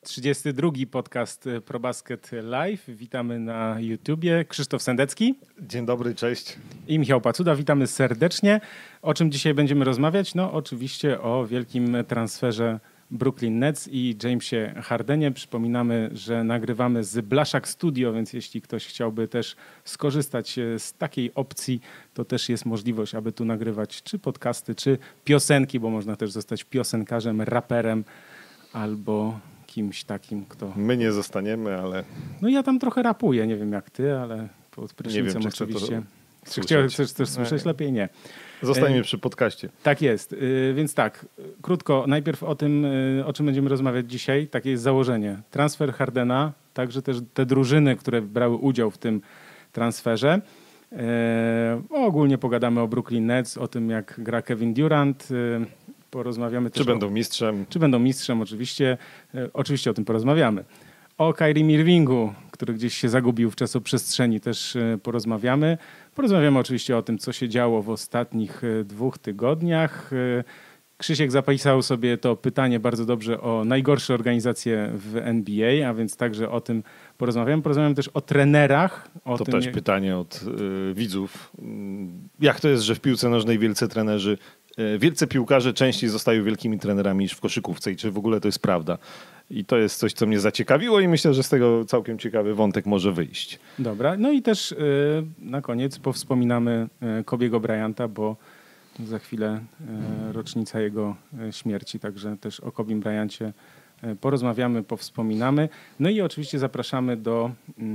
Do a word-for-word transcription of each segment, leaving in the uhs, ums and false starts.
trzydziesty drugi podcast ProBasket Live. Witamy na YouTubie. Krzysztof Sendecki. Dzień dobry, cześć. I Michał Pacuda. Witamy serdecznie. O czym dzisiaj będziemy rozmawiać? No oczywiście o wielkim transferze Brooklyn Nets i Jamesie Hardenie. Przypominamy, że nagrywamy z Blaszak Studio, więc jeśli ktoś chciałby też skorzystać z takiej opcji, to też jest możliwość, aby tu nagrywać czy podcasty, czy piosenki, bo można też zostać piosenkarzem, raperem albo kimś takim, kto... My nie zostaniemy, ale... No ja tam trochę rapuję, nie wiem jak ty, ale pod Nie prysznicem wiem, czy oczywiście. Chcę to Czy chcesz też słyszeć? Lepiej nie. Zostańmy E, przy podcaście. Tak jest, y, więc tak, krótko, najpierw o tym, y, o czym będziemy rozmawiać dzisiaj. Takie jest założenie. Transfer Hardena, także też te drużyny, które brały udział w tym transferze. E, ogólnie pogadamy o Brooklyn Nets, o tym jak gra Kevin Durant. Y, porozmawiamy też Czy będą mistrzem? O, czy będą mistrzem, oczywiście. E, oczywiście o tym porozmawiamy. O Kyrie Irvingu, który gdzieś się zagubił w czasoprzestrzeni, też e, porozmawiamy. Porozmawiamy oczywiście o tym, co się działo w ostatnich e, dwóch tygodniach. E, Krzysiek zapisał sobie to pytanie bardzo dobrze o najgorsze organizacje w N B A, a więc także o tym porozmawiamy. Porozmawiamy też o trenerach. O to tym, też jak... pytanie od y, widzów. Jak to jest, że w piłce nożnej wielcy trenerzy, y, wielcy piłkarze częściej zostają wielkimi trenerami niż w koszykówce i czy w ogóle to jest prawda? I to jest coś, co mnie zaciekawiło i myślę, że z tego całkiem ciekawy wątek może wyjść. Dobra, no i też y, na koniec powspominamy y, Kobiego Bryanta, bo za chwilę y, rocznica jego y, śmierci, także też o Kobim Bryancie y, porozmawiamy, powspominamy. No i oczywiście zapraszamy do,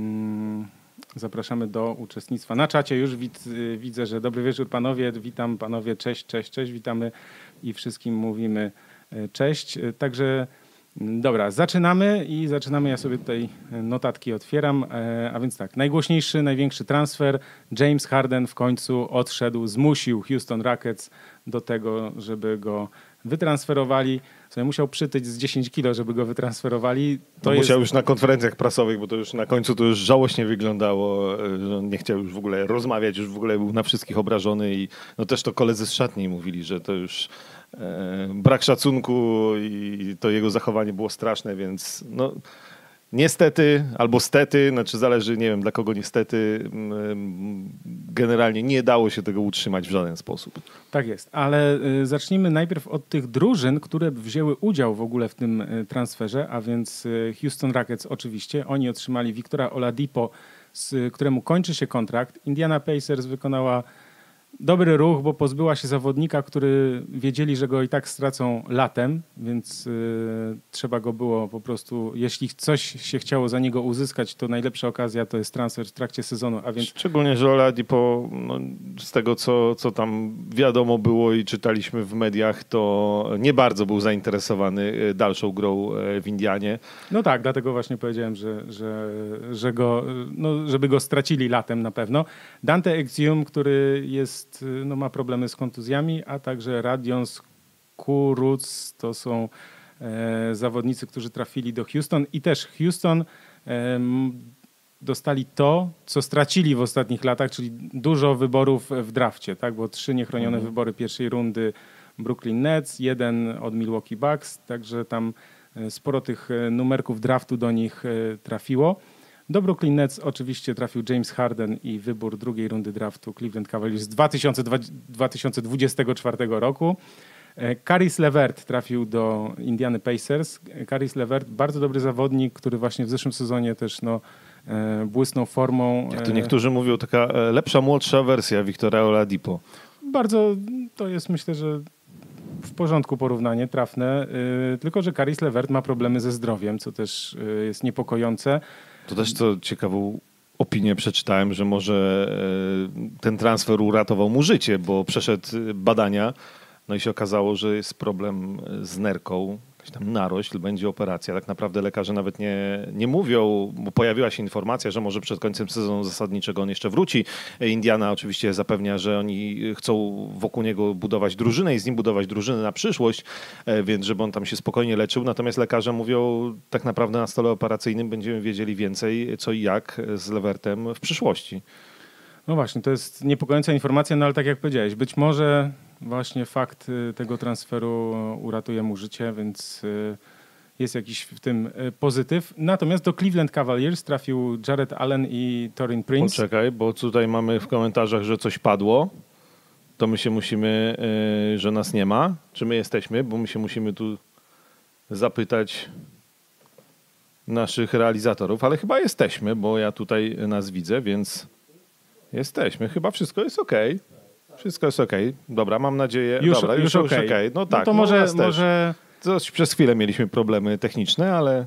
y, zapraszamy do uczestnictwa na czacie. Już wid, y, widzę, że dobry wieczór panowie, witam panowie, cześć, cześć, cześć, witamy i wszystkim mówimy y, cześć. Y, także Dobra, zaczynamy i zaczynamy. Ja sobie tutaj notatki otwieram, a więc tak, najgłośniejszy, największy transfer. James Harden w końcu odszedł, zmusił Houston Rockets do tego, żeby go wytransferowali. Sobie musiał przytyć z dziesięć kilo, żeby go wytransferowali. To no jest... Musiał już na konferencjach prasowych, bo to już na końcu to już żałośnie wyglądało, że on nie chciał już w ogóle rozmawiać, już w ogóle był na wszystkich obrażony i no też to koledzy z szatni mówili, że to już e, brak szacunku i to jego zachowanie było straszne, więc no niestety albo stety, znaczy zależy, nie wiem dla kogo niestety, generalnie nie dało się tego utrzymać w żaden sposób. Tak jest, ale y, zacznijmy najpierw od tych drużyn, które wzięły udział w ogóle w tym y, transferze, a więc y, Houston Rockets oczywiście. Oni otrzymali Victora Oladipo, z któremu kończy się kontrakt. Indiana Pacers wykonała dobry ruch, bo pozbyła się zawodnika, który wiedzieli, że go i tak stracą latem, więc y, trzeba go było po prostu, jeśli coś się chciało za niego uzyskać, to najlepsza okazja to jest transfer w trakcie sezonu, a więc... Szczególnie, że Oladipo, no, z tego co, co tam wiadomo było i czytaliśmy w mediach, to nie bardzo był zainteresowany dalszą grą w Indianie. No tak, dlatego właśnie powiedziałem, że, że, że go, no, żeby go stracili latem na pewno. Dante Exum, który jest no ma problemy z kontuzjami, a także Radions Kuruc to są e, zawodnicy, którzy trafili do Houston i też Houston e, dostali to, co stracili w ostatnich latach, czyli dużo wyborów w drafcie, tak? Bo trzy niechronione mhm. wybory pierwszej rundy Brooklyn Nets, jeden od Milwaukee Bucks, także tam sporo tych numerków draftu do nich trafiło. Do Brooklyn Nets oczywiście trafił James Harden i wybór drugiej rundy draftu Cleveland Cavaliers z dwa tysiące dwudziestego czwartego roku. Caris LeVert trafił do Indiany Pacers. Caris LeVert, bardzo dobry zawodnik, który właśnie w zeszłym sezonie też no, błysnął formą. Jak to niektórzy mówią, taka lepsza, młodsza wersja Victora Oladipo. Bardzo, to jest myślę, że w porządku porównanie, trafne. Tylko, że Caris LeVert ma problemy ze zdrowiem, co też jest niepokojące. To też co ciekawą opinię przeczytałem, że może ten transfer uratował mu życie, bo przeszedł badania, no i się okazało, że jest problem z nerką, jakaś tam narośl, będzie operacja. Tak naprawdę lekarze nawet nie, nie mówią, bo pojawiła się informacja, że może przed końcem sezonu zasadniczego on jeszcze wróci. Indiana oczywiście zapewnia, że oni chcą wokół niego budować drużynę i z nim budować drużynę na przyszłość, więc żeby on tam się spokojnie leczył. Natomiast lekarze mówią, tak naprawdę na stole operacyjnym będziemy wiedzieli więcej co i jak z Levertem w przyszłości. No właśnie, to jest niepokojąca informacja, no ale tak jak powiedziałeś, być może właśnie fakt tego transferu uratuje mu życie, więc jest jakiś w tym pozytyw. Natomiast do Cleveland Cavaliers trafił Jarrett Allen i Taurean Prince. Poczekaj, bo tutaj mamy w komentarzach, że coś padło. To my się musimy, yy, że nas nie ma. Czy my jesteśmy? Bo my się musimy tu zapytać naszych realizatorów, ale chyba jesteśmy, bo ja tutaj nas widzę, więc jesteśmy. Chyba wszystko jest okej. Wszystko jest okej. Dobra, mam nadzieję. Już, Dobra, już, już okej. okej. No tak, no to no może... nas też. może... Coś przez chwilę mieliśmy problemy techniczne, ale...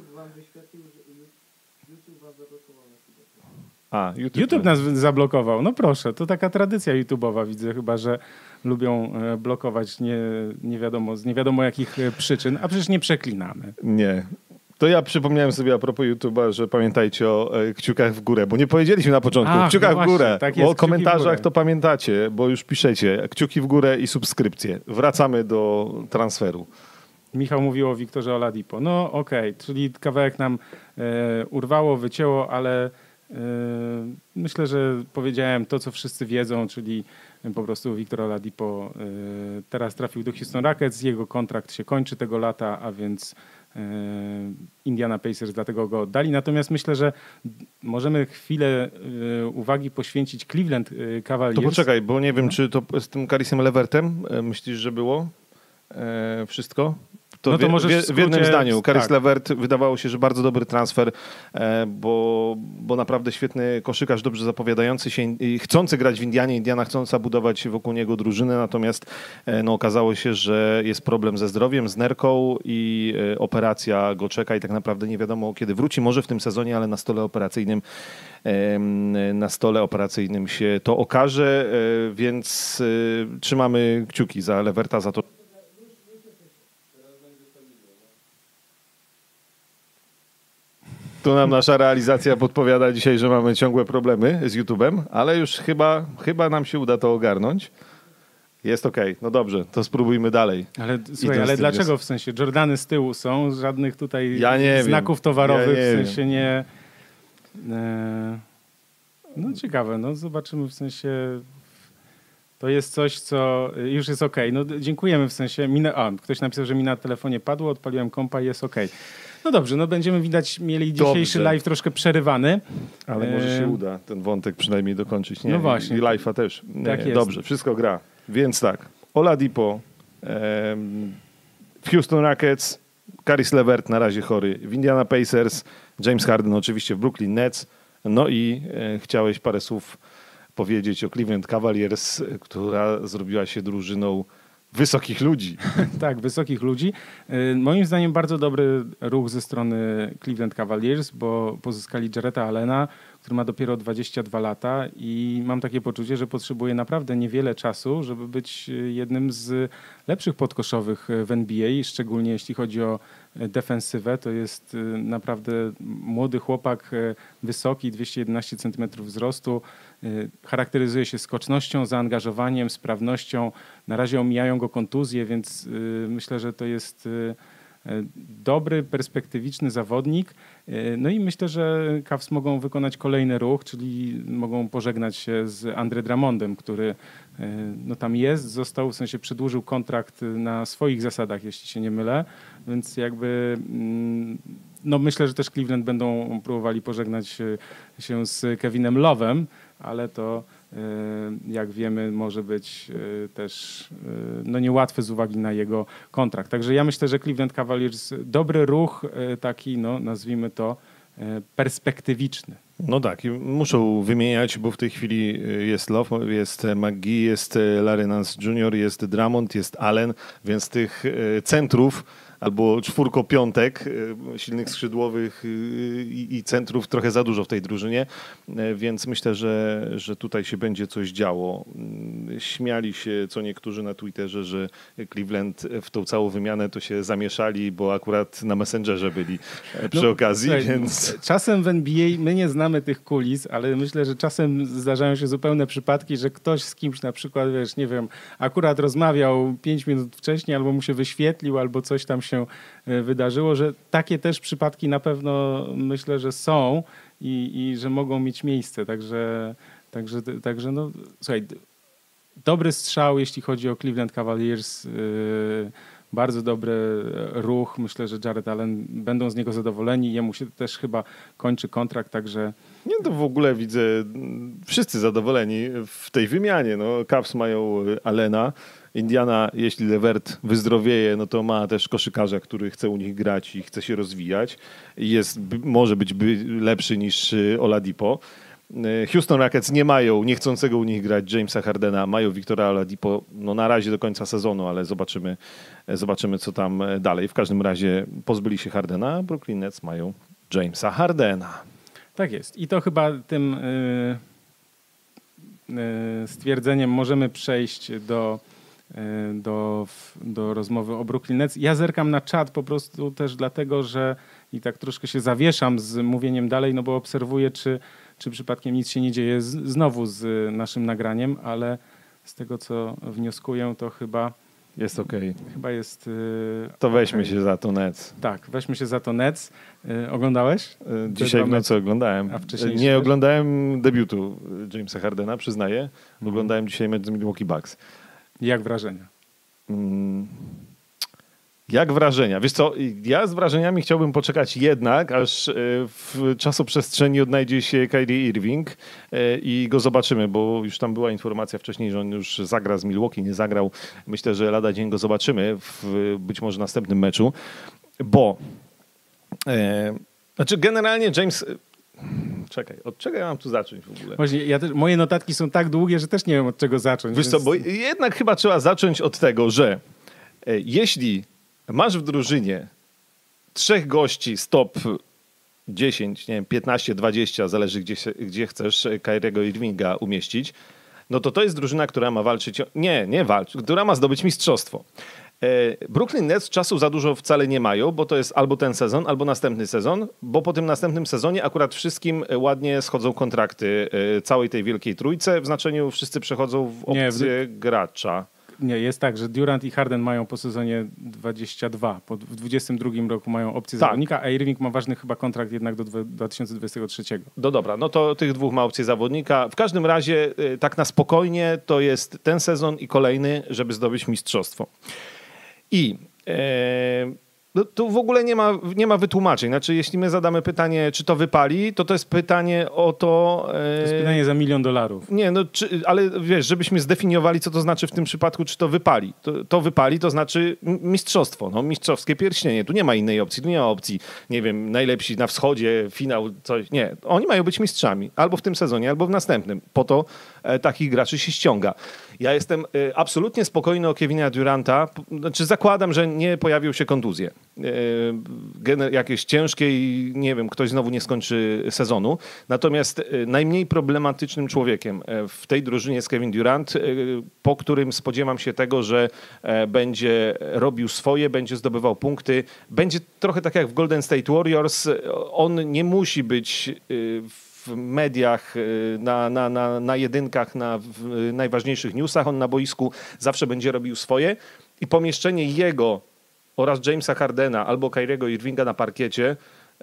A, YouTube, YouTube nas zablokował. No proszę, to taka tradycja YouTube'owa widzę chyba, że lubią blokować nie, nie wiadomo, z nie wiadomo jakich przyczyn, a przecież nie przeklinamy. Nie. To ja przypomniałem sobie a propos YouTube'a, że pamiętajcie o e, kciukach w górę, bo nie powiedzieliśmy na początku. Ach, kciukach no w właśnie, górę. tak Bo jest, o komentarzach kciuki w górę. to pamiętacie, bo już piszecie. Kciuki w górę i subskrypcje. Wracamy do transferu. Michał mówił o Wiktorze Oladipo. No okej, okay, czyli kawałek nam e, urwało, wycięło, ale e, myślę, że powiedziałem to, co wszyscy wiedzą, czyli po prostu Wiktor Oladipo e, teraz trafił do Houston Rockets, jego kontrakt się kończy tego lata, a więc e, Indiana Pacers dlatego go oddali. Natomiast myślę, że możemy chwilę e, uwagi poświęcić Cleveland Cavaliers. To poczekaj, bo nie wiem, czy to z tym Carisem Levertem e, myślisz, że było e, wszystko? To, no to wie, może w, wie, w jednym skrócie, zdaniu. Caris tak. Levert wydawało się, że bardzo dobry transfer, e, bo, bo naprawdę świetny koszykarz, dobrze zapowiadający się i chcący grać w Indianie. Indiana chcąca budować wokół niego drużynę, natomiast e, no, okazało się, że jest problem ze zdrowiem, z nerką i e, operacja go czeka i tak naprawdę nie wiadomo kiedy wróci. Może w tym sezonie, ale na stole operacyjnym e, na stole operacyjnym się to okaże, e, więc e, trzymamy kciuki za Leverta, za to. Tu nam nasza realizacja podpowiada dzisiaj, że mamy ciągłe problemy z YouTube'em, ale już chyba, chyba nam się uda to ogarnąć. Jest okej, no dobrze, to spróbujmy dalej. Ale słuchaj, ale dlaczego w sensie Jordany z tyłu są, żadnych tutaj ja nie znaków wiem. towarowych, ja nie w sensie wiem. nie... E, no ciekawe, no zobaczymy w sensie... To jest coś, co już jest okej. No dziękujemy w sensie... Mina, a, ktoś napisał, że mi na telefonie padło, odpaliłem kompa i jest okej. No dobrze, no będziemy widać, mieli dzisiejszy dobrze. live troszkę przerywany. Ale może się uda ten wątek przynajmniej dokończyć. Nie? No właśnie. I live'a też. Nie, tak jest. Dobrze, wszystko gra. Więc tak, Oladipo em, w Houston Rockets, Caris Levert na razie chory w Indiana Pacers, James Harden oczywiście w Brooklyn Nets. No i e, chciałeś parę słów powiedzieć o Cleveland Cavaliers, która zrobiła się drużyną wysokich ludzi. Tak, wysokich ludzi. Moim zdaniem bardzo dobry ruch ze strony Cleveland Cavaliers, bo pozyskali Jarretta Allena, który ma dopiero dwadzieścia dwa lata i mam takie poczucie, że potrzebuje naprawdę niewiele czasu, żeby być jednym z lepszych podkoszowych w N B A, szczególnie jeśli chodzi o defensywę. To jest naprawdę młody chłopak, wysoki, dwieście jedenaście centymetrów wzrostu. Charakteryzuje się skocznością, zaangażowaniem, sprawnością. Na razie omijają go kontuzje, więc myślę, że to jest dobry, perspektywiczny zawodnik. No i myślę, że Cavs mogą wykonać kolejny ruch, czyli mogą pożegnać się z Andre Drummondem, który no tam jest, został, w sensie przedłużył kontrakt na swoich zasadach, jeśli się nie mylę, więc jakby no myślę, że też Cleveland będą próbowali pożegnać się z Kevinem Love'em, ale to jak wiemy może być też no niełatwy z uwagi na jego kontrakt. Także ja myślę, że Cleveland Cavaliers dobry ruch, taki no nazwijmy to perspektywiczny. No tak, i muszą wymieniać, bo w tej chwili jest Love, jest McGee, jest Larry Nance junior, jest Drummond, jest Allen, więc tych centrów albo czwórko-piątek silnych skrzydłowych i centrów trochę za dużo w tej drużynie, więc myślę, że, że tutaj się będzie coś działo. Śmiali się co niektórzy na Twitterze, że Cleveland w tą całą wymianę to się zamieszali, bo akurat na Messengerze byli przy no, okazji. Słuchaj, więc... Czasem w N B A my nie znamy tych kulis, ale myślę, że czasem zdarzają się zupełne przypadki, że ktoś z kimś na przykład, wiesz, nie wiem, akurat rozmawiał pięć minut wcześniej, albo mu się wyświetlił, albo coś tam się wydarzyło, że takie też przypadki na pewno myślę, że są i, i że mogą mieć miejsce. Także, także, także no, słuchaj, dobry strzał, jeśli chodzi o Cleveland Cavaliers. bardzo dobry ruch. Myślę, że Jarrett Allen będą z niego zadowoleni. Jemu się też chyba kończy kontrakt, także... Nie, to w ogóle widzę wszyscy zadowoleni w tej wymianie. No, Cavs mają Allena. Indiana, jeśli Levert wyzdrowieje, no to ma też koszykarza, który chce u nich grać i chce się rozwijać. Jest, może być lepszy niż Oladipo. Houston Rockets nie mają niechcącego u nich grać Jamesa Hardena, mają Victora Oladipo no na razie do końca sezonu, ale zobaczymy, zobaczymy co tam dalej. W każdym razie pozbyli się Hardena, a Brooklyn Nets mają Jamesa Hardena. Tak jest. I to chyba tym yy, yy, stwierdzeniem możemy przejść do, yy, do, do rozmowy o Brooklyn Nets. Ja zerkam na czat po prostu też dlatego, że i tak troszkę się zawieszam z mówieniem dalej, no bo obserwuję, czy czy przypadkiem nic się nie dzieje z, znowu z naszym nagraniem, ale z tego, co wnioskuję, to chyba jest okej. Okay. Chyba jest... Yy, to weźmy okay. się za to Nets. Tak, weźmy się za to Nets. Yy, oglądałeś? Yy, dzisiaj w nocy oglądałem. A wcześniej nie oglądałem debiutu Jamesa Hardena, przyznaję. Hmm. Oglądałem dzisiaj mecz z Milwaukee Bucks. Jak wrażenia? Hmm. Jak wrażenia? Wiesz co, ja z wrażeniami chciałbym poczekać jednak, aż w czasoprzestrzeni odnajdzie się Kyrie Irving i go zobaczymy, bo już tam była informacja wcześniej, że on już zagra z Milwaukee, nie zagrał. Myślę, że lada dzień go zobaczymy w być może następnym meczu, bo e, znaczy generalnie James... Czekaj, od czego ja mam tu zacząć w ogóle? Właśnie, ja też, moje notatki są tak długie, że też nie wiem od czego zacząć. Wiesz więc... co, bo jednak chyba trzeba zacząć od tego, że e, jeśli masz w drużynie trzech gości z top dziesięć, nie wiem, piętnaście, dwadzieścia, zależy gdzie, gdzie chcesz Kyriego Irvinga umieścić, no to to jest drużyna, która ma walczyć, nie, nie walczyć, która ma zdobyć mistrzostwo. Brooklyn Nets czasu za dużo wcale nie mają, bo to jest albo ten sezon, albo następny sezon, bo po tym następnym sezonie akurat wszystkim ładnie schodzą kontrakty całej tej wielkiej trójce, w znaczeniu wszyscy przechodzą w opcję nie, w... gracza. Nie, jest tak, że Durant i Harden mają po sezonie dwadzieścia dwa. Po, w dwudziestym drugim roku mają opcję tak. zawodnika, a Irving ma ważny chyba kontrakt jednak do dwa tysiące dwudziestego trzeciego. No dobra, no to tych dwóch ma opcję zawodnika. W każdym razie tak na spokojnie to jest ten sezon i kolejny, żeby zdobyć mistrzostwo. I... E... No, tu w ogóle nie ma, nie ma wytłumaczeń. Znaczy, jeśli my zadamy pytanie, czy to wypali, to to jest pytanie o to... E... To jest pytanie za milion dolarów. Nie, no, czy, ale wiesz, żebyśmy zdefiniowali, co to znaczy w tym przypadku, czy to wypali. To, to wypali, to znaczy mistrzostwo, no, mistrzowskie pierścienie. Tu nie ma innej opcji, tu nie ma opcji, nie wiem, najlepsi na wschodzie, finał, coś. Nie, oni mają być mistrzami. Albo w tym sezonie, albo w następnym. Po to e, takich graczy się ściąga. Ja jestem e, absolutnie spokojny o Kevina Duranta. Znaczy, zakładam, że nie pojawią się kontuzje. Jakieś ciężkie i nie wiem, ktoś znowu nie skończy sezonu. Natomiast najmniej problematycznym człowiekiem w tej drużynie jest Kevin Durant, po którym spodziewam się tego, że będzie robił swoje, będzie zdobywał punkty. Będzie trochę tak jak w Golden State Warriors. On nie musi być w mediach, na, na, na, na jedynkach, na w najważniejszych newsach. On na boisku zawsze będzie robił swoje i pomieszczenie jego oraz Jamesa Hardena albo Kyriego Irvinga na parkiecie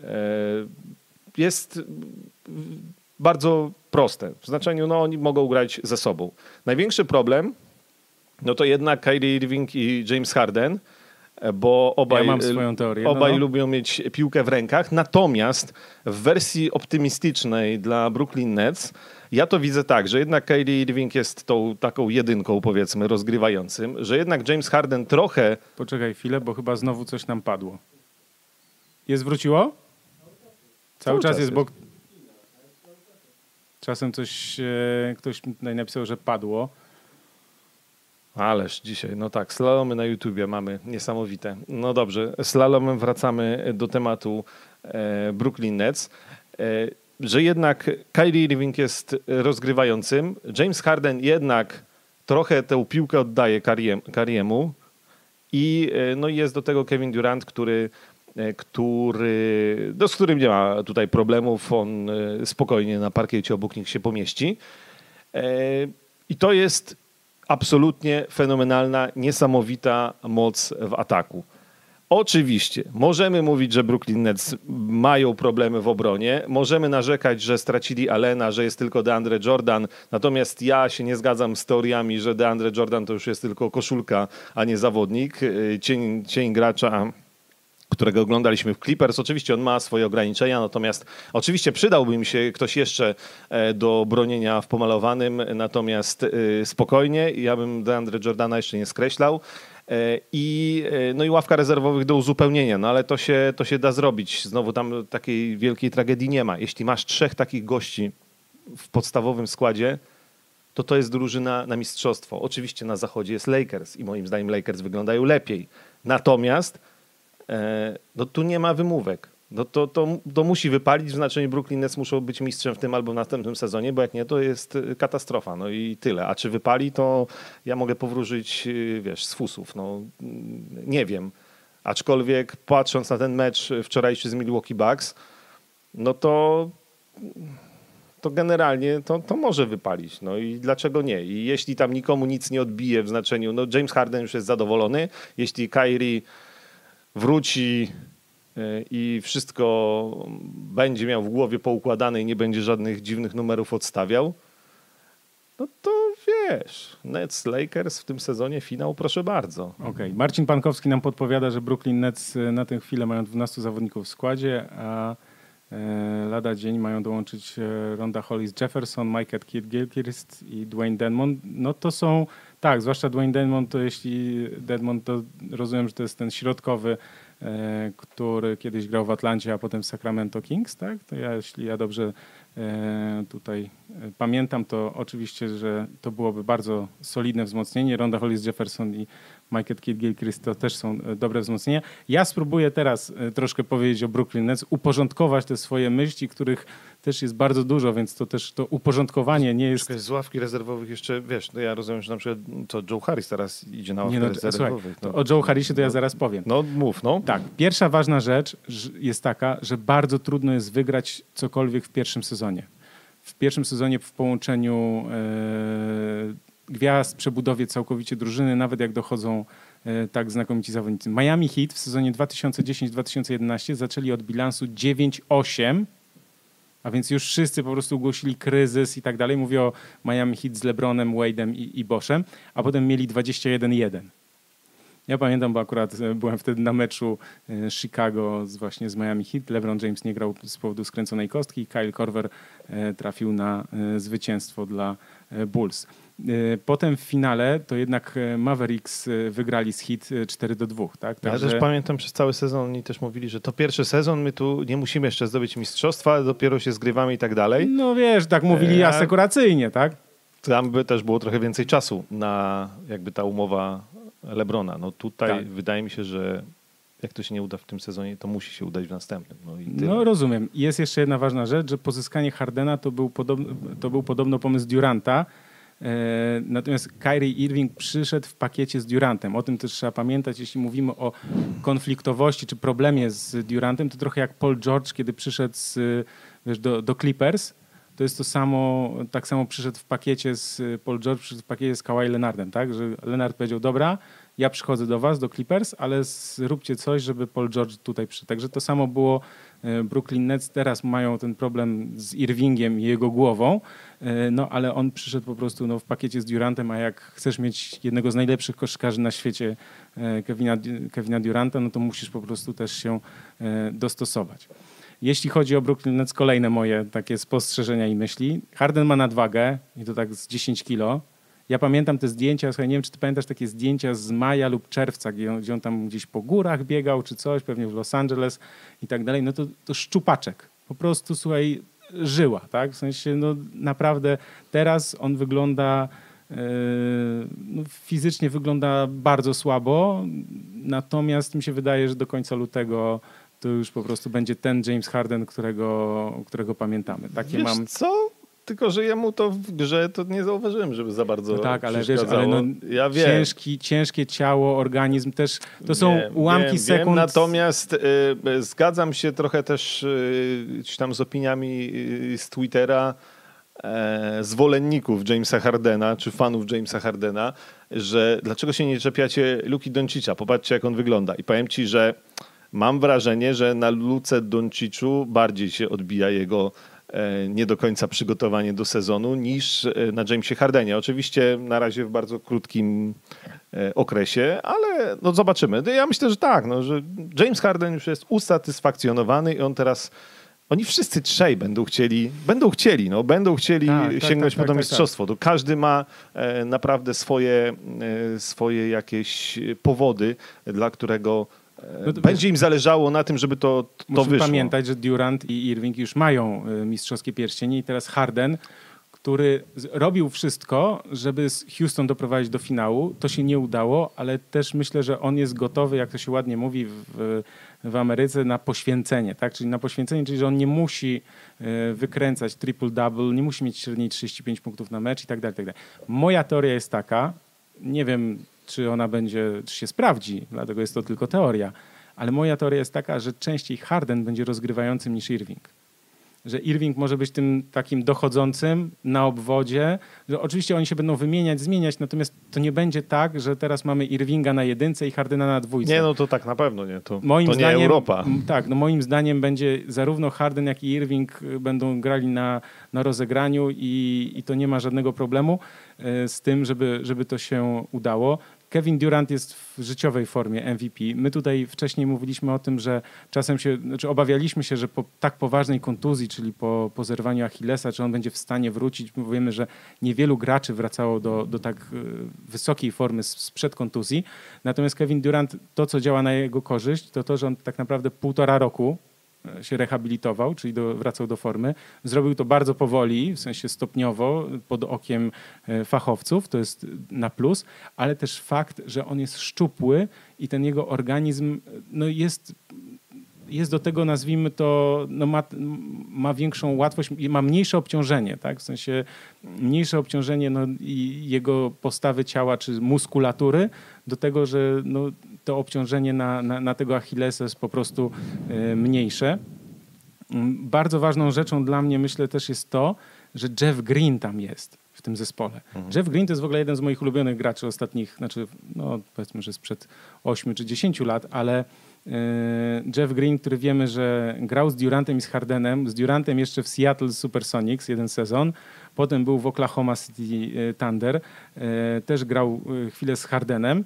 jest bardzo proste. W znaczeniu, no oni mogą grać ze sobą. Największy problem, no to jednak Kyrie Irving i James Harden, bo obaj, ja mam swoją teorię. obaj no, no. lubią mieć piłkę w rękach. Natomiast w wersji optymistycznej dla Brooklyn Nets ja to widzę tak, że jednak Kyrie Irving jest tą taką jedynką, powiedzmy, rozgrywającym, że jednak James Harden trochę... Poczekaj chwilę, bo chyba znowu coś nam padło. Jest wróciło? Cały, Cały czas, czas jest, bo... Czasem coś, e, ktoś tutaj napisał, że padło. Ależ dzisiaj, no tak, slalomy na YouTubie mamy niesamowite. No dobrze, slalomem wracamy do tematu e, Brooklyn Nets. E, że jednak Kyrie Irving jest rozgrywającym. James Harden jednak trochę tę piłkę oddaje Kyriemu i no jest do tego Kevin Durant, który, który, no z którym nie ma tutaj problemów. On spokojnie na parkiecie obok nich się pomieści. I to jest absolutnie fenomenalna, niesamowita moc w ataku. Oczywiście, możemy mówić, że Brooklyn Nets mają problemy w obronie, możemy narzekać, że stracili Allena, że jest tylko DeAndre Jordan, natomiast ja się nie zgadzam z teoriami, że DeAndre Jordan to już jest tylko koszulka, a nie zawodnik, cień, cień gracza, którego oglądaliśmy w Clippers. Oczywiście on ma swoje ograniczenia, natomiast oczywiście przydałby mi się ktoś jeszcze do bronienia w pomalowanym, natomiast spokojnie, ja bym DeAndre Jordana jeszcze nie skreślał. I, no i ławka rezerwowych do uzupełnienia, no ale to się, to się da zrobić. Znowu tam takiej wielkiej tragedii nie ma. Jeśli masz trzech takich gości w podstawowym składzie, to to jest drużyna na mistrzostwo. Oczywiście na zachodzie jest Lakers i moim zdaniem Lakers wyglądają lepiej. Natomiast no tu nie ma wymówek. No to, to, to musi wypalić, w znaczeniu Brooklyn Nets muszą być mistrzem w tym albo w następnym sezonie, bo jak nie, to jest katastrofa. No i tyle. A czy wypali, to ja mogę powróżyć, wiesz, z fusów. No nie wiem. Aczkolwiek patrząc na ten mecz wczorajszy z Milwaukee Bucks, no to, to generalnie to, to może wypalić. No i dlaczego nie? I jeśli tam nikomu nic nie odbije w znaczeniu, no James Harden już jest zadowolony, jeśli Kyrie wróci i wszystko będzie miał w głowie poukładane i nie będzie żadnych dziwnych numerów odstawiał, no to wiesz, Nets Lakers w tym sezonie finał, proszę bardzo. Okej, okay. Marcin Pankowski nam podpowiada, że Brooklyn Nets na tę chwilę mają dwunastu zawodników w składzie, a lada dzień mają dołączyć Ronda Hollis-Jefferson, Mike Kidd-Gilchrist i Dwayne Dedmon. No to są, tak, zwłaszcza Dwayne Dedmon, to jeśli Dedmon, to rozumiem, że to jest ten środkowy, który kiedyś grał w Atlancie, a potem w Sacramento Kings, tak? To ja, jeśli ja dobrze tutaj pamiętam, to oczywiście, że to byłoby bardzo solidne wzmocnienie. Ronda Hollis-Jefferson i Mike Kidd-Gilchrist to też są dobre wzmocnienia. Ja spróbuję teraz troszkę powiedzieć o Brooklyn Nets, uporządkować te swoje myśli, których też jest bardzo dużo, więc to też to uporządkowanie nie jest... Z ławki rezerwowych jeszcze, wiesz, no ja rozumiem, że na przykład to Joe Harris teraz idzie na ławkę no, rezerwowych. Słuchaj, no. O Joe Harrisie to ja zaraz powiem. No mów, no. Tak, pierwsza ważna rzecz jest taka, że bardzo trudno jest wygrać cokolwiek w pierwszym sezonie. W pierwszym sezonie w połączeniu e, gwiazd, przebudowie całkowicie drużyny, nawet jak dochodzą e, tak znakomici zawodnicy. Miami Heat w sezonie dwa tysiące dziesiątym dwa tysiące jedenastym zaczęli od bilansu dziewięć osiem, a więc już wszyscy po prostu ogłosili kryzys i tak dalej. Mówię o Miami Heat z LeBronem, Wade'em i, i Boszem, a potem mieli dwadzieścia jeden jeden. Ja pamiętam, bo akurat byłem wtedy na meczu Chicago z, właśnie z Miami Heat. LeBron James nie grał z powodu skręconej kostki. Kyle Korver trafił na zwycięstwo dla Bulls. Potem w finale to jednak Mavericks wygrali z Heat cztery do dwóch. Tak? Także... Ja też pamiętam przez cały sezon oni też mówili, że to pierwszy sezon, my tu nie musimy jeszcze zdobyć mistrzostwa, ale dopiero się zgrywamy i tak dalej. No wiesz, tak mówili e... asekuracyjnie, tak? Tam by też było trochę więcej czasu na jakby ta umowa LeBrona. No tutaj tak. Wydaje mi się, że jak to się nie uda w tym sezonie, to musi się udać w następnym. No, i no rozumiem. I jest jeszcze jedna ważna rzecz, że pozyskanie Hardena to był, podobno, to był podobno pomysł Duranta. E, natomiast Kyrie Irving przyszedł w pakiecie z Durantem. O tym też trzeba pamiętać, jeśli mówimy o konfliktowości czy problemie z Durantem, to trochę jak Paul George, kiedy przyszedł z, wiesz, do, do Clippers. To jest to samo, tak samo przyszedł w pakiecie z Paul George, przyszedł w pakiecie z Kawhi Leonardem, tak? Że Leonard powiedział, dobra, ja przychodzę do was, do Clippers, ale zróbcie coś, żeby Paul George tutaj przyszedł. Także to samo było Brooklyn Nets. Teraz mają ten problem z Irvingiem i jego głową, no ale on przyszedł po prostu no, w pakiecie z Durantem, a jak chcesz mieć jednego z najlepszych koszykarzy na świecie, Kevina, Kevina Duranta, no to musisz po prostu też się dostosować. Jeśli chodzi o Brooklyn Nets, kolejne moje takie spostrzeżenia i myśli. Harden ma nadwagę i to tak z dziesięć kilo. Ja pamiętam te zdjęcia, słuchaj, nie wiem, czy ty pamiętasz takie zdjęcia z maja lub czerwca, gdzie on, gdzie on tam gdzieś po górach biegał czy coś, pewnie w Los Angeles i tak dalej. No to, to szczupaczek. Po prostu, słuchaj, żyła, tak? W sensie, no naprawdę teraz on wygląda, yy, no, fizycznie wygląda bardzo słabo, natomiast mi się wydaje, że do końca lutego to już po prostu będzie ten James Harden, którego, którego pamiętamy. Takie wiesz mam... co? Tylko, że jemu to w grze to nie zauważyłem, żeby za bardzo no tak, ale wiesz, ale no, ja wiem. Ciężki, ciężkie ciało, organizm też, to są wiem, ułamki wiem, sekund. Wiem, natomiast y, zgadzam się trochę też y, tam z opiniami y, z Twittera, e, zwolenników Jamesa Hardena, czy fanów Jamesa Hardena, że dlaczego się nie czepiacie Luki Doncicza? Popatrzcie, jak on wygląda. I powiem ci, że mam wrażenie, że na Luce Donciczu bardziej się odbija jego e, nie do końca przygotowanie do sezonu niż e, na Jamesie Hardenie. Oczywiście na razie w bardzo krótkim e, okresie, ale no zobaczymy. Ja myślę, że tak, no, że James Harden już jest usatysfakcjonowany i on teraz oni wszyscy trzej będą chcieli, będą chcieli, no, będą chcieli tak, tak, sięgnąć tak, po to tak, mistrzostwo. Tak, tak. To każdy ma e, naprawdę swoje, e, swoje jakieś powody, dla którego e, no to będzie wiesz, im zależało na tym, żeby to, to musimy wyszło. Pamiętać, że Durant i Irving już mają e, mistrzowskie pierścienie i teraz Harden, który robił wszystko, żeby z Houston doprowadzić do finału. To się nie udało, ale też myślę, że on jest gotowy, jak to się ładnie mówi w, w Ameryce, na poświęcenie. Tak? Czyli na poświęcenie, czyli że on nie musi wykręcać triple-double, nie musi mieć średniej trzydzieści pięć punktów na mecz i tak dalej, tak dalej. Moja teoria jest taka, nie wiem, czy ona będzie, czy się sprawdzi, dlatego jest to tylko teoria, ale moja teoria jest taka, że częściej Harden będzie rozgrywającym niż Irving. Że Irving może być tym takim dochodzącym na obwodzie, że oczywiście oni się będą wymieniać, zmieniać, natomiast to nie będzie tak, że teraz mamy Irvinga na jedynce i Hardena na dwójce. Nie, no to tak na pewno nie. To, moim to nie zdaniem, Europa. Tak, no moim zdaniem będzie zarówno Harden, jak i Irving będą grali na, na rozegraniu i, i to nie ma żadnego problemu z tym, żeby, żeby to się udało. Kevin Durant jest w życiowej formie M V P. My tutaj wcześniej mówiliśmy o tym, że czasem się, znaczy obawialiśmy się, że po tak poważnej kontuzji, czyli po, po zerwaniu Achillesa, czy on będzie w stanie wrócić. My wiemy, że niewielu graczy wracało do, do tak wysokiej formy sprzed kontuzji. Natomiast Kevin Durant, to co działa na jego korzyść, to to, że on tak naprawdę półtora roku się rehabilitował, czyli do, wracał do formy. Zrobił to bardzo powoli, w sensie stopniowo, pod okiem fachowców, to jest na plus, ale też fakt, że on jest szczupły i ten jego organizm no jest, jest do tego, nazwijmy to, no ma, ma większą łatwość, ma mniejsze obciążenie, tak? W sensie mniejsze obciążenie no, i jego postawy ciała czy muskulatury do tego, że no, to obciążenie na, na, na tego Achillesa jest po prostu y, mniejsze. Bardzo ważną rzeczą dla mnie, myślę, też jest to, że Jeff Green tam jest w tym zespole. Mhm. Jeff Green to jest w ogóle jeden z moich ulubionych graczy ostatnich, znaczy, no powiedzmy, że sprzed ośmiu czy dziesięciu lat, ale y, Jeff Green, który wiemy, że grał z Durantem i z Hardenem, z Durantem jeszcze w Seattle Supersonics jeden sezon, potem był w Oklahoma City Thunder, y, też grał chwilę z Hardenem.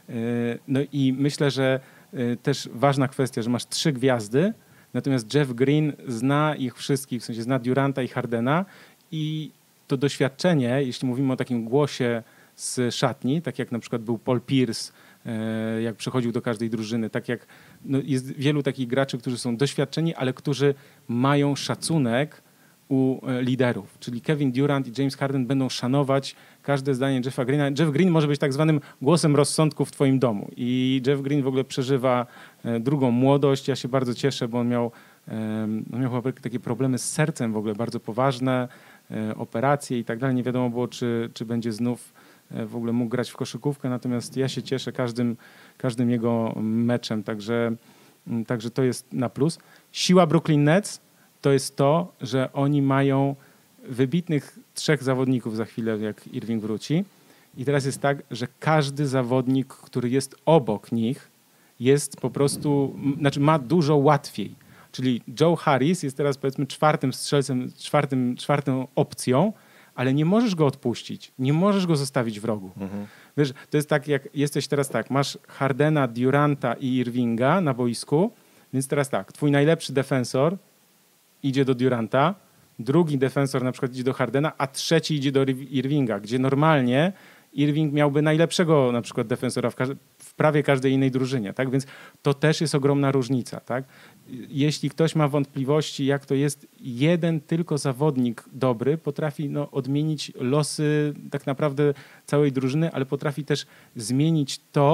No i myślę, że też ważna kwestia, że masz trzy gwiazdy, natomiast Jeff Green zna ich wszystkich, w sensie zna Duranta i Hardena i to doświadczenie, jeśli mówimy o takim głosie z szatni, tak jak na przykład był Paul Pierce, jak przychodził do każdej drużyny, tak jak no jest wielu takich graczy, którzy są doświadczeni, ale którzy mają szacunek u liderów, czyli Kevin Durant i James Harden będą szanować każde zdanie Jeffa Greena. Jeff Green może być tak zwanym głosem rozsądku w twoim domu i Jeff Green w ogóle przeżywa drugą młodość. Ja się bardzo cieszę, bo on miał, on miał chyba takie problemy z sercem w ogóle, bardzo poważne, operacje i tak dalej. Nie wiadomo było, czy, czy będzie znów w ogóle mógł grać w koszykówkę, natomiast ja się cieszę każdym, każdym jego meczem, także, także to jest na plus. Siła Brooklyn Nets to jest to, że oni mają wybitnych trzech zawodników za chwilę, jak Irving wróci. I teraz jest tak, że każdy zawodnik, który jest obok nich, jest po prostu, znaczy ma dużo łatwiej. Czyli Joe Harris jest teraz powiedzmy czwartym strzelcem, czwartym, czwartą opcją, ale nie możesz go odpuścić. Nie możesz go zostawić w rogu. Mhm. Wiesz, to jest tak, jak jesteś teraz tak, masz Hardena, Duranta i Irvinga na boisku, więc teraz tak, twój najlepszy defensor idzie do Duranta, drugi defensor na przykład idzie do Hardena, a trzeci idzie do Irvinga, gdzie normalnie Irving miałby najlepszego na przykład defensora w, każ- w prawie każdej innej drużynie, tak? Więc to też jest ogromna różnica, tak? Jeśli ktoś ma wątpliwości, jak to jest, jeden tylko zawodnik dobry potrafi no, odmienić losy tak naprawdę całej drużyny, ale potrafi też zmienić to,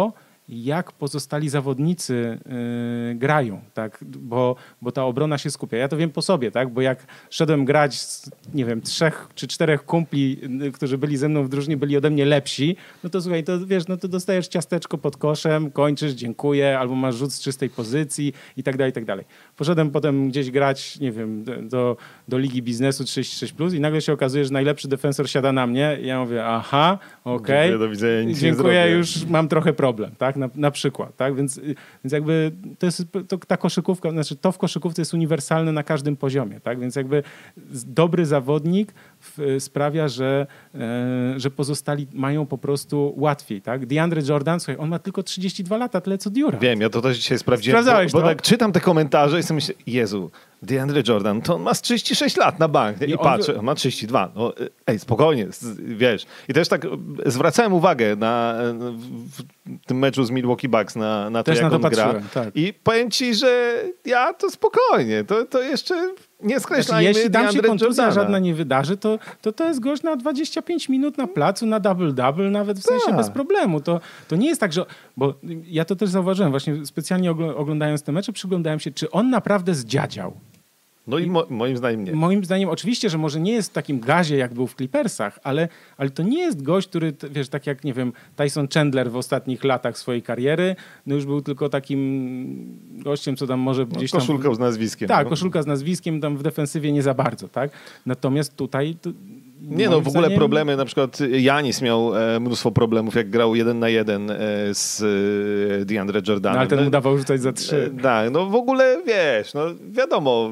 jak pozostali zawodnicy yy, grają, tak? Bo, bo ta obrona się skupia. Ja to wiem po sobie, tak? Bo jak szedłem grać z, nie wiem, trzech czy czterech kumpli, yy, którzy byli ze mną w drużynie, byli ode mnie lepsi, no to słuchaj, to wiesz, no to dostajesz ciasteczko pod koszem, kończysz, dziękuję, albo masz rzut z czystej pozycji i tak dalej, i tak dalej. Poszedłem potem gdzieś grać, nie wiem, do, do Ligi Biznesu trzydzieści sześć plus i nagle się okazuje, że najlepszy defensor siada na mnie i ja mówię, aha, okej, Dziękuję, do widzenia, nic nie dziękuję, zrobię. już mam trochę problem, tak, na, na przykład, tak, więc, więc jakby to jest, to, ta koszykówka, znaczy to w koszykówce jest uniwersalne na każdym poziomie, tak, więc jakby dobry zawodnik w, sprawia, że, e, że pozostali mają po prostu łatwiej, tak. DeAndre Jordan, słuchaj, on ma tylko trzydzieści dwa lata, tyle co Durant. Wiem, ja to też dzisiaj sprawdziłem, Sprawdzałeś bo, bo to? tak czytam te komentarze i sobie myślę, Jezu, DeAndre Jordan, to on ma z trzydzieści sześć lat na bank. Nie? I, I I on patrzę, wy- on ma trzydzieści dwa. No, ej, spokojnie, z- wiesz. I też tak zwracałem uwagę na w, w tym meczu z Milwaukee Bucks na, na to, Też jak na to on gra. patrzyłem, tak. I powiem ci, że ja to spokojnie, to, to jeszcze nie Znaczy, skreślajmy jeśli tam się DeAndre kontuzja Jordana. żadna nie wydarzy, to, to to jest gość na dwadzieścia pięć minut na placu, na double-double, nawet w sensie Tak. bez problemu. To, to nie jest tak, że... Bo ja to też zauważyłem, właśnie specjalnie ogl- oglądając te mecze, przyglądałem się, czy on naprawdę zdziadział. No i mo, moim zdaniem nie. Moim zdaniem oczywiście, że może nie jest w takim gazie, jak był w Clippersach, ale, ale to nie jest gość, który, t- wiesz, tak jak, nie wiem, Tyson Chandler w ostatnich latach swojej kariery, no już był tylko takim gościem, co tam może No, gdzieś tam... koszulką z nazwiskiem. Tak, no. koszulka z nazwiskiem, tam w defensywie nie za bardzo, tak? Natomiast tutaj... To, Nie no, moim w ogóle zdaniem- problemy, na przykład Janis miał e, mnóstwo problemów, jak grał jeden na jeden e, z e, DeAndre Jordanem. No, ale ten No, mu dawał rzucać za trzy. e, Tak, no w ogóle wiesz, no wiadomo,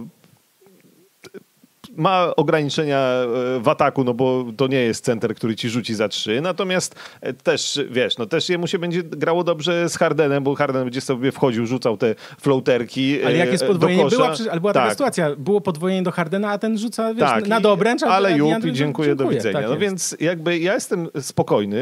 ma ograniczenia e, w ataku, no bo to nie jest center, który ci rzuci za trzy, natomiast e, też, wiesz, no też jemu się będzie grało dobrze z Hardenem, bo Harden będzie sobie wchodził, rzucał te floaterki e, Ale jak jest do podwojenie, kosza. była, przecież- ale była taka Tak. sytuacja, było podwojenie do Hardena, a ten rzuca, wiesz, Tak, na i- dobręcz, a ale a jup DeAndre i dziękuję, do widzenia. Tak no jest. więc jakby ja jestem spokojny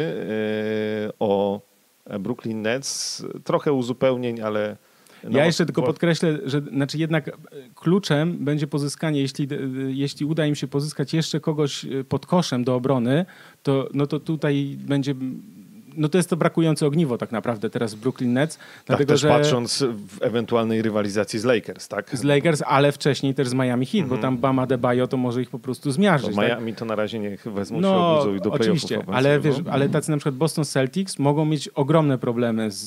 e, o Brooklyn Nets. Trochę uzupełnień, ale... No, Ja jeszcze tylko bo- podkreślę, że znaczy jednak e, kluczem będzie pozyskanie, jeśli, e, jeśli uda im się pozyskać jeszcze kogoś e, pod koszem do obrony, to, no to tutaj będzie... No to jest to brakujące ogniwo tak naprawdę teraz w Brooklyn Nets. Tak, Dlatego, też że patrząc w ewentualnej rywalizacji z Lakers, tak? z Lakers, ale wcześniej też z Miami Heat, bo tam Bam Adebayo to może ich po prostu To zmiażdżyć. tak? Miami to na razie niech wezmą się, No, obudzą i do oczywiście, playoffów ale, awansują, wiesz, no. ale tacy na przykład Boston Celtics mogą mieć ogromne problemy z,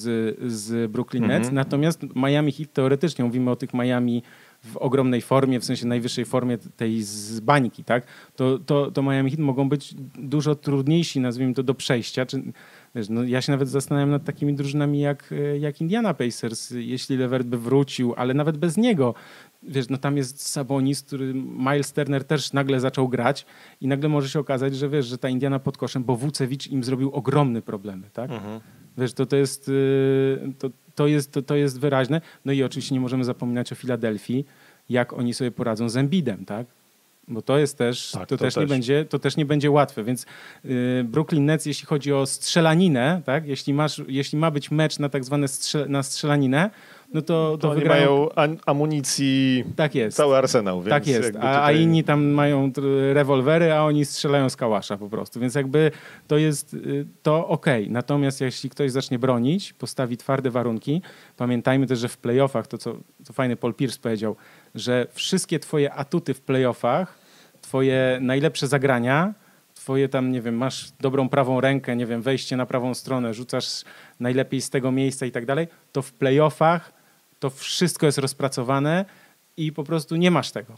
z Brooklyn Mhm. Nets, natomiast Miami Heat teoretycznie, mówimy o tych Miami w ogromnej formie, w sensie najwyższej formie tej z bańki, tak? To, to, to Miami Heat mogą być dużo trudniejsi, nazwijmy to, do przejścia. Czy, wiesz, no, ja się nawet zastanawiam nad takimi drużynami jak, jak Indiana Pacers, jeśli Levert by wrócił, ale nawet bez niego. Wiesz, no tam jest Sabonis, który Miles Turner też nagle zaczął grać i nagle może się okazać, że wiesz, że ta Indiana pod koszem, bo Wucewicz im zrobił ogromne problemy, tak? Mhm. Wiesz, to, to, jest, yy, to, to, jest, to, to jest wyraźne. No i oczywiście nie możemy zapominać o Filadelfii, jak oni sobie poradzą z Embidem, tak? Bo to jest też, Tak, to, to też, Nie też. będzie, to też nie będzie łatwe, więc yy, Brooklyn Nets, jeśli chodzi o strzelaninę, tak? Jeśli, masz, jeśli ma być mecz na tak zwane strzel, na strzelaninę, no to, To to oni wygrają... mają an- amunicji Tak jest. cały arsenał, więc Tak jest, jakby a, a tutaj- inni tam mają tr- rewolwery, a oni strzelają z kałasza po prostu. Więc jakby to jest y, to okej. Natomiast jeśli ktoś zacznie bronić, postawi twarde warunki, pamiętajmy też, że w playoffach, to co, co fajny Paul Pierce powiedział, że wszystkie twoje atuty w playoffach, twoje najlepsze zagrania, twoje tam, nie wiem, masz dobrą prawą rękę, nie wiem, wejście na prawą stronę, rzucasz najlepiej z tego miejsca i tak dalej, to w playoffach to wszystko jest rozpracowane i po prostu nie masz tego.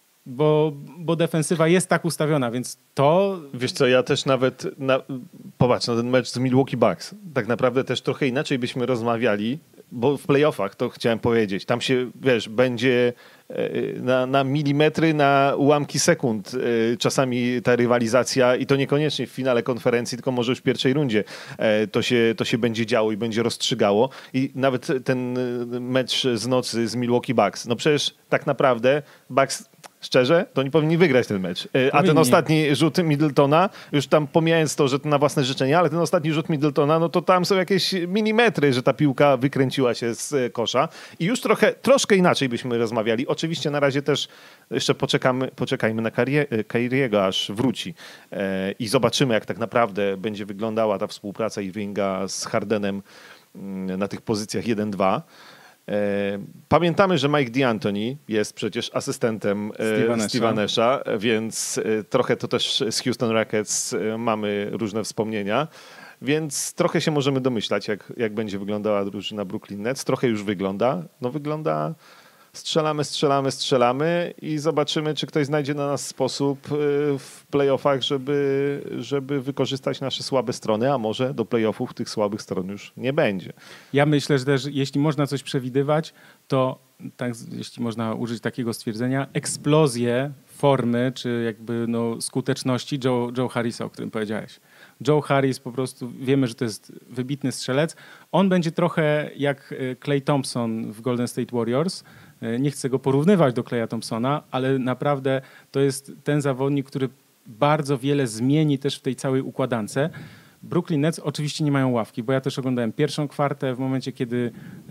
Bo, bo defensywa jest tak ustawiona, więc to... Wiesz co, ja też nawet, na, popatrz na ten mecz z Milwaukee Bucks, tak naprawdę też trochę inaczej byśmy rozmawiali, bo w playoffach, to chciałem powiedzieć, tam się, wiesz, będzie e, na, na milimetry, na ułamki sekund e, czasami ta rywalizacja i to niekoniecznie w finale konferencji, tylko może już w pierwszej rundzie e, to się, to się będzie działo i będzie rozstrzygało. I nawet ten e, mecz z nocy z Milwaukee Bucks, no przecież tak naprawdę Bucks... Szczerze, to oni powinni wygrać ten mecz. E, A ten Powinni. ostatni rzut Middletona, już tam pomijając to, że to na własne życzenie, ale ten ostatni rzut Middletona, no to tam są jakieś milimetry, że ta piłka wykręciła się z e, kosza. I już trochę, troszkę inaczej byśmy rozmawiali. Oczywiście na razie też jeszcze poczekamy, poczekajmy na Kyriego, aż wróci. E, I zobaczymy, jak tak naprawdę będzie wyglądała ta współpraca Irvinga z Hardenem na tych pozycjach jeden dwa. Pamiętamy, że Mike D'Antoni jest przecież asystentem Steve'a Nasha, więc trochę to też z Houston Rockets mamy różne wspomnienia. Więc trochę się możemy domyślać, jak, jak będzie wyglądała drużyna Brooklyn Nets. Trochę już wygląda. No wygląda, strzelamy, strzelamy, strzelamy i zobaczymy, czy ktoś znajdzie na nas sposób w playoffach, żeby, żeby wykorzystać nasze słabe strony, a może do playoffów tych słabych stron już nie będzie. Ja myślę, że też jeśli można coś przewidywać, to tak, jeśli można użyć takiego stwierdzenia, eksplozję formy, czy jakby no, skuteczności Joe, Joe Harrisa, o którym powiedziałeś. Joe Harris po prostu, wiemy, że to jest wybitny strzelec. On będzie trochę jak Klay Thompson w Golden State Warriors. Nie chcę go porównywać do Klaya Thompsona, ale naprawdę to jest ten zawodnik, który bardzo wiele zmieni też w tej całej układance. Brooklyn Nets oczywiście nie mają ławki, bo ja też oglądałem pierwszą kwartę w momencie, kiedy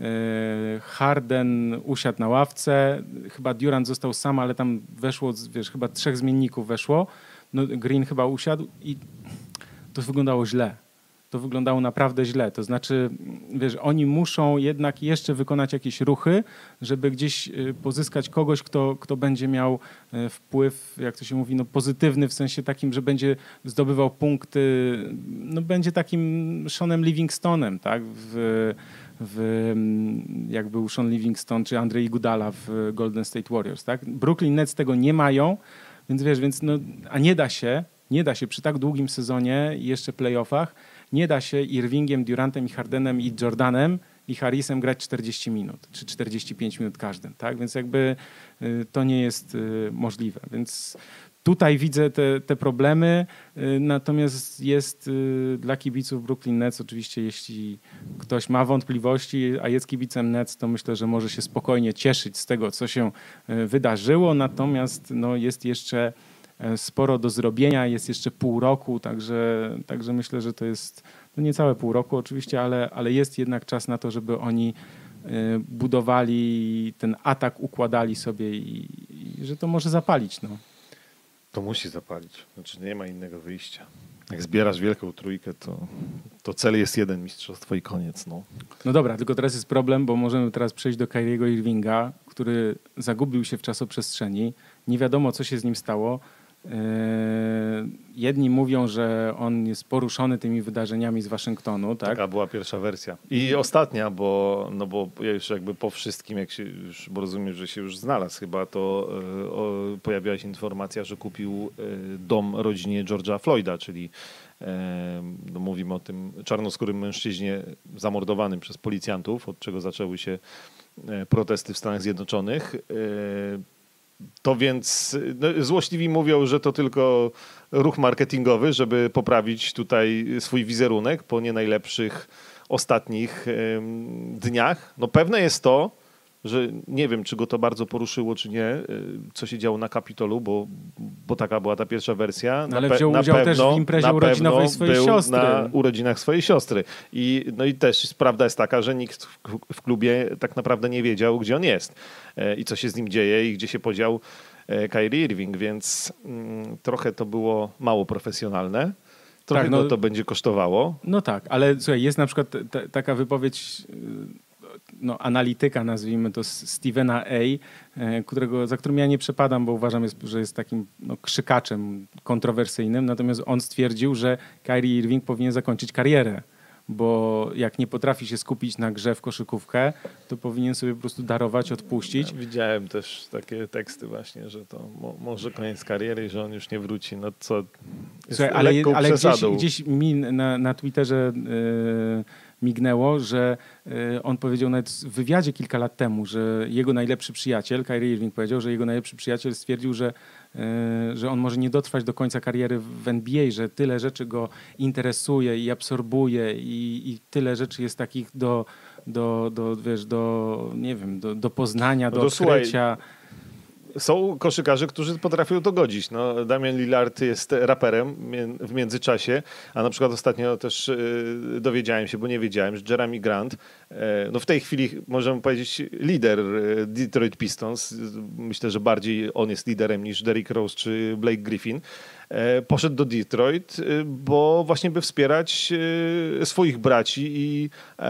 Harden usiadł na ławce. Chyba Durant został sam, ale tam weszło, wiesz, chyba trzech zmienników weszło. No, Green chyba usiadł i to wyglądało źle. To wyglądało naprawdę źle. To znaczy, wiesz, oni muszą jednak jeszcze wykonać jakieś ruchy, żeby gdzieś pozyskać kogoś, kto, kto będzie miał wpływ, jak to się mówi, no pozytywny, w sensie takim, że będzie zdobywał punkty, no będzie takim Seanem Livingstonem, tak? W, w, jak był Sean Livingston czy Andre Iguodala w Golden State Warriors, tak? Brooklyn Nets tego nie mają, więc wiesz, więc no, a nie da się, nie da się przy tak długim sezonie i jeszcze playoffach, nie da się Irvingiem, Durantem i Hardenem i Jordanem i Harrisem grać czterdzieści minut, czy czterdzieści pięć minut każdym, tak? Więc jakby y, to nie jest y, możliwe. Więc tutaj widzę te, te problemy, y, natomiast jest y, dla kibiców Brooklyn Nets oczywiście, jeśli ktoś ma wątpliwości, a jest kibicem Nets, to myślę, że może się spokojnie cieszyć z tego, co się y, wydarzyło, natomiast no, jest jeszcze sporo do zrobienia, jest jeszcze pół roku, także, także myślę, że to jest no niecałe pół roku oczywiście, ale, ale jest jednak czas na to, żeby oni budowali ten atak, układali sobie i, i że to może zapalić. No. To musi zapalić, znaczy nie ma innego wyjścia. Jak zbierasz wielką trójkę, to, to cel jest jeden, mistrzostwo i koniec. No. no dobra, tylko teraz jest problem, bo możemy teraz przejść do Kyriego Irvinga, który zagubił się w czasoprzestrzeni. Nie wiadomo, co się z nim stało. Jedni mówią, że on jest poruszony tymi wydarzeniami z Waszyngtonu. Tak? Taka była pierwsza wersja. I ostatnia, bo, no bo już jakby po wszystkim, jak się już, bo rozumiem, że się już znalazł chyba, to o, pojawiła się informacja, że kupił dom rodzinie George'a Floyda, czyli no mówimy o tym czarnoskórym mężczyźnie zamordowanym przez policjantów, od czego zaczęły się protesty w Stanach Zjednoczonych. To więc no, złośliwi mówią, że to tylko ruch marketingowy, żeby poprawić tutaj swój wizerunek po nie najlepszych ostatnich ym, dniach. No pewne jest to, że nie wiem, czy go to bardzo poruszyło, czy nie, co się działo na Kapitolu, bo, bo taka była ta pierwsza wersja. No, ale na wziął pe- udział też w imprezie urodzinowej swojej był siostry. Na urodzinach swojej siostry. I, no i też prawda jest taka, że nikt w, w klubie tak naprawdę nie wiedział, gdzie on jest e, i co się z nim dzieje i gdzie się podział e, Kyrie Irving, więc mm, trochę to było mało profesjonalne. Trochę tak, no, to będzie kosztowało. No tak, ale słuchaj, jest na przykład t- taka wypowiedź no, analityka, nazwijmy to, Stevena A., którego, za którym ja nie przepadam, bo uważam, jest, że jest takim no, krzykaczem kontrowersyjnym. Natomiast on stwierdził, że Kyrie Irving powinien zakończyć karierę, bo jak nie potrafi się skupić na grze w koszykówkę, to powinien sobie po prostu darować, odpuścić. Ja widziałem też takie teksty właśnie, że to mo- może koniec kariery i że on już nie wróci. No co jest Słuchaj, ale, ale gdzieś, gdzieś mi na, na Twitterze yy, mignęło, że y, on powiedział nawet w wywiadzie kilka lat temu, że jego najlepszy przyjaciel, Kyrie Irving powiedział, że jego najlepszy przyjaciel stwierdził, że, y, że on może nie dotrwać do końca kariery w N B A, że tyle rzeczy go interesuje i absorbuje i, i tyle rzeczy jest takich do, do, do, wiesz, do, nie wiem, do, do poznania, no do odkrycia. Słuchaj. Są koszykarze, którzy potrafią to godzić. No, Damian Lillard jest raperem w międzyczasie, a na przykład ostatnio też yy, dowiedziałem się, bo nie wiedziałem, że Jeremy Grant, yy, no w tej chwili możemy powiedzieć lider yy, Detroit Pistons. Myślę, że bardziej on jest liderem niż Derrick Rose czy Blake Griffin. poszedł do Detroit, bo właśnie by wspierać swoich braci i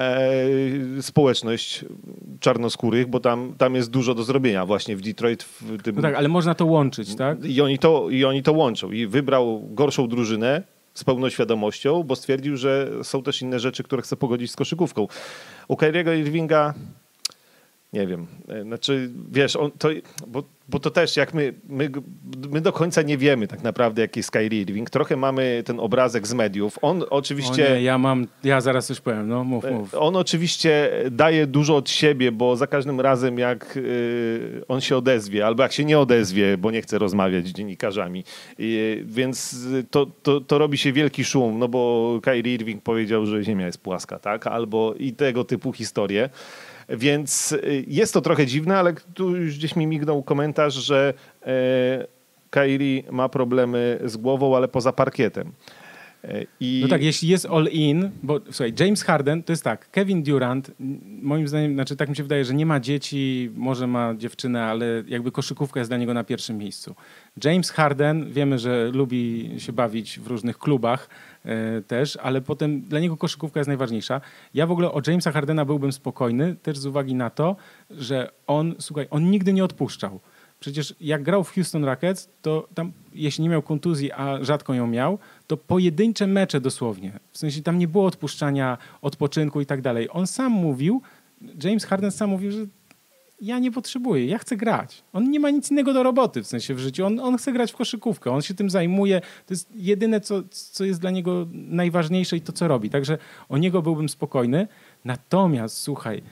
społeczność czarnoskórych, bo tam, tam jest dużo do zrobienia właśnie w Detroit. W tym... No tak, ale można to łączyć, tak? I oni to, i oni to łączą. I wybrał gorszą drużynę z pełną świadomością, bo stwierdził, że są też inne rzeczy, które chce pogodzić z koszykówką. U Kyriego Irvinga nie wiem, znaczy wiesz, on to, bo, bo to też jak my, my, my do końca nie wiemy tak naprawdę, jaki jest Kyrie Irving. Trochę mamy ten obrazek z mediów. On oczywiście... O nie, ja mam, ja zaraz coś powiem, no mów, mów. On oczywiście daje dużo od siebie, bo za każdym razem jak y, on się odezwie, albo jak się nie odezwie, bo nie chce rozmawiać z dziennikarzami. Y, więc to, to, to robi się wielki szum, no bo Kyrie Irving powiedział, że Ziemia jest płaska, tak? Albo i tego typu historie. Więc jest to trochę dziwne, ale tu już gdzieś mi mignął komentarz, że e, Kyrie ma problemy z głową, ale poza parkietem. E, i... No tak, jeśli jest all in, bo słuchaj, James Harden to jest tak, Kevin Durant, moim zdaniem, znaczy tak mi się wydaje, że nie ma dzieci, może ma dziewczynę, ale jakby koszykówka jest dla niego na pierwszym miejscu. James Harden, wiemy, że lubi się bawić w różnych klubach, też, ale potem dla niego koszykówka jest najważniejsza. Ja w ogóle o Jamesa Hardena byłbym spokojny, też z uwagi na to, że on, słuchaj, on nigdy nie odpuszczał. Przecież jak grał w Houston Rockets, to tam, jeśli nie miał kontuzji, a rzadko ją miał, to pojedyncze mecze dosłownie. W sensie tam nie było odpuszczania, odpoczynku i tak dalej. On sam mówił, James Harden sam mówił, że ja nie potrzebuję, ja chcę grać. On nie ma nic innego do roboty w sensie w życiu. On, on chce grać w koszykówkę, on się tym zajmuje. To jest jedyne, co, co jest dla niego najważniejsze i to, co robi. Także o niego byłbym spokojny. Natomiast, słuchaj,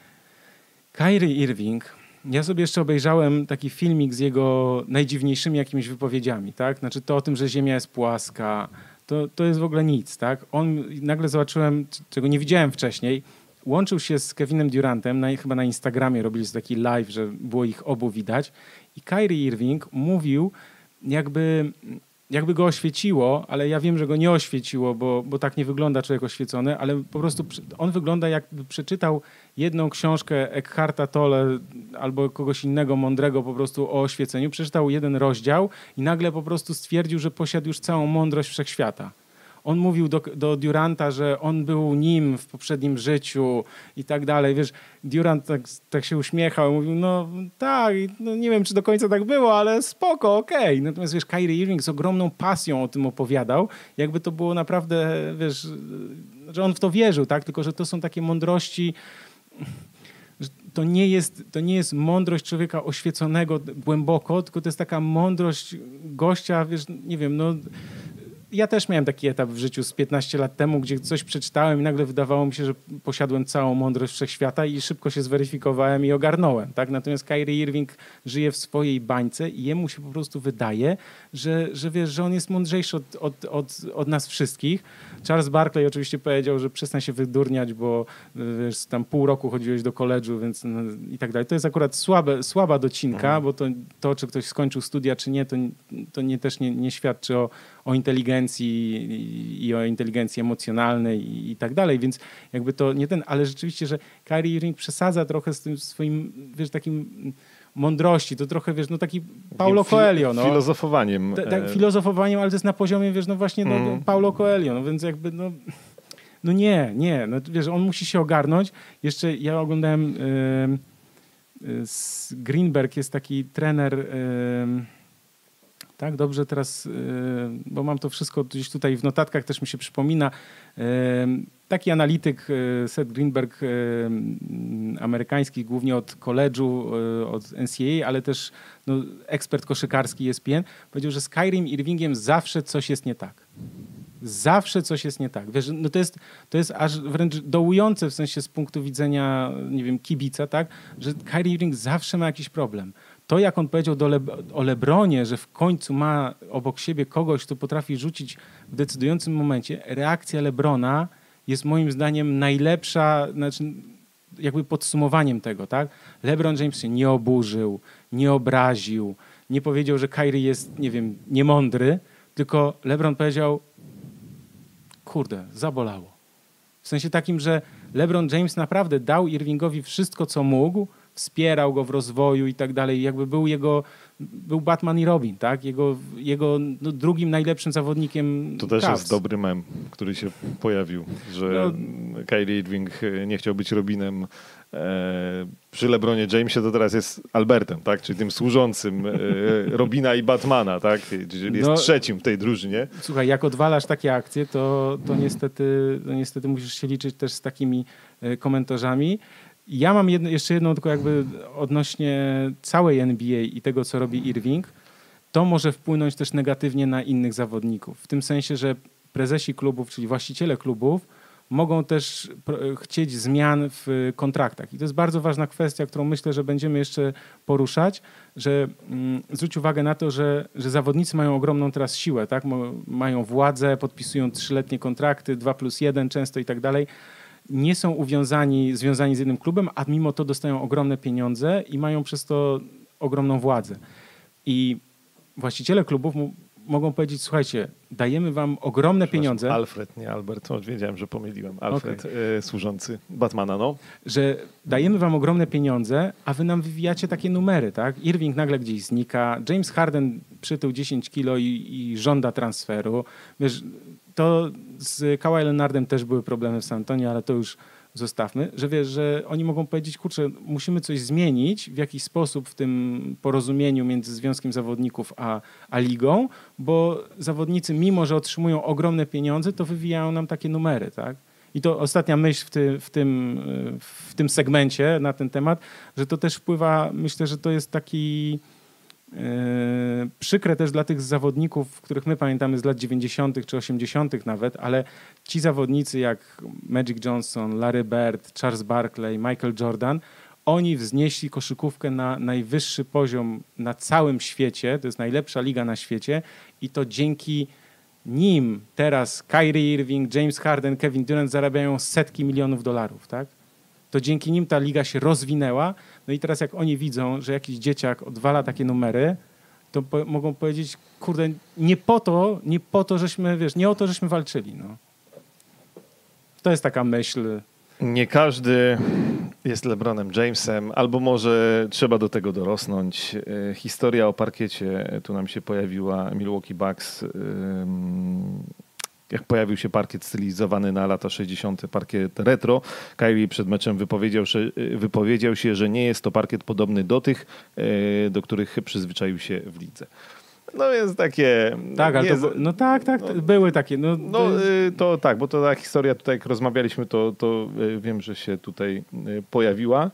Kyrie Irving, ja sobie jeszcze obejrzałem taki filmik z jego najdziwniejszymi jakimiś wypowiedziami, tak? Znaczy to o tym, że Ziemia jest płaska, to, to jest w ogóle nic, tak? On, nagle zobaczyłem, czego nie widziałem wcześniej, łączył się z Kevinem Durantem, na, chyba na Instagramie robili taki live, że było ich obu widać i Kyrie Irving mówił, jakby, jakby go oświeciło, ale ja wiem, że go nie oświeciło, bo, bo tak nie wygląda człowiek oświecony, ale po prostu on wygląda, jakby przeczytał jedną książkę Eckharta Tolle albo kogoś innego mądrego po prostu o oświeceniu, przeczytał jeden rozdział i nagle po prostu stwierdził, że posiadł już całą mądrość wszechświata. On mówił do, do Duranta, że on był nim w poprzednim życiu i tak dalej. Wiesz, Durant tak, tak się uśmiechał i mówił, no tak, no nie wiem, czy do końca tak było, ale spoko, okej. Okay. Natomiast wiesz, Kyrie Irving z ogromną pasją o tym opowiadał, jakby to było naprawdę, wiesz, że on w to wierzył, tak? Tylko że to są takie mądrości, to nie jest, to nie jest mądrość człowieka oświeconego głęboko, tylko to jest taka mądrość gościa, wiesz, nie wiem, no... Ja też miałem taki etap w życiu z piętnaście lat temu, gdzie coś przeczytałem i nagle wydawało mi się, że posiadłem całą mądrość wszechświata i szybko się zweryfikowałem i ogarnąłem. Tak? Natomiast Kyrie Irving żyje w swojej bańce i jemu się po prostu wydaje, że, że wiesz, że on jest mądrzejszy od, od, od, od nas wszystkich. Charles Barkley oczywiście powiedział, że przestań się wydurniać, bo wiesz, tam pół roku chodziłeś do koledżu, więc no, i tak dalej. To jest akurat słabe, słaba docinka, bo to, to, czy ktoś skończył studia, czy nie, to, to nie, też nie, nie świadczy o, o inteligencji i o inteligencji emocjonalnej i, i tak dalej, więc jakby to nie ten, ale rzeczywiście, że Kyrie Irving przesadza trochę z tym swoim, wiesz, takim mądrości, to trochę, wiesz, no taki Paulo Coelho, no. Filozofowaniem. Ta, tak, filozofowaniem, ale to jest na poziomie, wiesz, no właśnie no, mm. Paulo Coelho, no więc jakby, no, no nie, nie, no wiesz, on musi się ogarnąć. Jeszcze ja oglądałem yy, yy, z Greenberg, jest taki trener, yy, tak, dobrze teraz, yy, bo mam to wszystko gdzieś tutaj w notatkach, też mi się przypomina. Yy, taki analityk, yy, Seth Greenberg, yy, amerykański, głównie od college'u, yy, od N C A A, ale też no, ekspert koszykarski E S P N, powiedział, że z Kyrie Irvingiem zawsze coś jest nie tak. Zawsze coś jest nie tak. Wiesz, no to jest, to jest aż wręcz dołujące w sensie z punktu widzenia, nie wiem, kibica, tak, że Kyrie Irving zawsze ma jakiś problem. To, jak on powiedział do Le- o LeBronie, że w końcu ma obok siebie kogoś, kto potrafi rzucić w decydującym momencie, reakcja LeBrona jest moim zdaniem najlepsza, znaczy jakby podsumowaniem tego, tak? LeBron James się nie oburzył, nie obraził, nie powiedział, że Kyrie jest, nie wiem, niemądry, tylko LeBron powiedział, kurde, zabolało. W sensie takim, że LeBron James naprawdę dał Irvingowi wszystko, co mógł, wspierał go w rozwoju i tak dalej. Jakby był jego był Batman i Robin, tak? Jego, jego no, drugim najlepszym zawodnikiem To też Cavs. jest dobry mem, który się pojawił, że no, Kyrie Irving nie chciał być Robinem. E, przy LeBronie Jamesie to teraz jest Albertem, tak? Czyli tym służącym e, Robina i Batmana, tak? Czyli jest no, trzecim w tej drużynie. Słuchaj, jak odwalasz takie akcje, to, to, niestety, to niestety musisz się liczyć też z takimi e, komentarzami. Ja mam jedno, jeszcze jedną tylko jakby odnośnie całej N B A i tego, co robi Irving. To może wpłynąć też negatywnie na innych zawodników. W tym sensie, że prezesi klubów, czyli właściciele klubów mogą też chcieć zmian w kontraktach. I to jest bardzo ważna kwestia, którą myślę, że będziemy jeszcze poruszać, że mm, zwróć uwagę na to, że, że zawodnicy mają ogromną teraz siłę, tak? Mają władzę, podpisują trzyletnie kontrakty, dwa plus jeden często i tak dalej. Nie są uwiązani, związani z jednym klubem, a mimo to dostają ogromne pieniądze i mają przez to ogromną władzę. I właściciele klubów mu, mogą powiedzieć, słuchajcie, dajemy wam ogromne pieniądze. Alfred, nie Albert, o, wiedziałem, że pomyliłem. Alfred, okay. y, służący Batmana, no. Że dajemy wam ogromne pieniądze, a wy nam wywijacie takie numery, tak? Irving nagle gdzieś znika, James Harden przytył dziesięć kilo i, i żąda transferu. Wiesz, to z Kawhi Leonardem też były problemy w San Antonio, ale to już zostawmy, że wiesz, że oni mogą powiedzieć, kurczę, musimy coś zmienić w jakiś sposób w tym porozumieniu między Związkiem Zawodników a, a ligą, bo zawodnicy, mimo że otrzymują ogromne pieniądze, to wywijają nam takie numery, tak? I to ostatnia myśl w, ty, w, tym, w tym segmencie na ten temat, że to też wpływa, myślę, że to jest taki yy, przykre też dla tych zawodników, których my pamiętamy z lat dziewięćdziesiątych czy osiemdziesiątych nawet, ale ci zawodnicy jak Magic Johnson, Larry Bird, Charles Barkley, Michael Jordan, oni wznieśli koszykówkę na najwyższy poziom na całym świecie, to jest najlepsza liga na świecie i to dzięki nim teraz Kyrie Irving, James Harden, Kevin Durant zarabiają setki milionów dolarów, tak? To dzięki nim ta liga się rozwinęła. No i teraz jak oni widzą, że jakiś dzieciak odwala takie numery, to po- mogą powiedzieć, kurde, nie po to, nie po to, żeśmy, wiesz, nie o to, żeśmy walczyli, no. To jest taka myśl. Nie każdy jest LeBronem Jamesem, albo może trzeba do tego dorosnąć. E, Historia o parkiecie tu nam się pojawiła. Milwaukee Bucks, ym, jak pojawił się parkiet stylizowany na lata sześćdziesiąte, parkiet retro, Kyrie przed meczem wypowiedział, że, wypowiedział się, że nie jest to parkiet podobny do tych, e, do których przyzwyczaił się w lidze. No jest takie... Tak, ale jest, to, no tak, tak, no, były takie. No, No y, to tak, bo to ta historia tutaj, jak rozmawialiśmy, to, to y, wiem, że się tutaj y, pojawiła.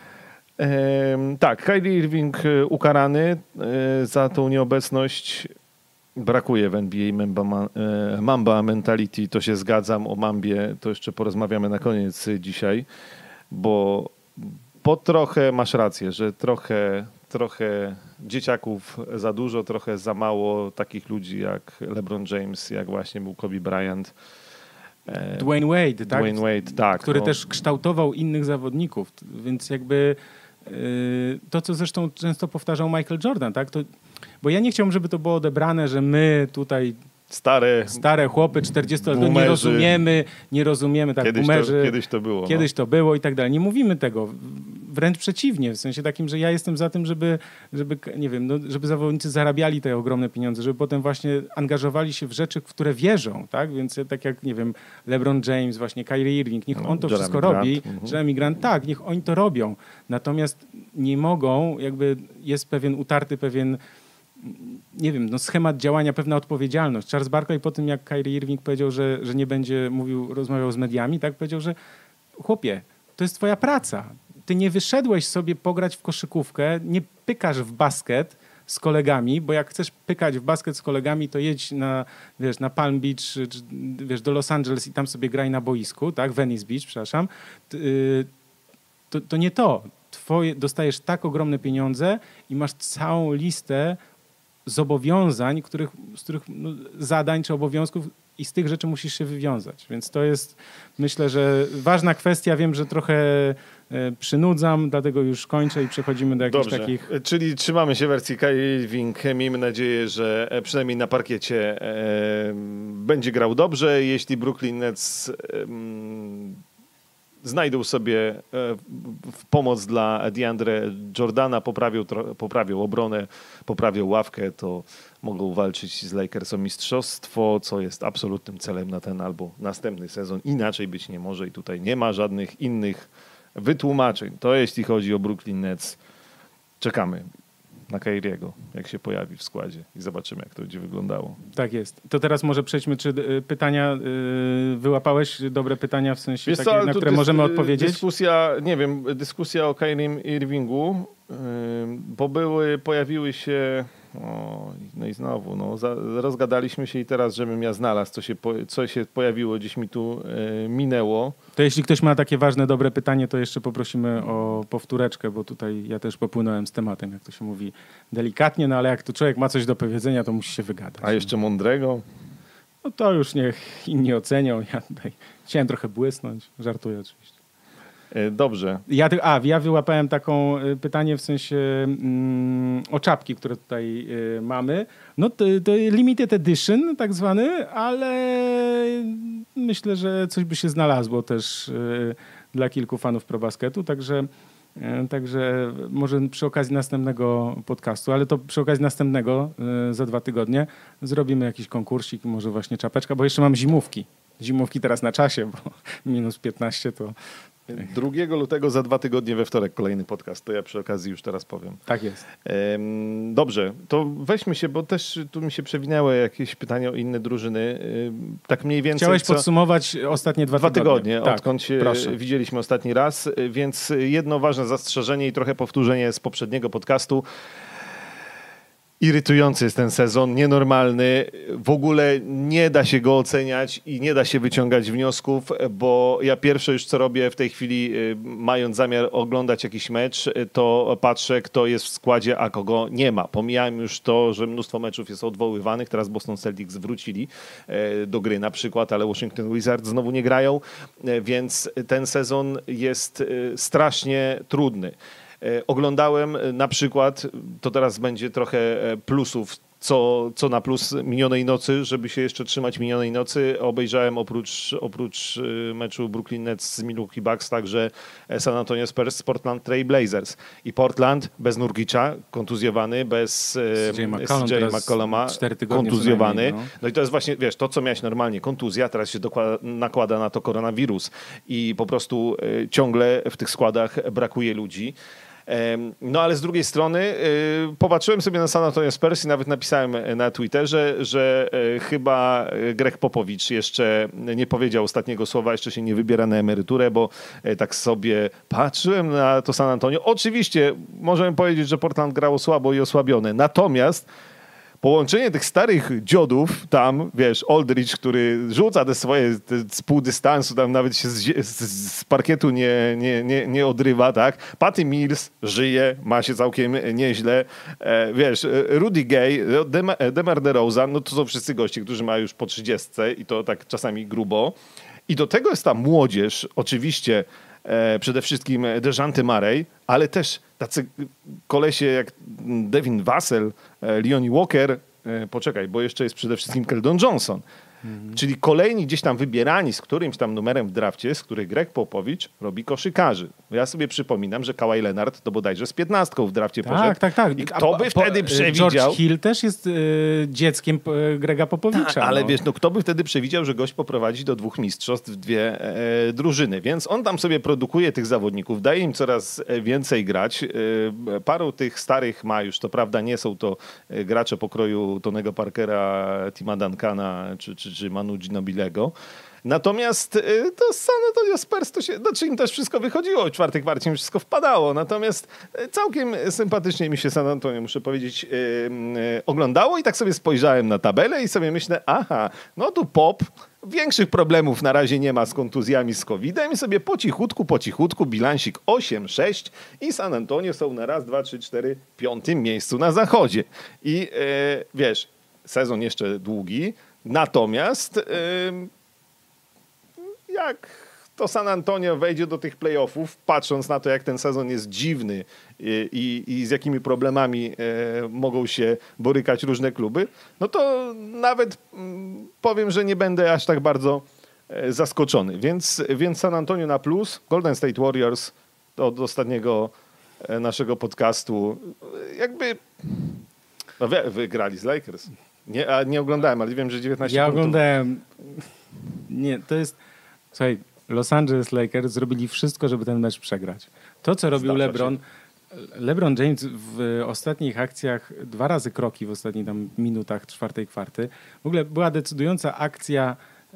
Ehm, tak, Kyrie Irving y, ukarany y, za tą nieobecność. Brakuje w N B A Mamba, ma, y, Mamba mentality, to się zgadzam. O Mambie to jeszcze porozmawiamy na koniec y, dzisiaj, bo, bo trochę masz rację, że trochę... Trochę dzieciaków za dużo, trochę za mało takich ludzi jak LeBron James, jak właśnie był Kobe Bryant. Dwayne Wade, tak? Dwayne Wade, tak. Który no. też kształtował innych zawodników, więc jakby yy, to, co zresztą często powtarzał Michael Jordan, tak? To, bo ja nie chciałbym, żeby to było odebrane, że my tutaj Stare, stare chłopy czterdziestoletnie nie boomerzy. rozumiemy, nie rozumiemy, tak, Kiedyś boomerzy, to, kiedyś to było. Kiedyś no. to było i tak dalej. Nie mówimy tego. Wręcz przeciwnie, w sensie takim, że ja jestem za tym, żeby, żeby nie wiem, no, żeby zawodnicy zarabiali te ogromne pieniądze, żeby potem właśnie angażowali się w rzeczy, w które wierzą, tak? Więc tak jak, nie wiem, LeBron James, właśnie Kyrie Irving, niech No, on to Jeremy wszystko Grant. robi, Mhm. Jeremy Grant, tak, niech oni to robią. Natomiast nie mogą, jakby jest pewien utarty, pewien nie wiem, no schemat działania, pewna odpowiedzialność. Charles Barkley po tym, jak Kyrie Irving powiedział, że, że nie będzie mówił, rozmawiał z mediami, tak powiedział, że chłopie, to jest twoja praca. Ty nie wyszedłeś sobie pograć w koszykówkę, nie pykasz w basket z kolegami, bo jak chcesz pykać w basket z kolegami, to jedź na, wiesz, na Palm Beach, czy, wiesz, do Los Angeles i tam sobie graj na boisku, tak, Venice Beach, przepraszam. To, to nie to. Twoje, dostajesz tak ogromne pieniądze i masz całą listę zobowiązań, których, z których no, zadań czy obowiązków i z tych rzeczy musisz się wywiązać. Więc to jest, myślę, że ważna kwestia. Wiem, że trochę e, przynudzam, dlatego już kończę i przechodzimy do jakichś Dobrze. takich... Czyli trzymamy się wersji Kyrie Irving. Miejmy nadzieję, że e, przynajmniej na parkiecie e, będzie grał dobrze. Jeśli Brooklyn Nets e, znajdą sobie w pomoc dla DeAndre Jordana, poprawią, poprawią obronę, poprawią ławkę, to mogą walczyć z Lakers o mistrzostwo, co jest absolutnym celem na ten albo następny sezon. Inaczej być nie może i tutaj nie ma żadnych innych wytłumaczeń. To jeśli chodzi o Brooklyn Nets, czekamy na Kyriego, jak się pojawi w składzie i zobaczymy, jak to będzie wyglądało. Tak jest. To teraz może przejdźmy, czy y, pytania, y, wyłapałeś dobre pytania, w sensie takie, co, na które dys- możemy odpowiedzieć? Dyskusja, nie wiem, dyskusja o Kyrim Irvingu, yy, bo były, pojawiły się, o, no i znowu, no, za, rozgadaliśmy się i teraz, żebym ja znalazł, co się, po, co się pojawiło, gdzieś mi tu yy, minęło. To jeśli ktoś ma takie ważne, dobre pytanie, to jeszcze poprosimy o powtóreczkę, bo tutaj ja też popłynąłem z tematem, jak to się mówi delikatnie, no ale jak to człowiek ma coś do powiedzenia, to musi się wygadać. A jeszcze mądrego? No to już niech inni ocenią. Ja tutaj chciałem trochę błysnąć, żartuję oczywiście. Yy, dobrze. Ja, a, ja wyłapałem taką y, pytanie w sensie mm, o czapki, które tutaj y, mamy. No to, to limited edition tak zwany, ale myślę, że coś by się znalazło też y, dla kilku fanów ProBasketu, także y, Także może przy okazji następnego podcastu, ale to przy okazji następnego y, za dwa tygodnie zrobimy jakiś konkursik, może właśnie czapeczka, bo jeszcze mam zimówki. Zimówki teraz na czasie, bo minus piętnaście to... drugiego lutego za dwa tygodnie we wtorek kolejny podcast, to ja przy okazji już teraz powiem. Tak jest. Ehm, dobrze, to weźmy się, bo też tu mi się przewinęły jakieś pytania o inne drużyny. Ehm, tak mniej więcej... Chciałeś co... podsumować ostatnie dwa, dwa tygodnie, tygodnie tak, odkąd się proszę. widzieliśmy ostatni raz, więc jedno ważne zastrzeżenie i trochę powtórzenie z poprzedniego podcastu. Irytujący jest ten sezon, nienormalny, w ogóle nie da się go oceniać i nie da się wyciągać wniosków, bo ja pierwsze już co robię w tej chwili, mając zamiar oglądać jakiś mecz, to patrzę, kto jest w składzie, a kogo nie ma. Pomijałem już to, że mnóstwo meczów jest odwoływanych, teraz Boston Celtics wrócili do gry na przykład, ale Washington Wizards znowu nie grają, więc ten sezon jest strasznie trudny. Oglądałem na przykład, to teraz będzie trochę plusów, co, co na plus minionej nocy, żeby się jeszcze trzymać minionej nocy. Obejrzałem oprócz, oprócz meczu Brooklyn Nets z Milwaukee Bucks także San Antonio Spurs z Portland Trail Blazers. I Portland bez Nurkicza, kontuzjowany, bez C J McColluma, kontuzjowany. No. no i to jest właśnie, wiesz, to co miałeś normalnie, kontuzja, teraz się dokłada, nakłada na to koronawirus i po prostu ciągle w tych składach brakuje ludzi. No ale z drugiej strony yy, popatrzyłem sobie na San Antonio Spurs i nawet napisałem na Twitterze, że yy, chyba Greg Popowicz jeszcze nie powiedział ostatniego słowa, jeszcze się nie wybiera na emeryturę, bo yy, tak sobie patrzyłem na to San Antonio. Oczywiście możemy powiedzieć, że Portland grało słabo i osłabione, natomiast połączenie tych starych dziodów tam, wiesz, Aldridge, który rzuca te swoje te z pół dystansu, tam nawet się z, z, z parkietu nie, nie, nie, nie odrywa, tak? Patty Mills żyje, ma się całkiem nieźle. E, wiesz, Rudy Gay, Demar, Demar DeRozan, no to są wszyscy goście, którzy mają już po trzydziestce i to tak czasami grubo. I do tego jest ta młodzież, oczywiście e, przede wszystkim DeJounte Murray, ale też tacy kolesie jak Devin Vassell, Leonie Walker, poczekaj, bo jeszcze jest przede wszystkim Keldon Johnson. Mhm. Czyli kolejni gdzieś tam wybierani z którymś tam numerem w drafcie, z których Greg Popowicz robi koszykarzy. Ja sobie przypominam, że Kawhi Leonard to bodajże z piętnastką w drafcie tak, poszedł. Tak, tak, I kto by po, wtedy przewidział... George Hill też jest y, dzieckiem y, Grega Popowicza. Tak, ale no. wiesz, no kto by wtedy przewidział, że gość poprowadzi do dwóch mistrzostw dwie e, drużyny. Więc on tam sobie produkuje tych zawodników, daje im coraz więcej grać. E, paru tych starych ma już, to prawda, nie są to gracze pokroju Tonego Parkera, Tima Duncana czy, czy, czy Manu Ginobilego. Natomiast to San Antonio Spurs, to się, znaczy im też wszystko wychodziło, w czwartej kwarcie im wszystko wpadało. Natomiast całkiem sympatycznie mi się San Antonio, muszę powiedzieć, yy, yy, oglądało i tak sobie spojrzałem na tabelę i sobie myślę, aha, no tu Pop większych problemów na razie nie ma z kontuzjami, z kowidem i sobie po cichutku, po cichutku bilansik osiem sześć i San Antonio są na raz, dwa, trzy, cztery, piątym miejscu na zachodzie. I yy, wiesz, sezon jeszcze długi, natomiast... Yy, jak to San Antonio wejdzie do tych playoffów, patrząc na to, jak ten sezon jest dziwny i, i, i z jakimi problemami e, mogą się borykać różne kluby, no to nawet m, powiem, że nie będę aż tak bardzo zaskoczony. Więc, więc San Antonio na plus, Golden State Warriors od ostatniego naszego podcastu jakby no, wygrali z Lakers. Nie, a nie oglądałem, ale wiem, że dziewiętnaście ja punktów. Ja oglądałem. Nie, to jest... Słuchaj, Los Angeles Lakers zrobili wszystko, żeby ten mecz przegrać. To, co robił Zdarza LeBron... się. LeBron James w ostatnich akcjach dwa razy kroki w ostatnich tam minutach czwartej kwarty. W ogóle była decydująca akcja yy,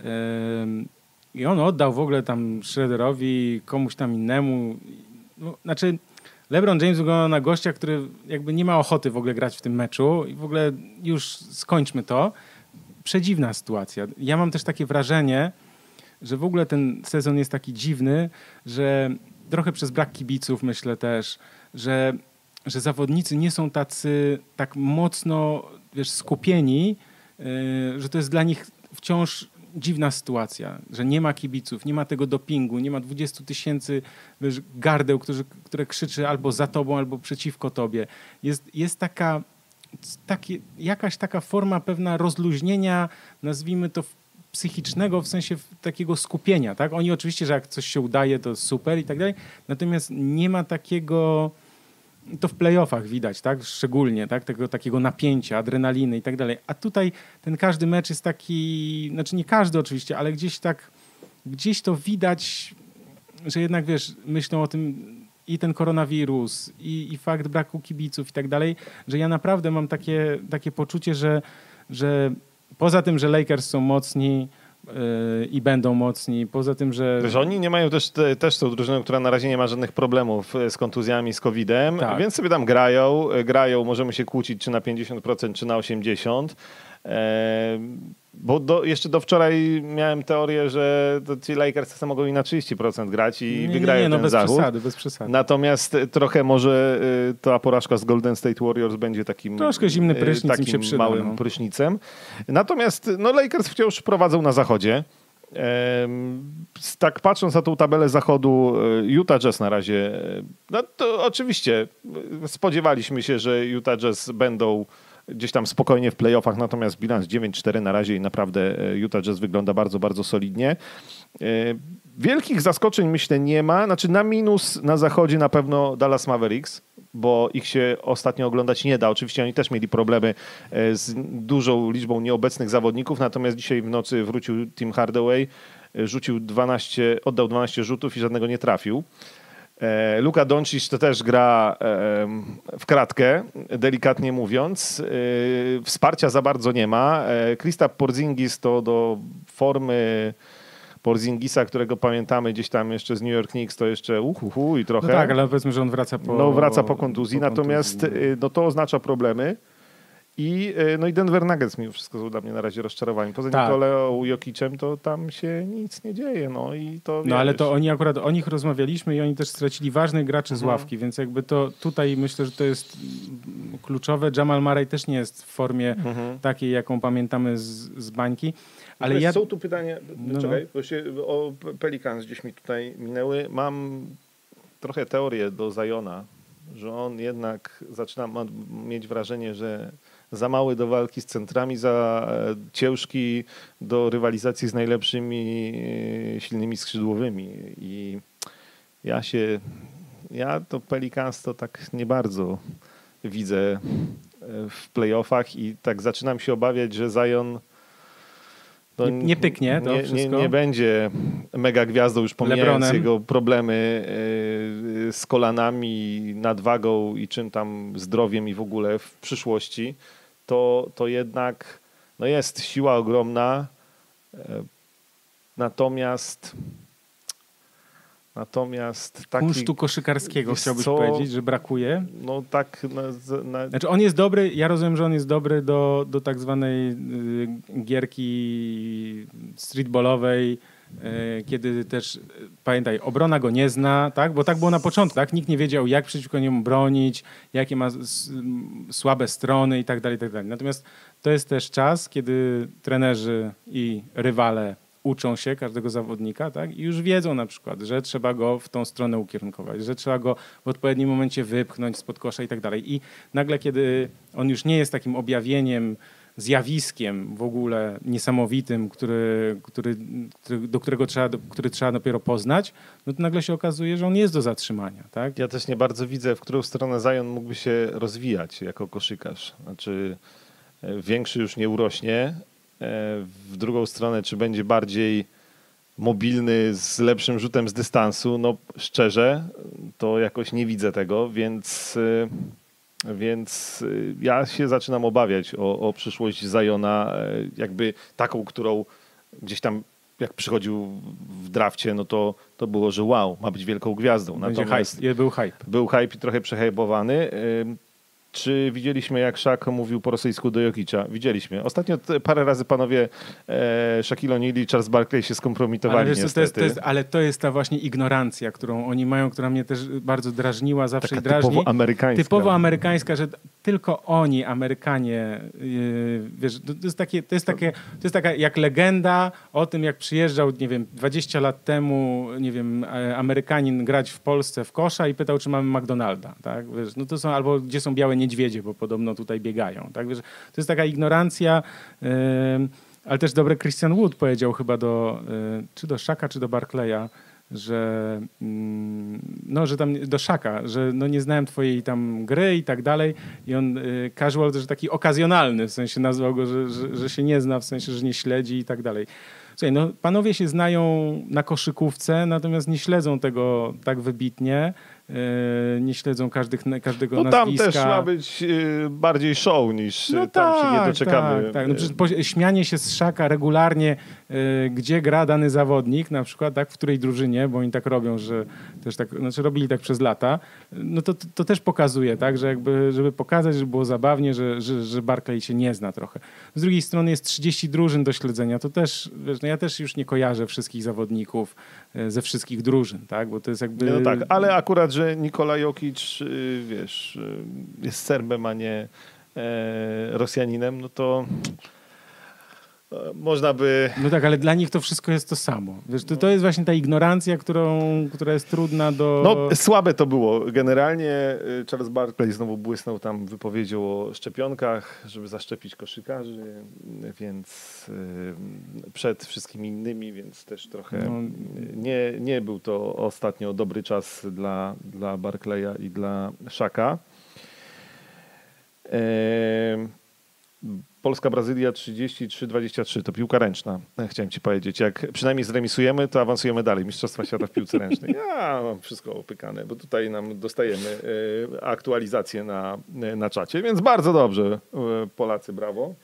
i on oddał w ogóle tam Schroederowi, komuś tam innemu. No, znaczy LeBron James wygląda na gościa, który jakby nie ma ochoty w ogóle grać w tym meczu i w ogóle już skończmy to. Przedziwna sytuacja. Ja mam też takie wrażenie, że w ogóle ten sezon jest taki dziwny, że trochę przez brak kibiców myślę też, że, że zawodnicy nie są tacy tak mocno wiesz, skupieni, yy, że to jest dla nich wciąż dziwna sytuacja, że nie ma kibiców, nie ma tego dopingu, nie ma dwudziestu tysięcy wiesz, gardeł, którzy, które krzyczy albo za tobą, albo przeciwko tobie. Jest, jest taka, takie, jakaś taka forma pewna rozluźnienia, nazwijmy to psychicznego, w sensie takiego skupienia. Tak? Oni oczywiście, że jak coś się udaje, to super i tak dalej, natomiast nie ma takiego, to w playoffach widać, tak? Szczególnie, tak? Tego takiego napięcia, adrenaliny i tak dalej. A tutaj ten każdy mecz jest taki, znaczy nie każdy oczywiście, ale gdzieś tak, gdzieś to widać, że jednak wiesz, myślą o tym i ten koronawirus, i, i fakt braku kibiców i tak dalej, że ja naprawdę mam takie, takie poczucie, że, że poza tym, że Lakers są mocni yy, i będą mocni, poza tym, że... Że oni nie mają też, te, też tą drużyną, która na razie nie ma żadnych problemów z kontuzjami, z kowidem, tak. Więc sobie tam grają, grają, możemy się kłócić czy na pięćdziesiąt procent, czy na osiemdziesiąt procent. E, bo do, jeszcze do wczoraj miałem teorię, że ci Lakers mogą i na trzydzieści procent grać i nie, wygrają nie, nie, no ten bez zachód. Przesady, bez przesady. Natomiast trochę może ta porażka z Golden State Warriors będzie takim, troszkę zimny prysznic takim im się przyda, małym no. prysznicem. Natomiast no, Lakers wciąż prowadzą na zachodzie. Tak patrząc na tą tabelę zachodu, Utah Jazz na razie, no to oczywiście spodziewaliśmy się, że Utah Jazz będą gdzieś tam spokojnie w playoffach, natomiast bilans dziewięć cztery na razie i naprawdę Utah Jazz wygląda bardzo, bardzo solidnie. Wielkich zaskoczeń myślę nie ma, znaczy na minus na zachodzie na pewno Dallas Mavericks, bo ich się ostatnio oglądać nie da. Oczywiście oni też mieli problemy z dużą liczbą nieobecnych zawodników, natomiast dzisiaj w nocy wrócił Tim Hardaway, rzucił dwanaście, oddał dwanaście rzutów i żadnego nie trafił. Luka Doncic to też gra w kratkę, delikatnie mówiąc. Wsparcia za bardzo nie ma. Kristaps Porzingis to do formy Porzingisa, którego pamiętamy gdzieś tam jeszcze z New York Knicks, to jeszcze uhuhu i trochę. No tak, ale powiedzmy, że on wraca po No wraca po kontuzji, po natomiast kontuzji. no, to oznacza problemy. I, no i Denver Nuggets mimo wszystko są dla mnie na razie rozczarowani. Poza Tak. Nikolą Jokicem to tam się nic nie dzieje. No, i to, no ale wiesz. to oni akurat, o nich rozmawialiśmy i oni też stracili ważnych graczy z Mhm. ławki, więc jakby to tutaj myślę, że to jest kluczowe. Jamal Murray też nie jest w formie Mhm. takiej, jaką pamiętamy z, z bańki. Ale Ale ja... Są tu pytania, No, czekaj, no. bo się o Pelicans gdzieś mi tutaj minęły. Mam trochę teorię do Zajona, że on jednak zaczyna ma, mieć wrażenie, że za mały do walki z centrami, za e, ciężki do rywalizacji z najlepszymi e, silnymi skrzydłowymi. I ja się, ja to Pelicans to tak nie bardzo widzę e, w playoffach i tak zaczynam się obawiać, że Zion Nie, nie pyknie to nie, nie, wszystko. nie będzie mega gwiazdą, już pomijając LeBronem. jego problemy y, z kolanami, nadwagą i czym tam zdrowiem i w ogóle w przyszłości, to, to jednak no jest siła ogromna. Y, natomiast natomiast taki, Kunsztu koszykarskiego wiesz chciałbyś co? powiedzieć, że brakuje? no tak na, na, Znaczy on jest dobry, ja rozumiem, że on jest dobry do, do tak zwanej y, gierki streetballowej, y, kiedy też, y, pamiętaj, obrona go nie zna, tak? Bo tak było na początku, tak? Nikt nie wiedział, jak przeciwko niemu bronić, jakie ma s, m, słabe strony i tak dalej, i tak dalej. Natomiast to jest też czas, kiedy trenerzy i rywale uczą się każdego zawodnika, tak? I już wiedzą na przykład, że trzeba go w tą stronę ukierunkować, że trzeba go w odpowiednim momencie wypchnąć spod kosza i tak dalej. I nagle, kiedy on już nie jest takim objawieniem zjawiskiem w ogóle niesamowitym, który, który, który, do którego trzeba, który trzeba dopiero poznać, no to nagle się okazuje, że on jest do zatrzymania. Tak? Ja też nie bardzo widzę, w którą stronę Zion mógłby się rozwijać jako koszykarz. Znaczy większy już nie urośnie. W drugą stronę, czy będzie bardziej mobilny z lepszym rzutem z dystansu? No szczerze, to jakoś nie widzę tego, więc, więc ja się zaczynam obawiać o, o przyszłość Ziona, jakby taką, którą gdzieś tam jak przychodził w drafcie, no to, to było, że wow, ma być wielką gwiazdą. Będzie Natomiast hype. Był hype. Był hype i trochę przehajbowany. Czy widzieliśmy, jak Shaq mówił po rosyjsku do Jokicza? Widzieliśmy. Ostatnio t- parę razy panowie e, Shaquille O'Neal i Charles Barkley się skompromitowali ale, wiesz, niestety. to jest, to jest, ale to jest ta właśnie ignorancja, którą oni mają, która mnie też bardzo drażniła, zawsze Taka drażni. typowo amerykańska. Typowo amerykańska, że tylko oni, Amerykanie, yy, wiesz, to, to jest takie, to jest takie, to jest taka jak legenda o tym, jak przyjeżdżał, nie wiem, dwadzieścia lat temu, nie wiem, Amerykanin grać w Polsce w kosza i pytał, czy mamy McDonalda, tak? Wiesz, no to są, albo gdzie są białe niedźwiedzie, bo podobno tutaj biegają, tak? Wiesz, to jest taka ignorancja, yy, ale też dobry Christian Wood powiedział chyba do, yy, czy do Shaka, czy do Barclaya, że no, że tam do Shaka, że no nie znałem twojej tam gry i tak dalej i on y, casual, że taki okazjonalny, w sensie nazwał go, że, że, że się nie zna, w sensie, że nie śledzi i tak dalej. Słuchaj, no panowie się znają na koszykówce, natomiast nie śledzą tego tak wybitnie, yy, nie śledzą każdych, każdego no tam nazwiska. też ma być y, bardziej show niż no tam tak, się nie doczekamy. Tak, tak. No przecież po, śmianie się z Shaka regularnie, y, gdzie gra dany zawodnik, na przykład, tak, w której drużynie, bo oni tak robią, że też tak, znaczy robili tak przez lata, no to, to, to też pokazuje, tak, że jakby, żeby pokazać, że było zabawnie, że, że, że Barkley się nie zna trochę. Z drugiej strony jest trzydzieści drużyn do śledzenia, to też, wiesz, no ja też już nie kojarzę wszystkich zawodników y, ze wszystkich drużyn, tak, bo to jest jakby... No tak, ale akurat, że Nikola Jokic, y, wiesz, y, jest Serbem, a nie e, Rosjaninem, no to e, można by... No tak, ale dla nich to wszystko jest to samo. Wiesz, to, to jest właśnie ta ignorancja, którą, która jest trudna do... No słabe to było. Generalnie y, Charles Barkley znowu błysnął tam wypowiedzią o szczepionkach, żeby zaszczepić koszykarzy, więc y, przed wszystkimi innymi, więc też trochę No. nie, nie był to ostatnio dobry czas dla, dla Barkleya i dla Shaka. E, Polska-Brazylia trzydzieści trzy dwadzieścia trzy to piłka ręczna. Chciałem ci powiedzieć, jak przynajmniej zremisujemy, to awansujemy dalej. Mistrzostwa Świata w piłce ręcznej. Ja mam wszystko opykane, bo tutaj nam dostajemy y, aktualizacje na, y, na czacie, więc bardzo dobrze. Y, Polacy, brawo.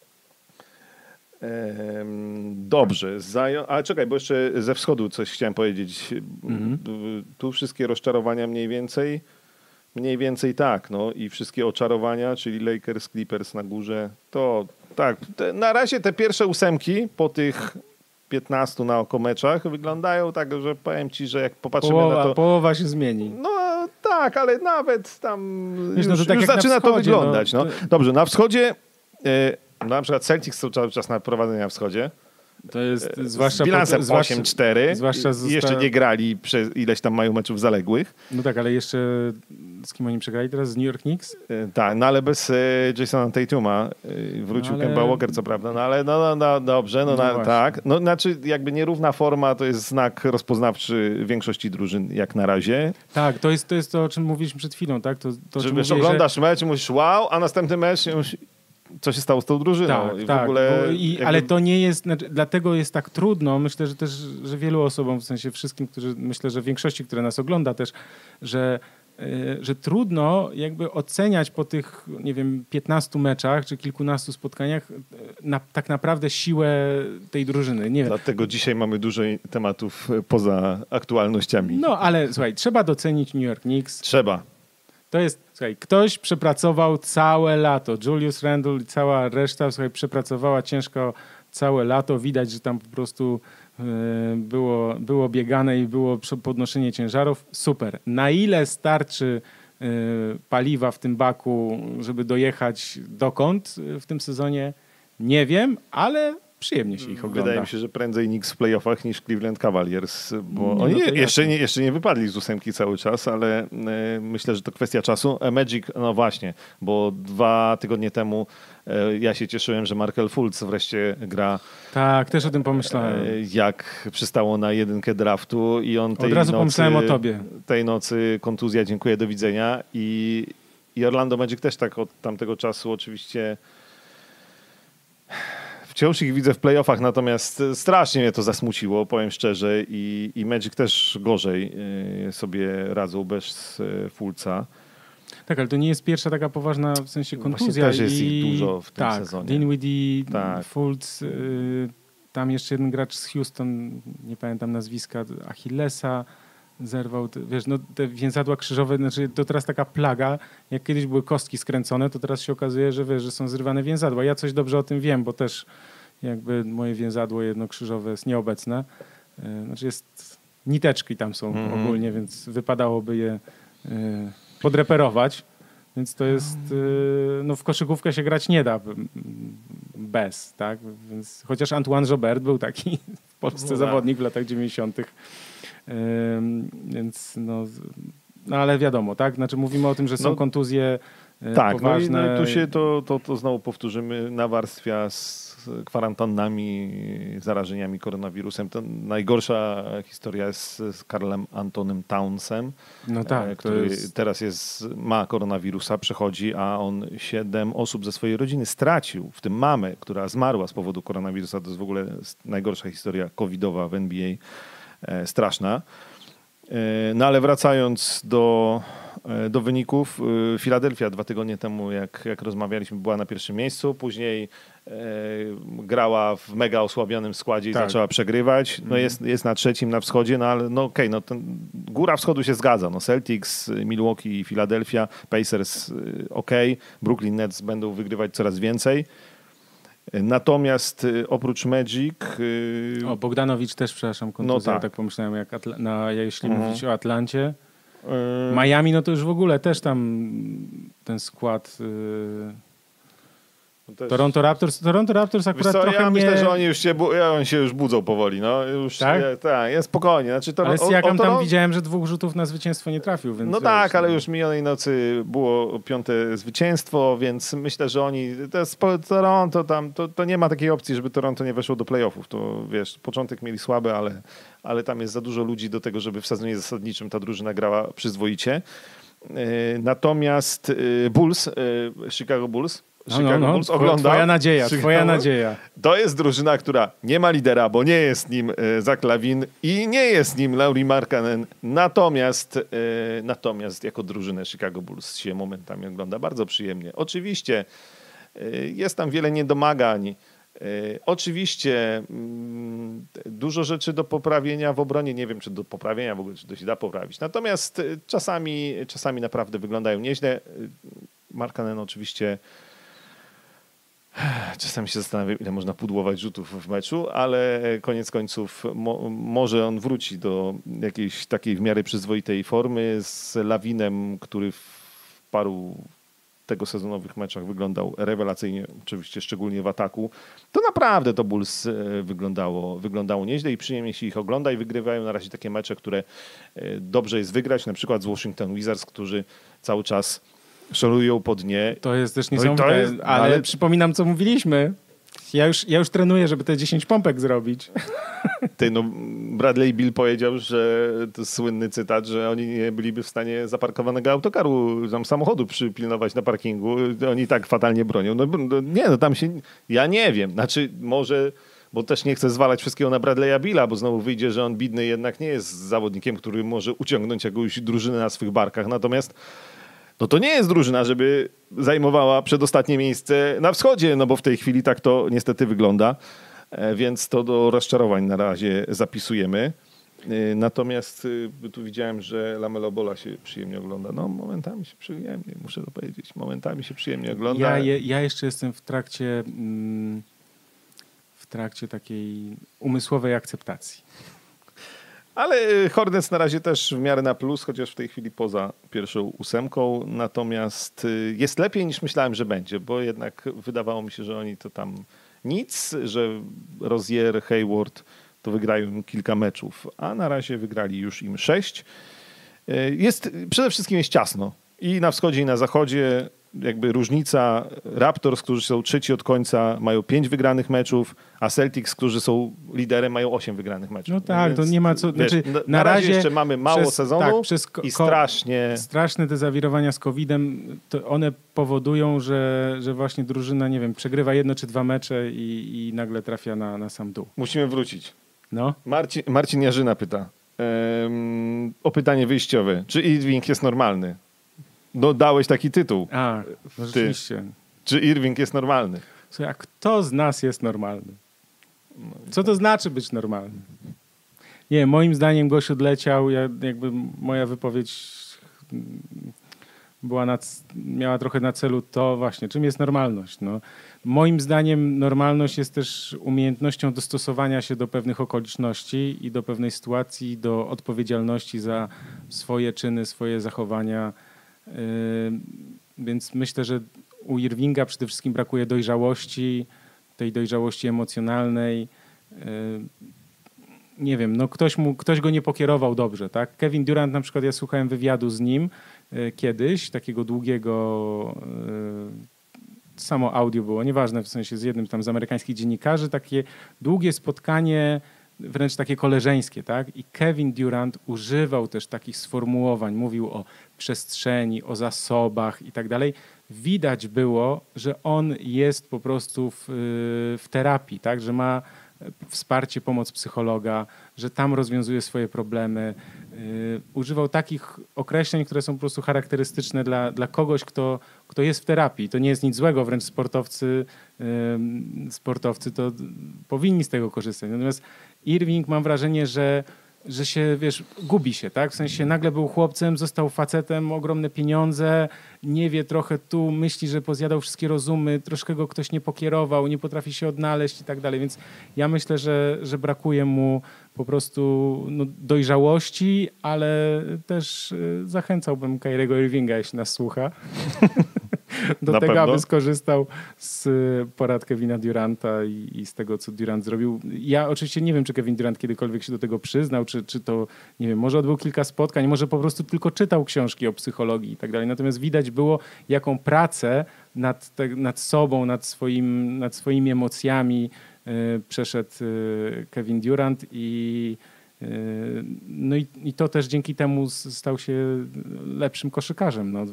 Y, dobrze. Zajo- Ale czekaj, bo jeszcze ze wschodu coś chciałem powiedzieć. Mhm. Tu wszystkie rozczarowania mniej więcej. Mniej więcej tak, no i wszystkie oczarowania, czyli Lakers, Clippers na górze, to tak, te, na razie te pierwsze ósemki po tych piętnastu na oko meczach wyglądają tak, że powiem ci, że jak popatrzymy połowa, na to... Połowa się zmieni. No tak, ale nawet tam Wiesz, już, no to tak już jak zaczyna na wschodzie, to wyglądać. No. no. Dobrze, na wschodzie, e, na przykład Celtics są cały czas na prowadzeniu na wschodzie. To jest zwłaszcza z bilansem po, osiem cztery. Zwłaszcza I zosta... jeszcze nie grali, przez ileś tam mają meczów zaległych. No tak, ale jeszcze z kim oni przegrali teraz? Z New York Knicks? E, tak, no ale bez e, Jasona Tatuma e, wrócił no ale... Kemba Walker, co prawda, no ale no, no, no dobrze, no, No na, tak. No znaczy jakby nierówna forma to jest znak rozpoznawczy większości drużyn jak na razie. Tak, to jest to, jest to o czym mówiliśmy przed chwilą, tak? To, to, że czym wiesz, mówię, oglądasz że... mecz i mówisz wow, a następny mecz już... Co się stało z tą drużyną? Tak, I w tak. ogóle Bo i, jakby... Ale to nie jest, znaczy, dlatego jest tak trudno, myślę, że też, że wielu osobom, w sensie wszystkim, którzy, myślę, że większości, które nas ogląda też, że, y, że trudno jakby oceniać po tych, nie wiem, piętnastu meczach czy kilkunastu spotkaniach y, na, tak naprawdę siłę tej drużyny. Nie wiem. Dlatego dzisiaj mamy dużo tematów poza aktualnościami. No, ale słuchaj, trzeba docenić New York Knicks. Trzeba. To jest, słuchaj, ktoś przepracował całe lato. Julius Randle i cała reszta, słuchaj, przepracowała ciężko całe lato. Widać, że tam po prostu y, było, było biegane i było podnoszenie ciężarów. Super. Na ile starczy y, paliwa w tym baku, żeby dojechać dokąd w tym sezonie? Nie wiem, ale przyjemnie się ich ogląda. Wydaje mi się, że prędzej Knicks w playoffach niż Cleveland Cavaliers, bo Nie, oni no to jeszcze, nie, jeszcze nie wypadli z ósemki cały czas, ale e, myślę, że to kwestia czasu. E, Magic, no właśnie, bo dwa tygodnie temu e, ja się cieszyłem, że Markel Fultz wreszcie gra. Tak, też o tym pomyślałem. E, jak przystało na jedynkę draftu i on tej Od razu nocy, pomyślałem o tobie. tej nocy kontuzja, dziękuję, do widzenia. I, i Orlando Magic też tak od tamtego czasu oczywiście wciąż ich widzę w playoffach, natomiast strasznie mnie to zasmuciło, powiem szczerze, i, i Magic też gorzej y, sobie radzą bez y, Fultza. Tak, ale to nie jest pierwsza taka poważna w sensie kontuzja. Właśnie też jest i... ich dużo w tym tak, sezonie. Dinwiddie, Tak. Fultz, y, tam jeszcze jeden gracz z Houston, nie pamiętam nazwiska, Achillesa zerwał. Wiesz, no te więzadła krzyżowe, znaczy to teraz taka plaga, jak kiedyś były kostki skręcone, to teraz się okazuje, że wiesz, że są zrywane więzadła. Ja coś dobrze o tym wiem, bo też jakby moje więzadło jednokrzyżowe jest nieobecne. Y, znaczy jest, niteczki tam są Mhm. ogólnie, więc wypadałoby je y, podreperować. Więc to jest, y, no w koszykówkę się grać nie da m, bez, tak? Więc chociaż Antoine Jobert był taki w Polsce No tak. zawodnik w latach dziewięćdziesiątych. Ym, więc no, z- no ale wiadomo, tak? Znaczy mówimy o tym, że są No, kontuzje y, Tak, no i, poważne. no i tu się to, to, to znowu powtórzymy, nawarstwia z kwarantannami, zarażeniami koronawirusem. To najgorsza historia jest z Karlem Antonym Townsem, No e, tak, to który jest, teraz jest, ma koronawirusa, przechodzi, a on siedem osób ze swojej rodziny stracił, w tym mamę, która zmarła z powodu koronawirusa. To jest w ogóle najgorsza historia covidowa w N B A, e, straszna. E, No ale wracając do, e, do wyników, e, Filadelfia dwa tygodnie temu, jak, jak rozmawialiśmy, była na pierwszym miejscu, później e, grała w mega osłabionym składzie i Tak. zaczęła przegrywać. No jest, jest na trzecim na wschodzie, no ale no okej, no ten, góra wschodu się zgadza. No Celtics, Milwaukee i Philadelphia, Pacers e, okej, Brooklyn Nets będą wygrywać coraz więcej. Natomiast e, oprócz Magic... e, o, Bogdanowicz też, przepraszam, kontuzja, No tak. tak. tak pomyślałem, jak Atla- na, jeśli Mhm. mówić o Atlancie. e, Miami, no to już w ogóle też tam ten skład... Y, też- Toronto Raptors, Toronto Raptors Wiesz akurat co, trochę ja mnie... myślę, że oni już się, bu- ja, oni się już budzą powoli. No, już, Tak? tak? Tak, jest spokojnie. Znaczy, to, Ale o- z Siakam o to- tam widziałem, że dwóch rzutów na zwycięstwo nie trafił, więc No wiesz, tak, ale no. już minionej nocy było piąte zwycięstwo, więc myślę, że oni, to jest po- Toronto tam, to, to nie ma takiej opcji, żeby Toronto nie weszło do playoffów. To wiesz, początek mieli słaby, ale, ale tam jest za dużo ludzi do tego, żeby w sezonie zasadniczym ta drużyna grała przyzwoicie. Yy, Natomiast yy, Bulls, yy, Chicago Bulls, No, Chicago no, no, Bulls twoja, oglądam. twoja nadzieja, Chicago twoja Bulls. nadzieja. To jest drużyna, która nie ma lidera, bo nie jest nim e, Zach Lavin i nie jest nim Lauri Markkanen. Natomiast, e, natomiast jako drużynę Chicago Bulls się momentami ogląda bardzo przyjemnie. Oczywiście e, jest tam wiele niedomagań. E, Oczywiście mm, dużo rzeczy do poprawienia w obronie. Nie wiem, czy do poprawienia w ogóle, czy to się da poprawić. Natomiast e, czasami, czasami naprawdę wyglądają nieźle. E, Markkanen oczywiście... Czasami się zastanawiam, ile można pudłować rzutów w meczu, ale koniec końców mo, może on wróci do jakiejś takiej w miarę przyzwoitej formy z Lawinem, który w paru tego sezonowych meczach wyglądał rewelacyjnie, oczywiście szczególnie w ataku. To naprawdę to Bulls e, wyglądało, wyglądało nieźle i przyjemnie się ich ogląda i wygrywają na razie takie mecze, które e, dobrze jest wygrać, na przykład z Washington Wizards, którzy cały czas szorują po dnie. To jest też No i to niesamowite, jest- ale, ale- przypominam, co mówiliśmy. Ja już, ja już trenuję, żeby te dziesięć pompek zrobić. Ty, no, Bradley Beal powiedział, że to jest słynny cytat, że oni nie byliby w stanie zaparkowanego autokaru, tam samochodu przypilnować na parkingu. Oni tak fatalnie bronią. No, no nie, no tam się... Ja nie wiem. Znaczy może... Bo też nie chcę zwalać wszystkiego na Bradley'a Beala, bo znowu wyjdzie, że on bidny jednak nie jest zawodnikiem, który może uciągnąć jakąś drużynę na swych barkach. Natomiast no to nie jest drużyna, żeby zajmowała przedostatnie miejsce na wschodzie, no bo w tej chwili tak to niestety wygląda. E, Więc to do rozczarowań na razie zapisujemy. E, Natomiast e, tu widziałem, że Lamelo Balla się przyjemnie ogląda. No momentami się przyjemnie, muszę to powiedzieć. Momentami się przyjemnie ogląda. Ja, je, ja jeszcze jestem w trakcie, mm, w trakcie takiej umysłowej akceptacji. Ale Hornets na razie też w miarę na plus, chociaż w tej chwili poza pierwszą ósemką. Natomiast y, jest lepiej niż myślałem, że będzie, bo jednak wydawało mi się, że oni to tam nic, że Rozier, Hayward to wygrają im kilka meczów, a na razie wygrali już im sześć. Jest, przede wszystkim jest ciasno. I na wschodzie, i na zachodzie jakby różnica. Raptors, którzy są trzeci od końca, mają pięć wygranych meczów, a Celtics, którzy są liderem, mają osiem wygranych meczów. No tak, Więc, to nie ma co... Wiesz, znaczy, na, na, na razie, razie jeszcze mamy mało przez, sezonu tak, przez ko- i strasznie... Straszne te zawirowania z kowidem, to one powodują, że, że właśnie drużyna, nie wiem, przegrywa jedno czy dwa mecze i, i nagle trafia na, na sam dół. Musimy wrócić. No. Marcin, Marcin Jarzyna pyta um, o pytanie wyjściowe. Czy Irving jest normalny? No dałeś taki tytuł. A, no rzeczywiście. Czy Irving jest normalny? Słuchaj, a kto z nas jest normalny? Co to znaczy być normalny? Nie, moim zdaniem gość odleciał, ja, jakby moja wypowiedź była na, miała trochę na celu to właśnie, czym jest normalność. No. Moim zdaniem normalność jest też umiejętnością dostosowania się do pewnych okoliczności i do pewnej sytuacji, do odpowiedzialności za swoje czyny, swoje zachowania. Yy, więc myślę, że u Irvinga przede wszystkim brakuje dojrzałości, tej dojrzałości emocjonalnej. Yy, nie wiem, no ktoś, mu, ktoś go nie pokierował dobrze, tak? Kevin Durant na przykład, ja słuchałem wywiadu z nim yy, kiedyś, takiego długiego, yy, samo audio było, nieważne, w sensie z jednym tam z amerykańskich dziennikarzy, takie długie spotkanie, wręcz takie koleżeńskie, tak? I Kevin Durant używał też takich sformułowań, mówił o przestrzeni, o zasobach i tak dalej. Widać było, że on jest po prostu w, w terapii, tak? Że ma wsparcie, pomoc psychologa, że tam rozwiązuje swoje problemy. Yy, używał takich określeń, które są po prostu charakterystyczne dla, dla kogoś, kto, kto jest w terapii. To nie jest nic złego, wręcz sportowcy, yy, sportowcy to powinni z tego korzystać. Natomiast Irving, mam wrażenie, że że się, wiesz, gubi się, tak? W sensie nagle był chłopcem, został facetem, ogromne pieniądze, nie wie trochę tu, myśli, że pozjadał wszystkie rozumy, troszkę go ktoś nie pokierował, nie potrafi się odnaleźć i tak dalej. Więc ja myślę, że, że brakuje mu po prostu no, dojrzałości, ale też y, zachęcałbym Kyriego Irvinga, jeśli nas słucha, do Na tego, pewno. aby skorzystał z porad Kevina Duranta i, i z tego, co Durant zrobił. Ja oczywiście nie wiem, czy Kevin Durant kiedykolwiek się do tego przyznał, czy, czy to, nie wiem, może odbył kilka spotkań, może po prostu tylko czytał książki o psychologii i tak dalej. Natomiast widać było, jaką pracę nad, te, nad sobą, nad, swoim, nad swoimi emocjami y, przeszedł y, Kevin Durant i y, no i, i to też dzięki temu stał się lepszym koszykarzem. No.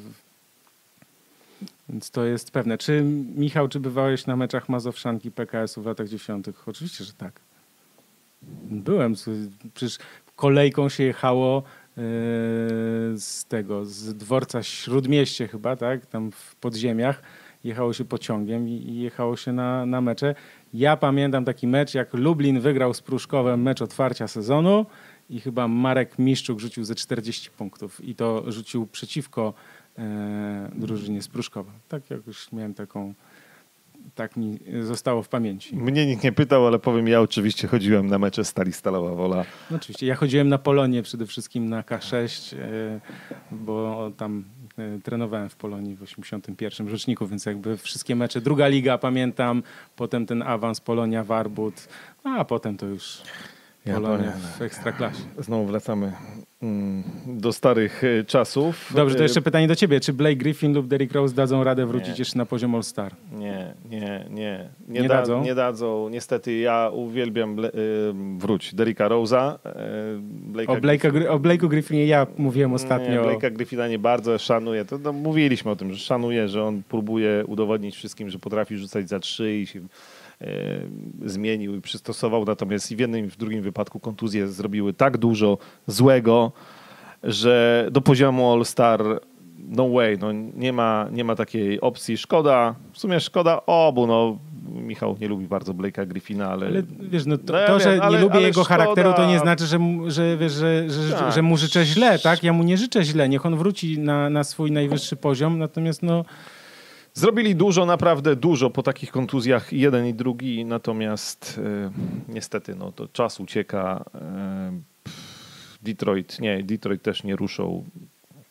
Więc to jest pewne. Czy, Michał, czy bywałeś na meczach Mazowszanki P K S-u w latach dziewięćdziesiątych? Oczywiście, że tak. Byłem. Przecież kolejką się jechało yy, z tego, z dworca Śródmieście chyba, tak? Tam w podziemiach. Jechało się pociągiem i, i jechało się na, na mecze. Ja pamiętam taki mecz, jak Lublin wygrał z Pruszkowem mecz otwarcia sezonu i chyba Marek Miszczuk rzucił ze czterdzieści punktów. I to rzucił przeciwko drużynie z Pruszkowa. Tak jakoś miałem taką, tak mi zostało w pamięci. Mnie nikt nie pytał, ale powiem, ja oczywiście chodziłem na mecze Stali Stalowa Wola. No oczywiście. Ja chodziłem na Polonię przede wszystkim na K sześć, bo tam trenowałem w Polonii w osiemdziesiątym pierwszym roczniku, więc jakby wszystkie mecze. Druga liga pamiętam, potem ten awans Polonia, Warbut, a potem to już Polonia ja w Ekstraklasie. Znowu wracamy do starych czasów. Dobrze, to jeszcze pytanie do ciebie. Czy Blake Griffin lub Derrick Rose dadzą radę wrócić nie. jeszcze na poziom All-Star? Nie, nie, nie. Nie, nie da, dadzą? Nie dadzą. Niestety ja uwielbiam Ble- y, wróć Derricka Rose'a. Y, Blake'a o, Blake'a, Gry- o Blake'u Griffinie ja mówiłem ostatnio. Nie, Blake'a Griffina nie bardzo szanuję. To, no, mówiliśmy o tym, że szanuję, że on próbuje udowodnić wszystkim, że potrafi rzucać za trzy i się zmienił i przystosował, natomiast i w jednym i w drugim wypadku kontuzje zrobiły tak dużo złego, że do poziomu All-Star no way, no nie ma, nie ma takiej opcji. Szkoda, w sumie szkoda obu, no Michał nie lubi bardzo Blake'a Griffina, ale... ale wiesz, no to, no ja to że wiem, nie ale, lubię ale jego szkoda... charakteru, to nie znaczy, że, że, wiesz, że, że, tak. że mu życzę źle, tak? Ja mu nie życzę źle, niech on wróci na, na swój najwyższy poziom, natomiast no Zrobili dużo, naprawdę dużo po takich kontuzjach jeden i drugi, natomiast e, niestety no, to czas ucieka. E, Detroit, nie, Detroit też nie ruszą.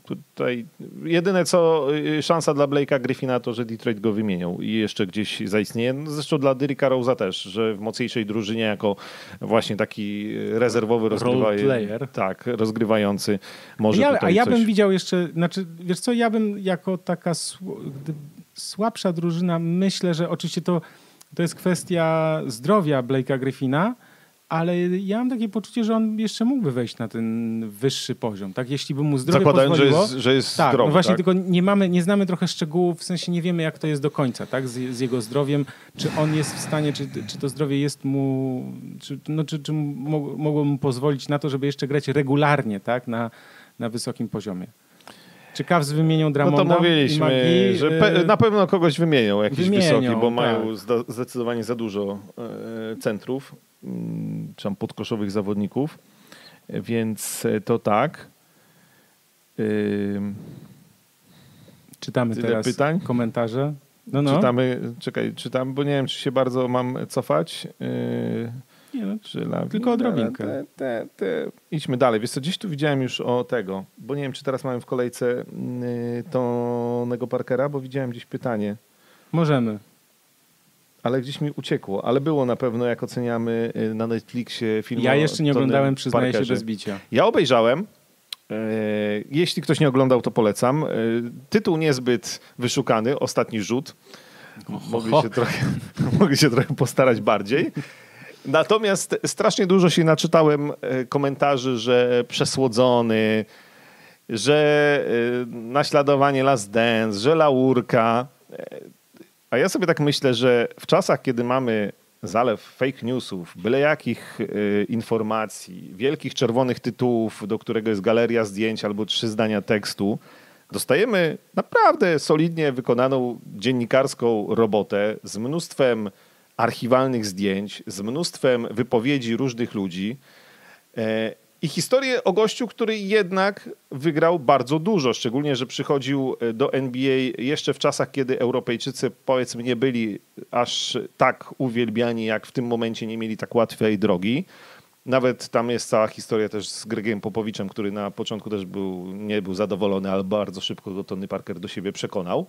tutaj jedyne co, szansa dla Blake'a Griffina to, że Detroit go wymienią i jeszcze gdzieś zaistnieje. No zresztą dla Derricka Rose'a też, że w mocniejszej drużynie jako właśnie taki rezerwowy rozgrywający, tak, rozgrywający może ja, tutaj A ja coś... bym widział jeszcze, znaczy wiesz co, ja bym jako taka słabsza drużyna, myślę, że oczywiście to, to jest kwestia zdrowia Blake'a Griffina, ale ja mam takie poczucie, że on jeszcze mógłby wejść na ten wyższy poziom, tak? Jeśli by mu zdrowie Zakładając, pozwoliło. że jest, że jest tak, zdrowy, no właśnie, tak? tylko nie mamy, nie znamy trochę szczegółów, w sensie nie wiemy, jak to jest do końca, tak? Z, z jego zdrowiem, czy on jest w stanie, czy, czy to zdrowie jest mu, czy, no, czy, czy mogło mu pozwolić na to, żeby jeszcze grać regularnie, tak? Na, na wysokim poziomie. Czy Cavs wymienią Drummonda? No to mówiliśmy, Magii, że pe- na pewno kogoś wymienią, jakiś wymienią, wysoki, bo tak. mają zda- zdecydowanie za dużo e, centrów, m, czy tam podkoszowych zawodników, więc to tak. Ym, Czytamy Tyle teraz pytań? komentarze. No, no. Czytamy, czekaj, czytam, bo nie wiem, czy się bardzo mam cofać. Yy, Nie, no, czy la, tylko odrobinkę. Te, te, te. Idźmy dalej. Wiesz co, gdzieś tu widziałem już o tego, bo nie wiem, czy teraz mamy w kolejce yy, Tonego Parkera, bo widziałem gdzieś pytanie. Możemy. Ale gdzieś mi uciekło. Ale było na pewno, jak oceniamy na Netflixie film. Ja jeszcze nie Tonym oglądałem, przyznaję Parkerze. się bez bicia. Ja obejrzałem. Jeśli ktoś nie oglądał, to polecam. Tytuł niezbyt wyszukany, Ostatni rzut. Mogli się trochę, mogli się trochę postarać bardziej. Natomiast strasznie dużo się naczytałem komentarzy, że przesłodzony, że naśladowanie Last Dance, że laurka. A ja sobie tak myślę, że w czasach, kiedy mamy zalew fake newsów, byle jakich y, informacji, wielkich czerwonych tytułów, do którego jest galeria zdjęć albo trzy zdania tekstu, dostajemy naprawdę solidnie wykonaną dziennikarską robotę z mnóstwem archiwalnych zdjęć, z mnóstwem wypowiedzi różnych ludzi e, i historię o gościu, który jednak wygrał bardzo dużo, szczególnie, że przychodził do N B A jeszcze w czasach, kiedy Europejczycy, powiedzmy, nie byli aż tak uwielbiani, jak w tym momencie, nie mieli tak łatwej drogi. Nawet tam jest cała historia też z Gregiem Popowiczem, który na początku też był, nie był zadowolony, ale bardzo szybko go Tony Parker do siebie przekonał.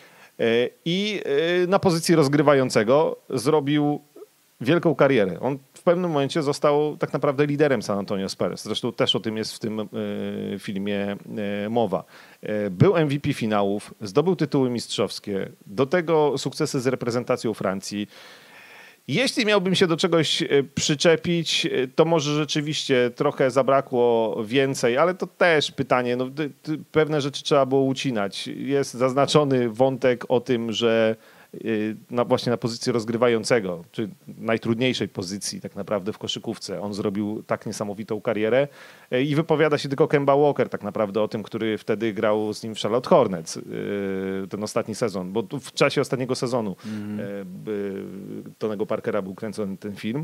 I na pozycji rozgrywającego zrobił wielką karierę. On w pewnym momencie został tak naprawdę liderem San Antonio Spurs. Zresztą też o tym jest w tym y, filmie y, mowa. Y, był M V P finałów, zdobył tytuły mistrzowskie, do tego sukcesy z reprezentacją Francji. Jeśli miałbym się do czegoś przyczepić, to może rzeczywiście trochę zabrakło więcej, ale to też pytanie, no, pewne rzeczy trzeba było ucinać. Jest zaznaczony wątek o tym, że na, właśnie na pozycji rozgrywającego, czy najtrudniejszej pozycji tak naprawdę w koszykówce. On zrobił tak niesamowitą karierę i wypowiada się tylko Kemba Walker tak naprawdę o tym, który wtedy grał z nim w Charlotte Hornets ten ostatni sezon, bo w czasie ostatniego sezonu mm. Tonego Parkera był kręcony ten film.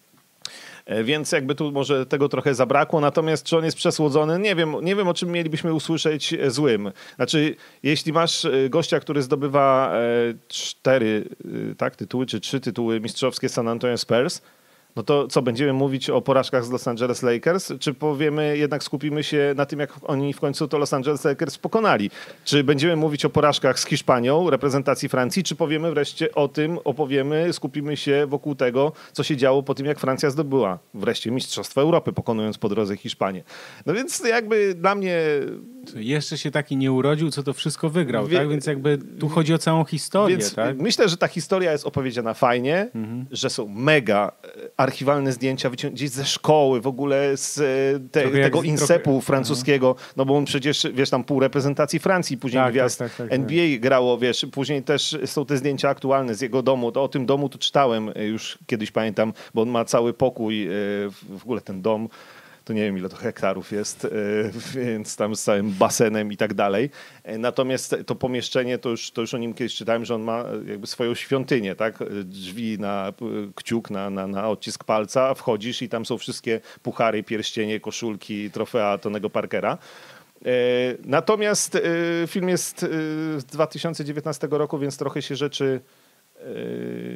Więc jakby tu może tego trochę zabrakło. Natomiast czy on jest przesłodzony? Nie wiem, nie wiem o czym mielibyśmy usłyszeć złym. Znaczy, jeśli masz gościa, który zdobywa cztery tak, tytuły, czy trzy tytuły mistrzowskie San Antonio Spurs, no to co, będziemy mówić o porażkach z Los Angeles Lakers? Czy powiemy, jednak skupimy się na tym, jak oni w końcu to Los Angeles Lakers pokonali? Czy będziemy mówić o porażkach z Hiszpanią, reprezentacji Francji? Czy powiemy wreszcie o tym, opowiemy, skupimy się wokół tego, co się działo po tym, jak Francja zdobyła wreszcie Mistrzostwo Europy, pokonując po drodze Hiszpanię? No więc jakby dla mnie... Jeszcze się taki nie urodził, co to wszystko wygrał, Wie... tak? Więc jakby tu chodzi o całą historię, Więc tak? Myślę, że ta historia jest opowiedziana fajnie, mhm. że są mega archiwalne zdjęcia gdzieś ze szkoły, w ogóle z te, tego insepu trochę... francuskiego, no bo on przecież, wiesz, tam pół reprezentacji Francji, później tak, gwiazd tak, tak, tak, N B A grało, wiesz, później też są te zdjęcia aktualne z jego domu, to o tym domu tu czytałem już kiedyś, pamiętam, bo on ma cały pokój, w ogóle ten dom, to nie wiem, ile to hektarów jest, więc tam z całym basenem i tak dalej. Natomiast to pomieszczenie, to już, to już o nim kiedyś czytałem, że on ma jakby swoją świątynię, tak? Drzwi na kciuk, na, na, na odcisk palca, wchodzisz i tam są wszystkie puchary, pierścienie, koszulki, trofea Tonego Parkera. Natomiast film jest z dwa tysiące dziewiętnastego roku, więc trochę się rzeczy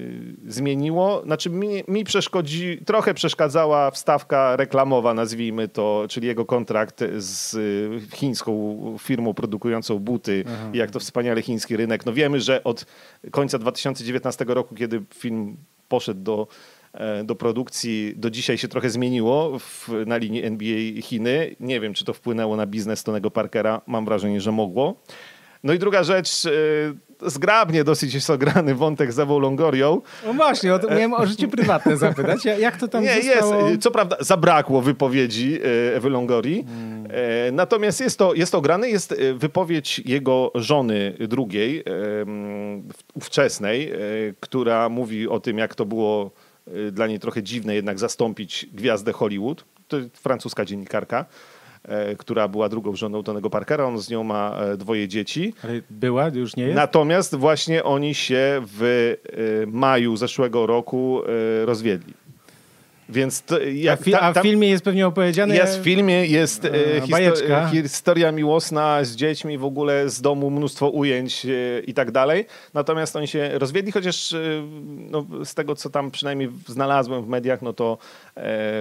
zmieniło. Znaczy mi, mi przeszkodzi, trochę przeszkadzała wstawka reklamowa, nazwijmy to, czyli jego kontrakt z chińską firmą produkującą buty. Aha. Jak to wspaniale chiński rynek. No wiemy, że od końca dwa tysiące dziewiętnastego roku, kiedy film poszedł do, do produkcji, do dzisiaj się trochę zmieniło w, na linii N B A Chiny. Nie wiem, czy to wpłynęło na biznes Tonego Parkera. Mam wrażenie, że mogło. No i druga rzecz, zgrabnie dosyć jest ograny wątek z Ewą Longorią. No właśnie, o to miałem o życie prywatne zapytać. Jak to tam Nie, zostało? jest. Co prawda zabrakło wypowiedzi Ewy Longorii. Hmm. Natomiast jest to, jest to ograne. Jest wypowiedź jego żony drugiej, ówczesnej, która mówi o tym, jak to było dla niej trochę dziwne jednak zastąpić gwiazdę Hollywood. To francuska dziennikarka, która była drugą żoną Tonego Parkera. On z nią ma dwoje dzieci. Ale była? Już nie jest? Natomiast właśnie oni się w maju zeszłego roku rozwiedli. Więc to, jak, a, fi- a w filmie jest pewnie opowiedziane... Jest w filmie, jest a, bajeczka. histo- historia miłosna z dziećmi, w ogóle z domu mnóstwo ujęć i tak dalej. Natomiast oni się rozwiedli, chociaż no, z tego, co tam przynajmniej znalazłem w mediach, no to e,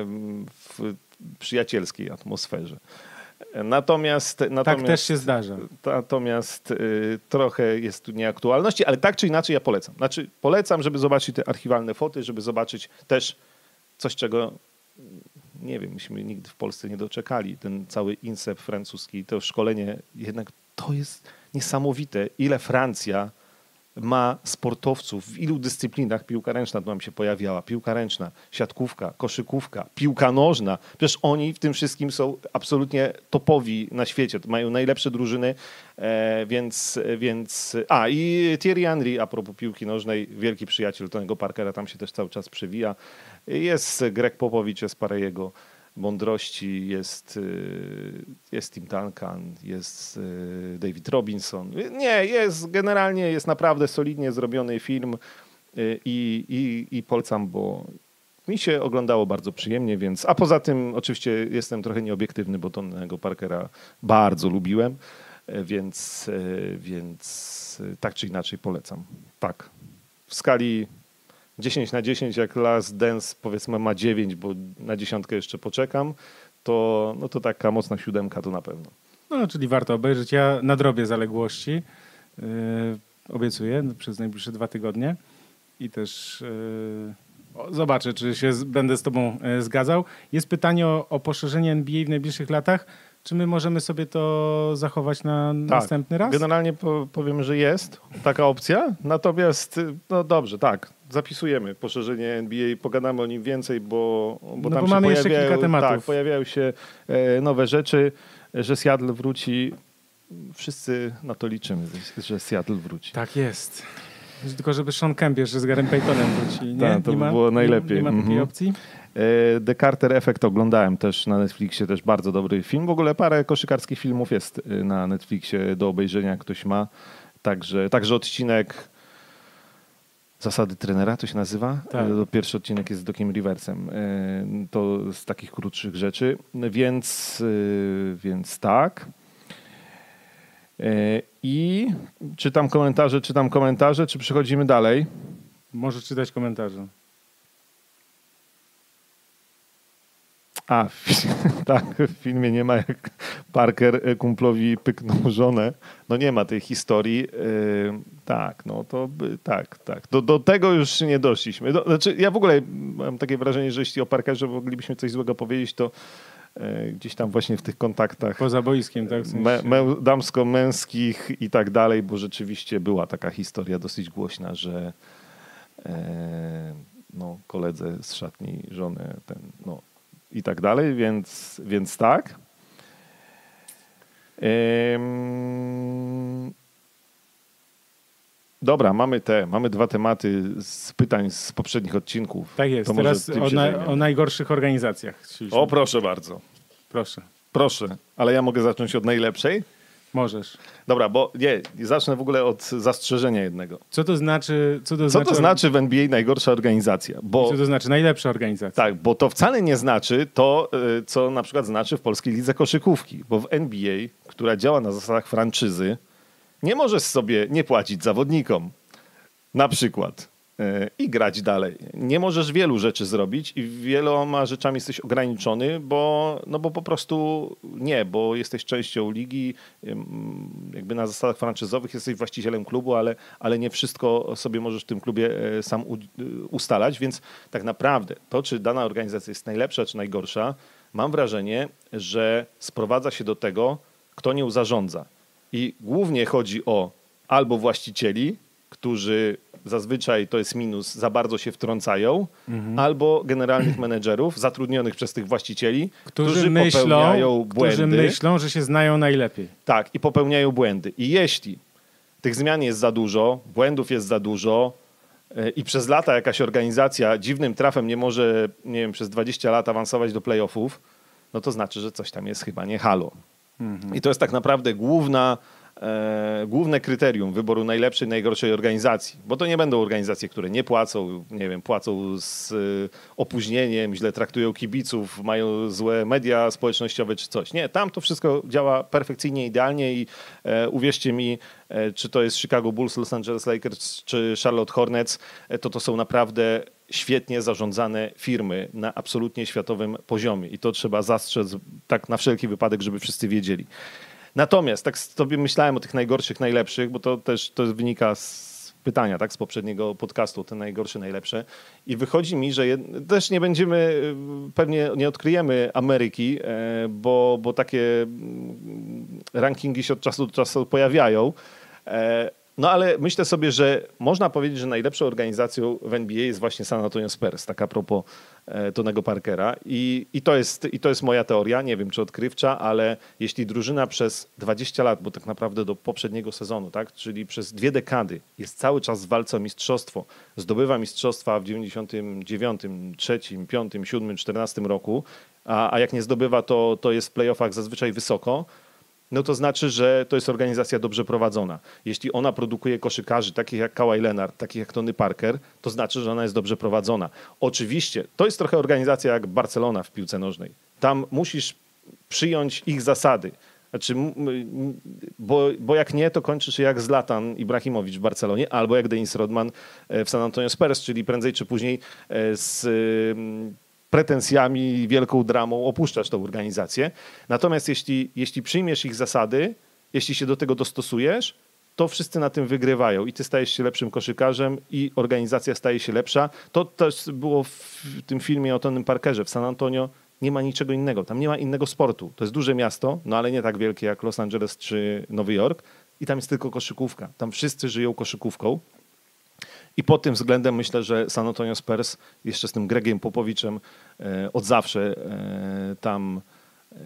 w przyjacielskiej atmosferze. Natomiast, natomiast tak też się zdarza. Natomiast y, trochę jest tu nieaktualności, ale tak czy inaczej ja polecam. Znaczy polecam, żeby zobaczyć te archiwalne foty, żeby zobaczyć też coś, czego nie wiem, myśmy nigdy w Polsce nie doczekali. Ten cały INSEP francuski, to szkolenie, jednak to jest niesamowite, ile Francja ma sportowców, w ilu dyscyplinach piłka ręczna tu nam się pojawiała. Piłka ręczna, siatkówka, koszykówka, piłka nożna. Przecież oni w tym wszystkim są absolutnie topowi na świecie. Mają najlepsze drużyny, e, więc, więc... A i Thierry Henry, a propos piłki nożnej, wielki przyjaciel Tonego Parkera, tam się też cały czas przewija. Jest Greg Popovich, jest parę jego mądrości, jest, jest Tim Duncan, jest David Robinson. Nie, jest generalnie jest naprawdę solidnie zrobiony film i, i, i polecam, bo mi się oglądało bardzo przyjemnie, więc a poza tym oczywiście jestem trochę nieobiektywny, bo Tonego Parkera bardzo lubiłem, więc, więc tak czy inaczej polecam. Tak. W skali dziesięć na dziesięć, jak Last Dance powiedzmy ma dziewięć, bo na dziesiątkę jeszcze poczekam, to, no to taka mocna siódemka to na pewno. No, czyli warto obejrzeć. Ja nadrobię zaległości. Yy, obiecuję przez najbliższe dwa tygodnie i też yy, zobaczę, czy się z, będę z tobą yy, zgadzał. Jest pytanie o, o poszerzenie N B A w najbliższych latach. Czy my możemy sobie to zachować na tak. następny raz? Generalnie po, powiem, że jest taka opcja. Natomiast, no dobrze, tak, zapisujemy poszerzenie N B A, pogadamy o nim więcej, bo, bo no tam bo się mamy pojawiają, jeszcze kilka tematów. Tak, pojawiają się e, nowe rzeczy, że Seattle wróci. Wszyscy na to liczymy, że Seattle wróci. Tak jest. Tylko żeby Sean Kemp jeszcze z Garym Paytonem wróci. Nie? Tak, to nie by ma, było najlepiej. Nie, nie ma takiej mhm. opcji? The Carter Effect oglądałem też na Netflixie, też bardzo dobry film. W ogóle parę koszykarskich filmów jest na Netflixie do obejrzenia, jak ktoś ma. Także, także odcinek Zasady trenera, to się nazywa? Tak. Pierwszy odcinek jest z Dociem Riversem. To z takich krótszych rzeczy. Więc, więc tak. I czytam komentarze, czytam komentarze, czy przechodzimy dalej? Możesz czytać komentarze. A, tak, w filmie nie ma jak Parker kumplowi pyknął żonę. No nie ma tej historii. Yy, tak, no to by, tak, tak. Do, do tego już nie doszliśmy. Do, znaczy, ja w ogóle mam takie wrażenie, że jeśli o Parkerze moglibyśmy coś złego powiedzieć, to yy, gdzieś tam właśnie w tych kontaktach poza boiskiem, tak? W sensie. me, me, damsko-męskich i tak dalej, bo rzeczywiście była taka historia dosyć głośna, że yy, no, koledze z szatni żonę ten, no, i tak dalej, więc, więc tak. Ym... Dobra, mamy te, mamy dwa tematy z pytań z poprzednich odcinków. Tak jest, to teraz o, na, o najgorszych organizacjach. O, proszę bardzo. Proszę. Proszę, ale ja mogę zacząć od najlepszej? Możesz. Dobra, bo nie, zacznę w ogóle od zastrzeżenia jednego. Co to znaczy? Co to, co znaczy, to znaczy w N B A najgorsza organizacja? Bo, co to znaczy najlepsza organizacja? Tak, bo to wcale nie znaczy to, co na przykład znaczy w polskiej lidze koszykówki. Bo w N B A, która działa na zasadach franczyzy, nie możesz sobie nie płacić zawodnikom. Na przykład. i grać dalej. Nie możesz wielu rzeczy zrobić i wieloma rzeczami jesteś ograniczony, bo, no bo po prostu nie, bo jesteś częścią ligi, jakby na zasadach franczyzowych jesteś właścicielem klubu, ale, ale nie wszystko sobie możesz w tym klubie sam ustalać, więc tak naprawdę to, czy dana organizacja jest najlepsza, czy najgorsza, mam wrażenie, że sprowadza się do tego, kto nią zarządza. I głównie chodzi o albo właścicieli, którzy zazwyczaj, to jest minus, za bardzo się wtrącają, mhm. albo generalnych menedżerów zatrudnionych przez tych właścicieli, którzy, którzy myślą, popełniają błędy. Którzy myślą, że się znają najlepiej. Tak, i popełniają błędy. I jeśli tych zmian jest za dużo, błędów jest za dużo yy, i przez lata jakaś organizacja dziwnym trafem nie może, nie wiem, przez dwadzieścia lat awansować do playoffów, no to znaczy, że coś tam jest chyba nie halo. Mhm. I to jest tak naprawdę główna E, główne kryterium wyboru najlepszej, najgorszej organizacji, bo to nie będą organizacje, które nie płacą, nie wiem, płacą z e, opóźnieniem, źle traktują kibiców, mają złe media społecznościowe czy coś. Nie, tam to wszystko działa perfekcyjnie, idealnie i e, uwierzcie mi, e, czy to jest Chicago Bulls, Los Angeles Lakers czy Charlotte Hornets, e, to to są naprawdę świetnie zarządzane firmy na absolutnie światowym poziomie i to trzeba zastrzec tak na wszelki wypadek, żeby wszyscy wiedzieli. Natomiast tak sobie myślałem o tych najgorszych, najlepszych, bo to też to wynika z pytania, tak, z poprzedniego podcastu, te najgorsze, najlepsze. I wychodzi mi, że jed... też nie będziemy, pewnie nie odkryjemy Ameryki, bo, bo takie rankingi się od czasu do czasu pojawiają. No ale myślę sobie, że można powiedzieć, że najlepszą organizacją w N B A jest właśnie San Antonio Spurs, tak a propos Tonego Parkera. I, i, to jest, i to jest moja teoria, nie wiem czy odkrywcza, ale jeśli drużyna przez dwadzieścia lat, bo tak naprawdę do poprzedniego sezonu, tak, czyli przez dwie dekady jest cały czas w walce o mistrzostwo, zdobywa mistrzostwa w dziewięćdziesiątym dziewiątym, trzecim, piątym, siódmym, czternastym roku, a, a jak nie zdobywa, to, to jest w playoffach zazwyczaj wysoko, no to znaczy, że to jest organizacja dobrze prowadzona. Jeśli ona produkuje koszykarzy takich jak Kawhi Leonard, takich jak Tony Parker, to znaczy, że ona jest dobrze prowadzona. Oczywiście, to jest trochę organizacja jak Barcelona w piłce nożnej. Tam musisz przyjąć ich zasady. Znaczy, bo, bo jak nie, to kończy się jak Zlatan Ibrahimowicz w Barcelonie albo jak Dennis Rodman w San Antonio Spurs, czyli prędzej czy później z pretensjami, wielką dramą opuszczasz tę organizację. Natomiast jeśli, jeśli przyjmiesz ich zasady, jeśli się do tego dostosujesz, to wszyscy na tym wygrywają i ty stajesz się lepszym koszykarzem i organizacja staje się lepsza. To też było w tym filmie o Tonym Parkerze w San Antonio. Nie ma niczego innego. Tam nie ma innego sportu. To jest duże miasto, no ale nie tak wielkie jak Los Angeles czy Nowy Jork i tam jest tylko koszykówka. Tam wszyscy żyją koszykówką. I pod tym względem myślę, że San Antonio Spurs jeszcze z tym Gregiem Popowiczem e, od zawsze e, tam e,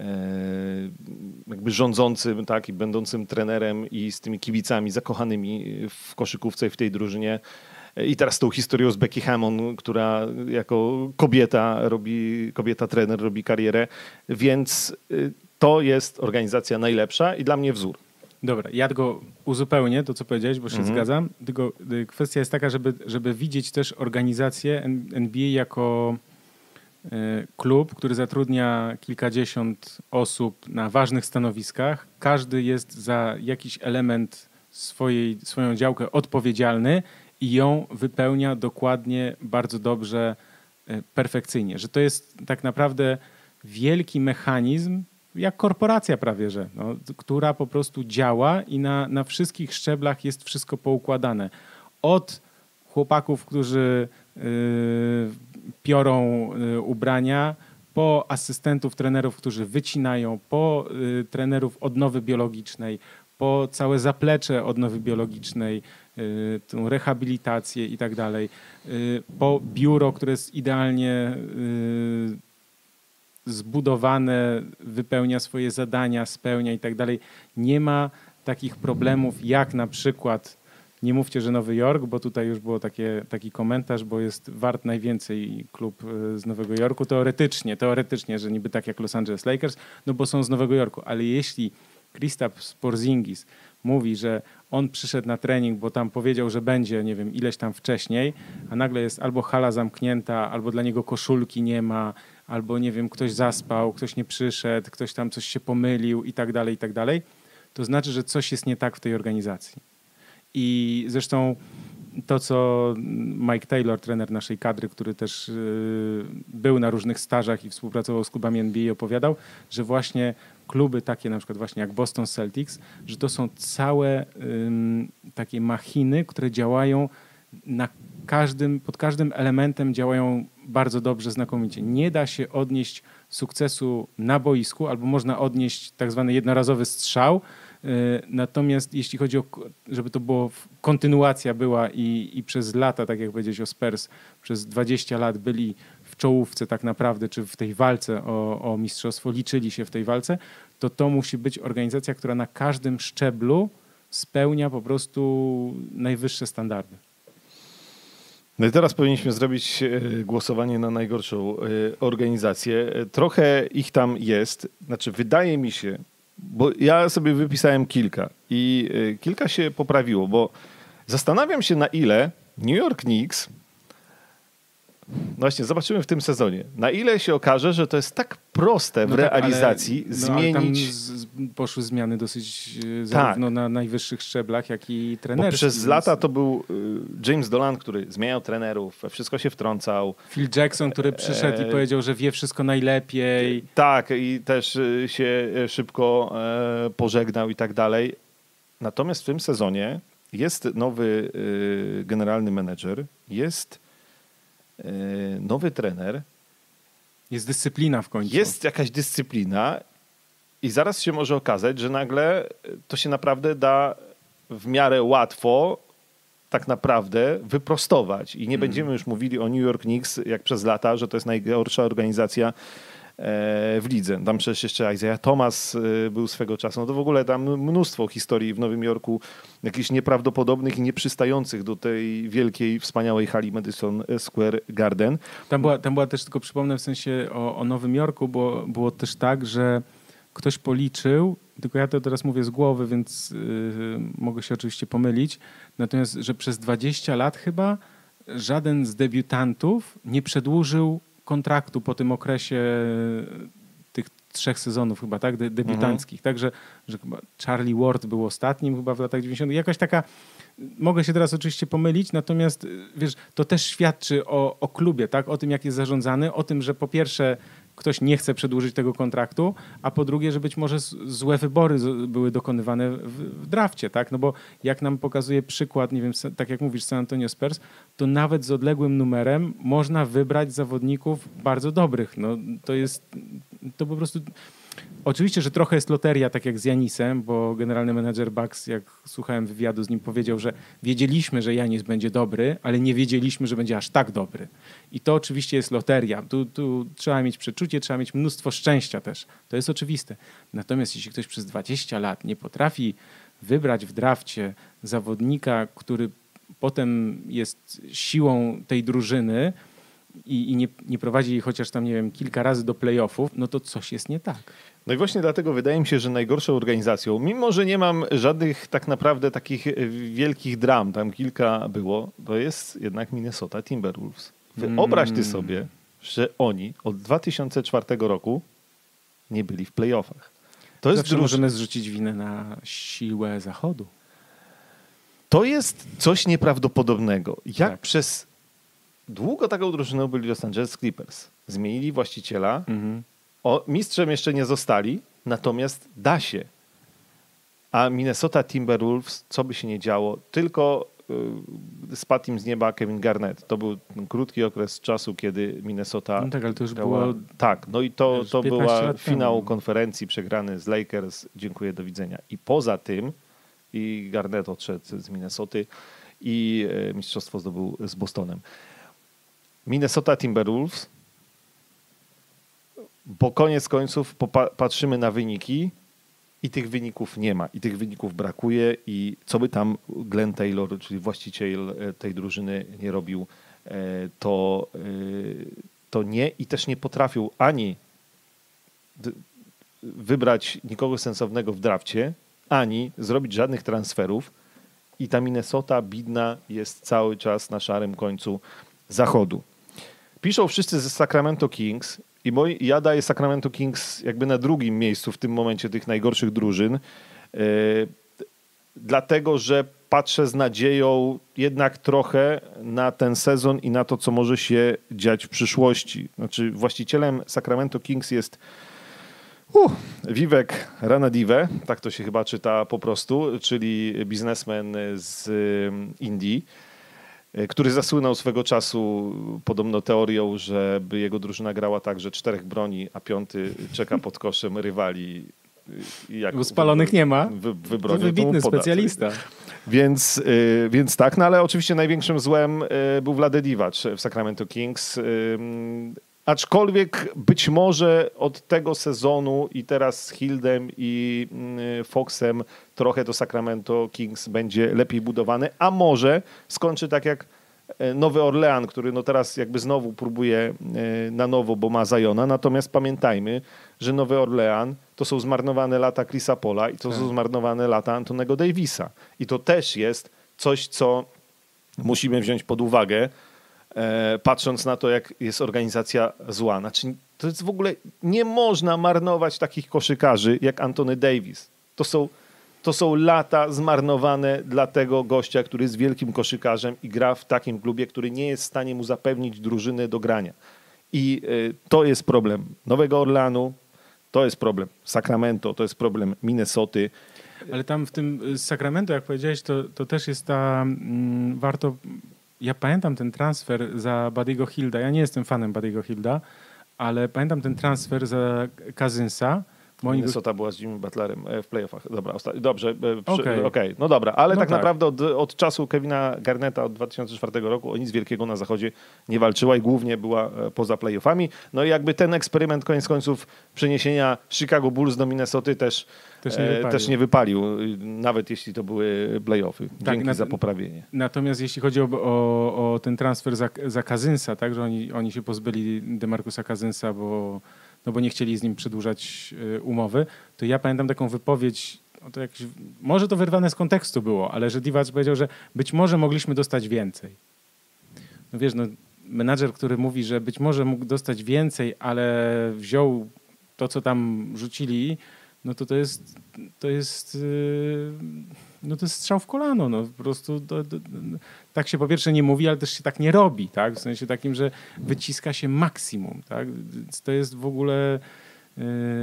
jakby rządzącym, tak, i będącym trenerem i z tymi kibicami zakochanymi w koszykówce i w tej drużynie. I teraz tą historią z Becky Hammon, która jako kobieta robi, kobieta trener robi karierę, więc to jest organizacja najlepsza i dla mnie wzór. Dobra, ja tylko uzupełnię to, co powiedziałeś, bo się mhm. zgadzam. Tylko kwestia jest taka, żeby, żeby widzieć też organizację N B A jako y, klub, który zatrudnia kilkadziesiąt osób na ważnych stanowiskach. Każdy jest za jakiś element swojej, swoją działkę odpowiedzialny i ją wypełnia dokładnie, bardzo dobrze, y, perfekcyjnie. Że to jest tak naprawdę wielki mechanizm, jak korporacja prawie, że, no, która po prostu działa i na, na wszystkich szczeblach jest wszystko poukładane. Od chłopaków, którzy y, piorą y, ubrania, po asystentów trenerów, którzy wycinają, po y, trenerów odnowy biologicznej, po całe zaplecze odnowy biologicznej, y, tą rehabilitację i tak dalej, y, po biuro, które jest idealnie y, zbudowane, wypełnia swoje zadania, spełnia i tak dalej. Nie ma takich problemów jak na przykład, nie mówcie, że Nowy Jork, bo tutaj już było takie, taki komentarz, bo jest wart najwięcej klub z Nowego Jorku, teoretycznie, teoretycznie, że niby tak jak Los Angeles Lakers, no bo są z Nowego Jorku, ale jeśli Kristaps Porzingis mówi, że on przyszedł na trening, bo tam powiedział, że będzie, nie wiem, ileś tam wcześniej, a nagle jest albo hala zamknięta, albo dla niego koszulki nie ma, albo nie wiem, ktoś zaspał, ktoś nie przyszedł, ktoś tam coś się pomylił i tak dalej, i tak dalej, to znaczy, że coś jest nie tak w tej organizacji. I zresztą to, co Mike Taylor, trener naszej kadry, który też był na różnych stażach i współpracował z klubami N B A, opowiadał, że właśnie kluby takie na przykład właśnie jak Boston Celtics, że to są całe um, takie machiny, które działają na każdym, pod każdym elementem działają bardzo dobrze, znakomicie. Nie da się odnieść sukcesu na boisku, albo można odnieść tak zwany jednorazowy strzał, natomiast jeśli chodzi o, żeby to było, kontynuacja była i, i przez lata, tak jak powiedziałeś o Spurs, przez dwadzieścia lat byli w czołówce tak naprawdę, czy w tej walce o, o mistrzostwo, liczyli się w tej walce, to to musi być organizacja, która na każdym szczeblu spełnia po prostu najwyższe standardy. No i teraz powinniśmy zrobić głosowanie na najgorszą organizację. Trochę ich tam jest, znaczy wydaje mi się, bo ja sobie wypisałem kilka i kilka się poprawiło, bo zastanawiam się, na ile New York Knicks, no właśnie zobaczymy w tym sezonie, na ile się okaże, że to jest tak proste w no tak, realizacji ale, no, zmienić... Ale tam z, poszły zmiany dosyć tak. zarówno na najwyższych szczeblach, jak i trenerskich. Bo przez więc... lata to był James Dolan, który zmieniał trenerów, wszystko się wtrącał. Phil Jackson, który przyszedł e... i powiedział, że wie wszystko najlepiej. Tak, i też się szybko pożegnał i tak dalej. Natomiast w tym sezonie jest nowy generalny menedżer, jest nowy trener. Jest dyscyplina w końcu. Jest jakaś dyscyplina i zaraz się może okazać, że nagle to się naprawdę da w miarę łatwo tak naprawdę wyprostować. I nie hmm. będziemy już mówili o New York Knicks jak przez lata, że to jest najgorsza organizacja w lidze. Tam przecież jeszcze Isaiah Thomas był swego czasu. No to w ogóle tam mnóstwo historii w Nowym Jorku, jakichś nieprawdopodobnych i nieprzystających do tej wielkiej, wspaniałej hali Madison Square Garden. Tam była, tam była też, tylko przypomnę w sensie o, o Nowym Jorku, bo było też tak, że ktoś policzył, tylko ja to teraz mówię z głowy, więc yy, mogę się oczywiście pomylić, natomiast, że przez dwadzieścia lat chyba żaden z debiutantów nie przedłużył kontraktu po tym okresie tych trzech sezonów chyba, tak, De- debiutanckich. Mhm. Także, że chyba Charlie Ward był ostatnim chyba w latach dziewięćdziesiątych. Jakaś taka, mogę się teraz oczywiście pomylić, natomiast wiesz, to też świadczy o, o klubie, tak, o tym, jak jest zarządzany, o tym, że po pierwsze ktoś nie chce przedłużyć tego kontraktu, a po drugie, że być może złe wybory były dokonywane w, w drafcie, tak? No bo jak nam pokazuje przykład, nie wiem, tak jak mówisz, San Antonio Spurs, to nawet z odległym numerem można wybrać zawodników bardzo dobrych. No to jest, to po prostu... Oczywiście, że trochę jest loteria, tak jak z Janisem, bo generalny menedżer Bucks, jak słuchałem wywiadu z nim, powiedział, że wiedzieliśmy, że Janis będzie dobry, ale nie wiedzieliśmy, że będzie aż tak dobry. I to oczywiście jest loteria. Tu, tu trzeba mieć przeczucie, trzeba mieć mnóstwo szczęścia też. To jest oczywiste. Natomiast jeśli ktoś przez dwadzieścia lat nie potrafi wybrać w drafcie zawodnika, który potem jest siłą tej drużyny, i, i nie, nie prowadzi jej chociaż tam, nie wiem, kilka razy do playoffów, no to coś jest nie tak. No i właśnie dlatego wydaje mi się, że najgorszą organizacją, mimo że nie mam żadnych tak naprawdę takich wielkich dram, tam kilka było, to jest jednak Minnesota Timberwolves. Wyobraź ty sobie, że oni od dwa tysiące czwartego roku nie byli w playoffach. To jest Zawsze druż... możemy zrzucić winę na siłę Zachodu. To jest coś nieprawdopodobnego. Jak tak. przez... Długo taką drużyną byli Los Angeles Clippers. Zmienili właściciela. Mhm. O, mistrzem jeszcze nie zostali, natomiast da się. A Minnesota Timberwolves, co by się nie działo, tylko y, spadł im z nieba Kevin Garnett. To był krótki okres czasu, kiedy Minnesota... No tak, ale to już dała, było... Tak, no i to, to była finał konferencji przegrany z Lakers. Dziękuję, do widzenia. I poza tym i Garnett odszedł z Minnesoty i y, mistrzostwo zdobył z Bostonem. Minnesota Timberwolves, bo koniec końców patrzymy na wyniki i tych wyników nie ma. I tych wyników brakuje i co by tam Glenn Taylor, czyli właściciel tej drużyny nie robił, to, to nie i też nie potrafił ani wybrać nikogo sensownego w drafcie, ani zrobić żadnych transferów i ta Minnesota bidna jest cały czas na szarym końcu Zachodu. Piszą wszyscy ze Sacramento Kings i moi, ja daję Sacramento Kings jakby na drugim miejscu w tym momencie tych najgorszych drużyn. dlatego że patrzę z nadzieją jednak trochę na ten sezon i na to, co może się dziać w przyszłości. Znaczy właścicielem Sacramento Kings jest uh, Vivek Ranadive, tak to się chyba czyta po prostu, czyli biznesmen z Indii, który zasłynął swego czasu podobno teorią, żeby jego drużyna grała tak, że czterech broni, a piąty czeka pod koszem rywali. Jak spalonych nie ma. Wy, to wybitny specjalista. Więc, yy, więc tak, no ale oczywiście największym złem yy, był Vlade Divac w Sacramento Kings. Yy, aczkolwiek być może od tego sezonu i teraz z Hildem i yy, Foxem trochę to Sacramento Kings będzie lepiej budowane, a może skończy tak jak Nowy Orlean, który no teraz jakby znowu próbuje na nowo, bo ma Ziona. Natomiast pamiętajmy, że Nowy Orlean to są zmarnowane lata Chrisa Paula i to tak. są zmarnowane lata Antonego Davisa. I to też jest coś, co musimy wziąć pod uwagę, e, patrząc na to, jak jest organizacja zła. Znaczy, to jest w ogóle, nie można marnować takich koszykarzy jak Anthony Davis. To są To są lata zmarnowane dla tego gościa, który jest wielkim koszykarzem i gra w takim klubie, który nie jest w stanie mu zapewnić drużyny do grania. I y, to jest problem Nowego Orleanu, to jest problem Sacramento, to jest problem Minnesoty. Ale tam w tym Sacramento, jak powiedziałeś, to, to też jest ta... Mm, warto... Ja pamiętam ten transfer za Buddy'ego Hilda. Ja nie jestem fanem Buddy'ego Hilda, ale pamiętam ten transfer za Cousinsa. Minnesota była z Jimmy Butlerem w playoffach. Dobra, osta- dobrze. Okej, okay. okay. No dobra, ale no tak, tak naprawdę od, od czasu Kevina Garnetta od dwa tysiące czwartego roku o nic wielkiego na zachodzie nie walczyła i głównie była poza playoffami. No i jakby ten eksperyment koniec końców przeniesienia Chicago Bulls do Minnesoty też, też, nie, wypalił. też nie wypalił, nawet jeśli to były playoffy. Dzięki tak, za poprawienie. Natomiast jeśli chodzi o, o, o ten transfer za, za Cousinsa, tak, że oni, oni się pozbyli DeMarcusa Cousinsa, bo no bo nie chcieli z nim przedłużać y, umowy, to ja pamiętam taką wypowiedź, no to jakieś, może to wyrwane z kontekstu było, ale że Divac powiedział, że być może mogliśmy dostać więcej. No wiesz, no menadżer, który mówi, że być może mógł dostać więcej, ale wziął to, co tam rzucili, no to to jest, to jest, yy, no to jest strzał w kolano. No po prostu to, to, tak się po pierwsze nie mówi, ale też się tak nie robi, tak? W sensie takim, że wyciska się maksimum, tak? To jest w ogóle yy,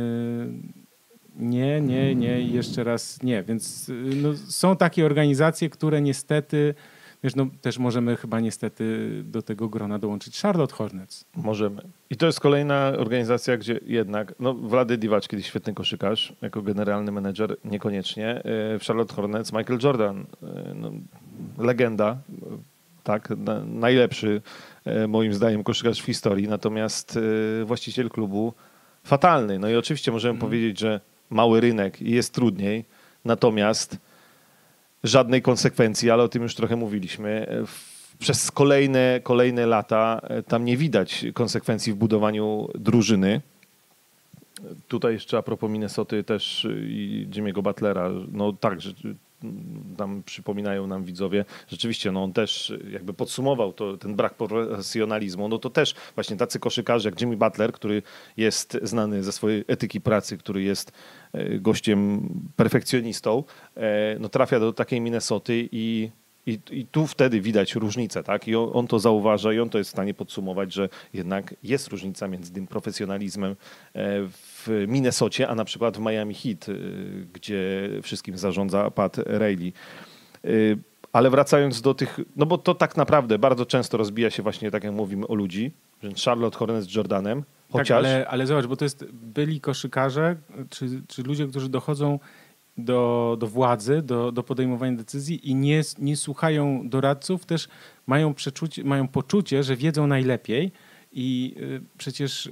nie, nie, nie i jeszcze raz nie. Więc yy, no, są takie organizacje, które niestety, wiesz, no też możemy chyba niestety do tego grona dołączyć Charlotte Hornets. Możemy. I to jest kolejna organizacja, gdzie jednak, no Vlade Divac kiedyś świetny koszykarz, jako generalny menedżer niekoniecznie. W Charlotte Hornets Michael Jordan, no, legenda, tak, na, najlepszy moim zdaniem koszykarz w historii, natomiast właściciel klubu fatalny. No i oczywiście możemy hmm. powiedzieć, że mały rynek i jest trudniej, natomiast żadnej konsekwencji, ale o tym już trochę mówiliśmy. Przez kolejne, kolejne lata tam nie widać konsekwencji w budowaniu drużyny. Tutaj jeszcze a propos Minnesoty też i Jimmy'ego Butlera, no tak, że tam przypominają nam widzowie, rzeczywiście no on też jakby podsumował to, ten brak profesjonalizmu, no to też właśnie tacy koszykarze jak Jimmy Butler, który jest znany ze swojej etyki pracy, który jest gościem perfekcjonistą, no trafia do takiej Minnesoty i I, I tu wtedy widać różnicę, tak? I on, on to zauważa i on to jest w stanie podsumować, że jednak jest różnica między tym profesjonalizmem w Minnesocie, a na przykład w Miami Heat, gdzie wszystkim zarządza Pat Riley. Ale wracając do tych, no bo to tak naprawdę bardzo często rozbija się właśnie, tak jak mówimy, o ludzi, że Charlotte Hornets z Jordanem, chociaż... Tak, ale, ale zobacz, bo to jest byli koszykarze, czy, czy ludzie, którzy dochodzą do, do władzy, do, do podejmowania decyzji i nie, nie słuchają doradców, też mają, przeczucie, mają poczucie, że wiedzą najlepiej i y, przecież y,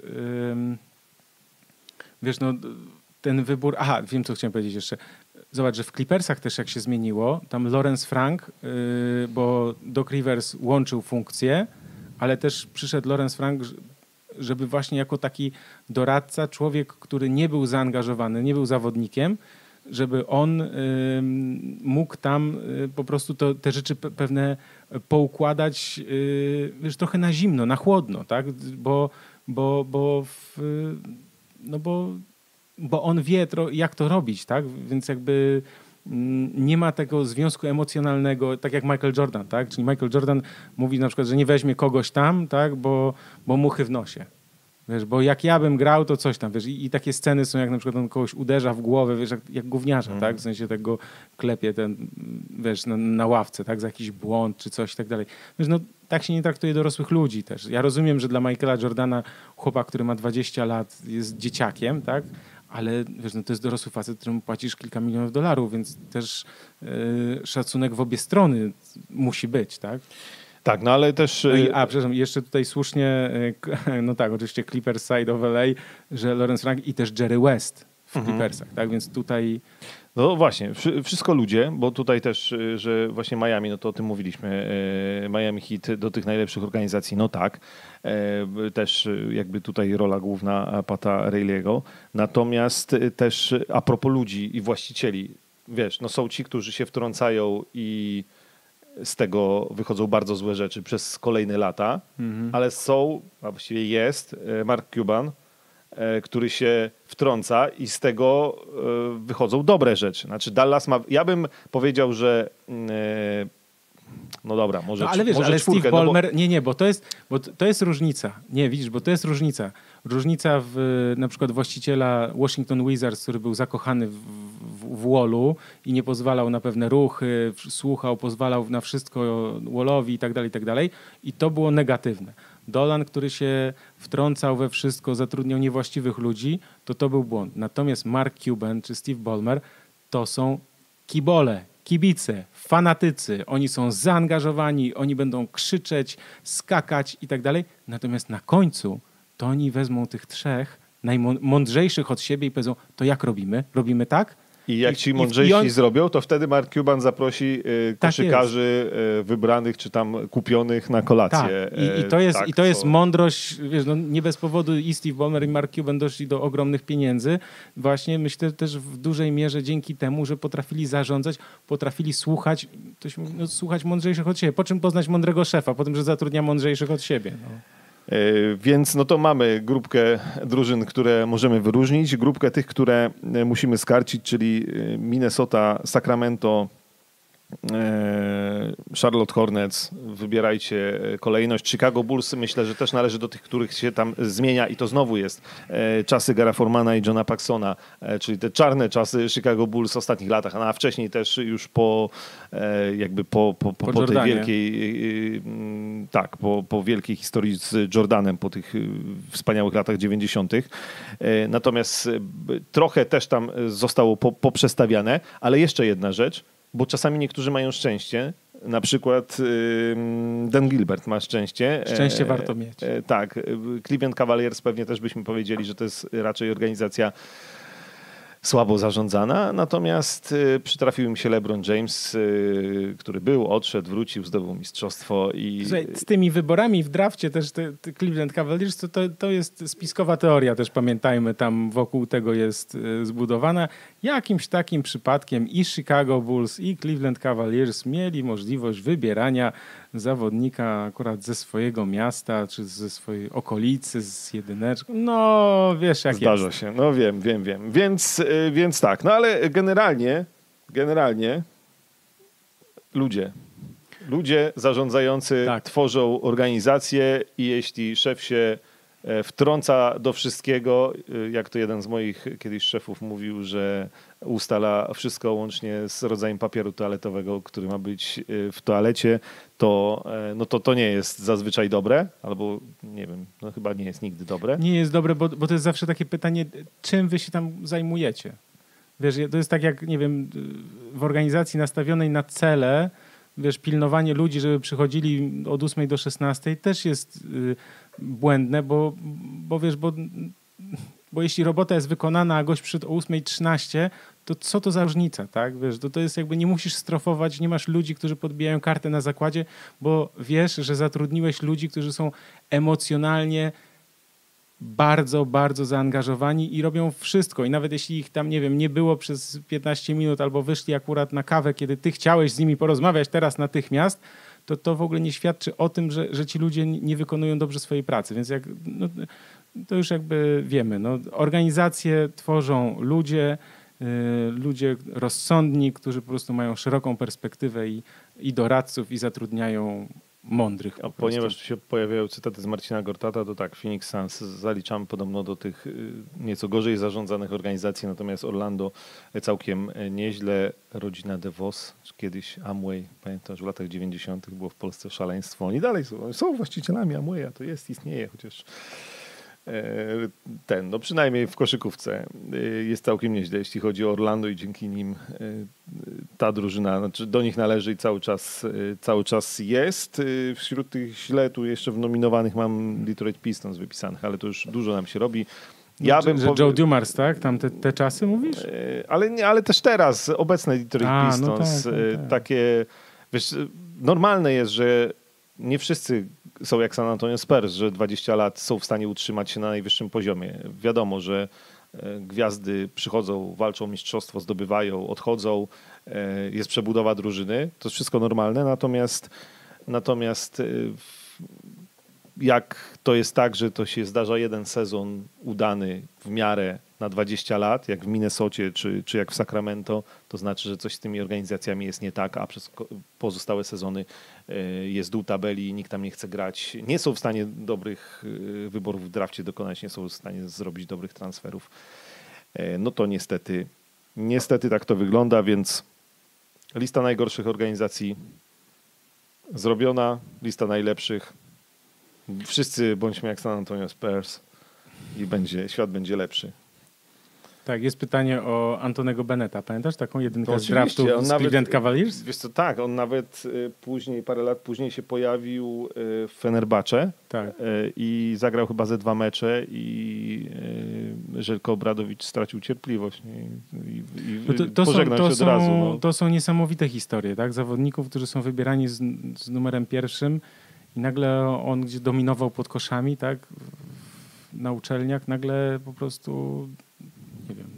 wiesz, no ten wybór... Aha, wiem, co chciałem powiedzieć jeszcze. Zobacz, że w Clippersach też jak się zmieniło, tam Lawrence Frank, y, bo Doc Rivers łączył funkcje, ale też przyszedł Lawrence Frank, żeby właśnie jako taki doradca, człowiek, który nie był zaangażowany, nie był zawodnikiem, żeby on y, mógł tam y, po prostu to, te rzeczy pe- pewne poukładać y, wiesz, trochę na zimno, na chłodno, tak? Bo, bo, bo, w, no bo, bo on wie, tro, jak to robić, tak? Więc jakby nie ma tego związku emocjonalnego, tak jak Michael Jordan, tak? Czyli Michael Jordan mówi na przykład, że nie weźmie kogoś tam, tak? Bo, bo muchy w nosie. Wiesz, bo jak ja bym grał, to coś tam, wiesz, i, i takie sceny są, jak na przykład on kogoś uderza w głowę, wiesz, jak, jak gówniarza, mm. tak, w sensie tego klepie ten, wiesz, na, na ławce, tak, za jakiś błąd czy coś i tak dalej. Wiesz, no tak się nie traktuje dorosłych ludzi też. Ja rozumiem, że dla Michaela Jordana chłopak, który ma dwadzieścia lat jest dzieciakiem, tak, ale wiesz, no to jest dorosły facet, któremu płacisz kilka milionów dolarów, więc też yy, szacunek w obie strony musi być, tak. Tak, no ale też... No i, a, przepraszam, jeszcze tutaj słusznie, no tak, oczywiście Clippers Side of L A, że Lawrence Frank i też Jerry West w mhm. Clippersach, tak, więc tutaj... No właśnie, wszystko ludzie, bo tutaj też, że właśnie Miami, no to o tym mówiliśmy, Miami Heat do tych najlepszych organizacji, no tak, też jakby tutaj rola główna Pata Riley'ego, natomiast też a propos ludzi i właścicieli, wiesz, no są ci, którzy się wtrącają i z tego wychodzą bardzo złe rzeczy przez kolejne lata, mhm. ale są, a właściwie jest Mark Cuban, który się wtrąca i z tego wychodzą dobre rzeczy. Znaczy Dallas ma, ja bym powiedział, że no dobra, może, no, ale wiesz, może ale czwórkę. Steve Ballmer, No bo... nie, nie, bo to jest, bo to jest różnica. Nie, widzisz, bo to jest różnica. Różnica w na przykład właściciela Washington Wizards, który był zakochany w, w, w Wallu i nie pozwalał na pewne ruchy, słuchał, pozwalał na wszystko Wallowi i tak dalej, i tak dalej. I to było negatywne. Dolan, który się wtrącał we wszystko, zatrudniał niewłaściwych ludzi, to to był błąd. Natomiast Mark Cuban czy Steve Ballmer to są kibole, kibice, fanatycy. Oni są zaangażowani, oni będą krzyczeć, skakać i tak dalej. Natomiast na końcu to oni wezmą tych trzech najmądrzejszych od siebie i powiedzą, to jak robimy? Robimy tak? I jak ci mądrzejsi on... zrobią, to wtedy Mark Cuban zaprosi y, koszykarzy tak y, wybranych czy tam kupionych na kolację. Tak. I, i to jest, tak, i to jest co... mądrość, wiesz, no, nie bez powodu i Steve Ballmer i Mark Cuban doszli do ogromnych pieniędzy. Właśnie myślę też w dużej mierze dzięki temu, że potrafili zarządzać, potrafili słuchać, to się, no, słuchać mądrzejszych od siebie. Po czym poznać mądrego szefa? Po tym, że zatrudnia mądrzejszych od siebie. No. Więc no to mamy grupkę drużyn, które możemy wyróżnić, grupkę tych, które musimy skarcić, czyli Minnesota, Sacramento, Charlotte Hornets, wybierajcie kolejność. Chicago Bulls myślę, że też należy do tych, których się tam zmienia i to znowu jest czasy Gara Formana i Johna Paxsona, czyli te czarne czasy Chicago Bulls w ostatnich latach, a wcześniej też już po jakby po, po, po, po tej wielkiej tak, po, po wielkiej historii z Jordanem, po tych wspaniałych latach dziewięćdziesiątych. Natomiast trochę też tam zostało poprzestawiane, ale jeszcze jedna rzecz, bo czasami niektórzy mają szczęście, na przykład Dan Gilbert ma szczęście. Szczęście warto mieć. Tak, Cleveland Cavaliers pewnie też byśmy powiedzieli, że to jest raczej organizacja słabo zarządzana, natomiast przytrafił mi się LeBron James, który był, odszedł, wrócił, zdobył mistrzostwo. I... Słuchaj, z tymi wyborami w drafcie też te, te Cleveland Cavaliers, to, to, to jest spiskowa teoria też, pamiętajmy, tam wokół tego jest zbudowana. Jakimś takim przypadkiem i Chicago Bulls, i Cleveland Cavaliers mieli możliwość wybierania zawodnika akurat ze swojego miasta, czy ze swojej okolicy, z jedyneczką. No, wiesz jak Zdarza jest. się. No wiem, wiem, wiem. Więc, więc tak. No ale generalnie, generalnie ludzie. Ludzie zarządzający tak. tworzą organizację i jeśli szef się wtrąca do wszystkiego, jak to jeden z moich kiedyś szefów mówił, że ustala wszystko łącznie z rodzajem papieru toaletowego, który ma być w toalecie, to, no to, to nie jest zazwyczaj dobre, albo nie wiem, no chyba nie jest nigdy dobre. Nie jest dobre, bo, bo to jest zawsze takie pytanie, czym wy się tam zajmujecie? Wiesz, to jest tak jak, nie wiem, w organizacji nastawionej na cele, wiesz, pilnowanie ludzi, żeby przychodzili od ósmej do szesnastej też jest y, błędne, bo, bo wiesz, bo, bo jeśli robota jest wykonana, a gość przyszedł o ósmej trzynaście, to co to za różnica, tak? Wiesz, to, to jest jakby nie musisz strofować, nie masz ludzi, którzy podbijają kartę na zakładzie, bo wiesz, że zatrudniłeś ludzi, którzy są emocjonalnie bardzo, bardzo zaangażowani i robią wszystko. I nawet jeśli ich tam, nie wiem, nie było przez piętnaście minut albo wyszli akurat na kawę, kiedy ty chciałeś z nimi porozmawiać teraz natychmiast, to to w ogóle nie świadczy o tym, że, że ci ludzie nie wykonują dobrze swojej pracy. Więc jak, no, to już jakby wiemy. No, organizacje tworzą ludzie, ludzie rozsądni, którzy po prostu mają szeroką perspektywę i, i doradców i zatrudniają mądrych. A ponieważ tu się pojawiają cytaty z Marcina Gortata, to tak, Phoenix Suns zaliczamy podobno do tych nieco gorzej zarządzanych organizacji, natomiast Orlando całkiem nieźle. Rodzina DeVos, czy kiedyś Amway, pamiętam, że w latach dziewięćdziesiątych było w Polsce szaleństwo. Oni dalej są, są właścicielami Amwaya, to jest, istnieje, chociaż ten, no przynajmniej w koszykówce jest całkiem nieźle, jeśli chodzi o Orlando i dzięki nim ta drużyna, znaczy do nich należy i cały czas, cały czas jest. Wśród tych źle tu jeszcze w nominowanych mam Detroit Pistons wypisanych, ale to już dużo nam się robi. Ja no, bym że powie... Joe Dumars, tak? Tam te, te czasy mówisz? Ale, nie, ale też teraz, obecne Detroit A, Pistons, no tak, tak, tak. takie, wiesz, normalne jest, że nie wszyscy są jak San Antonio Spurs, że dwadzieścia lat są w stanie utrzymać się na najwyższym poziomie. Wiadomo, że gwiazdy przychodzą, walczą o mistrzostwo, zdobywają, odchodzą, jest przebudowa drużyny. To jest wszystko normalne, natomiast, natomiast jak to jest tak, że to się zdarza jeden sezon udany w miarę na dwadzieścia lat, jak w Minnesocie czy, czy jak w Sacramento, to znaczy, że coś z tymi organizacjami jest nie tak, a przez pozostałe sezony jest dół tabeli i nikt tam nie chce grać. Nie są w stanie dobrych wyborów w drafcie dokonać, nie są w stanie zrobić dobrych transferów. No to niestety, niestety tak to wygląda, więc lista najgorszych organizacji zrobiona, lista najlepszych. Wszyscy bądźmy jak San Antonio Spurs i będzie, świat będzie lepszy. Tak, jest pytanie o Antonego Beneta. Pamiętasz taką jedynkę z draftu z Cleveland Cavaliers? Wiesz co, tak, on nawet później, parę lat później się pojawił w Fenerbahce tak. i zagrał chyba ze dwa mecze i Żeljko Obradowicz stracił cierpliwość i, i no to, to pożegnał są, to się są, od razu. No. To są niesamowite historie, tak? Zawodników, którzy są wybierani z, z numerem pierwszym i nagle on gdzie dominował pod koszami, tak? Na uczelniach, nagle po prostu nie wiem,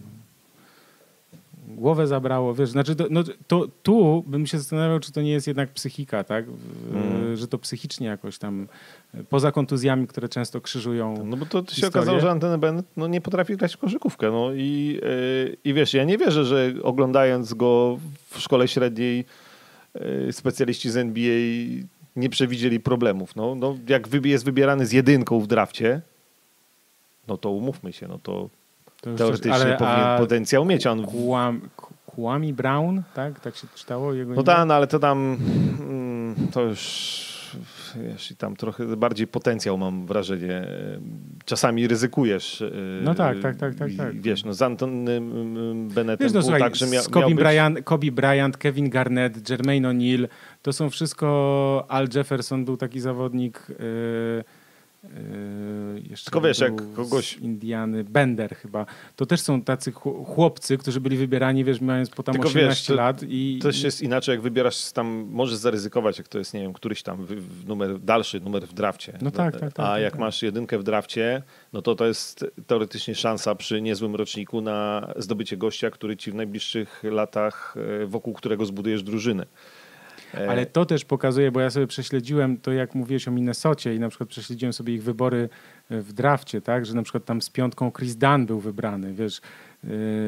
no, głowę zabrało, wiesz, znaczy to, no, to tu bym się zastanawiał, czy to nie jest jednak psychika, tak? Mm. Że to psychicznie jakoś tam, poza kontuzjami, które często krzyżują. No bo to, to się okazało, że Antony Bennett no, nie potrafi grać w koszykówkę, no i, yy, i wiesz, ja nie wierzę, że oglądając go w szkole średniej yy, specjaliści z N B A nie przewidzieli problemów, no, no jak jest wybierany z jedynką w drafcie, no to umówmy się, no to teoretycznie coś, ale, powinien potencjał mieć. On... Kwame Brown, tak? Tak się czytało? Jego no tak, no, ale to tam mm, to już wiesz, i tam trochę bardziej potencjał mam wrażenie. Czasami ryzykujesz. No tak, tak, tak, tak. tak. Wiesz, no z Antonym Bennettem wiesz, no, słuchaj, tak, że mia, Kobe, być... Bryant, Kobe Bryant, Kevin Garnett, Jermaine O'Neal, to są wszystko, Al Jefferson był taki zawodnik, yy, Yy, jeszcze tylko wiesz, jak kogoś... Indiany, Bender chyba. To też są tacy chłopcy, którzy byli wybierani, wiesz, mając po tam tylko osiemnaście wiesz, lat. I też jest inaczej, jak wybierasz tam, możesz zaryzykować, jak to jest, nie wiem, któryś tam numer, dalszy numer w drafcie. No tak, tak, tak. A tak, jak tak. masz jedynkę w drafcie, no to to jest teoretycznie szansa przy niezłym roczniku na zdobycie gościa, który ci w najbliższych latach, wokół którego zbudujesz drużynę. Ale to też pokazuje, bo ja sobie prześledziłem to, jak mówiłeś o Minnesocie i na przykład prześledziłem sobie ich wybory w drafcie, tak, że na przykład tam z piątką Chris Dunn był wybrany, wiesz, yy,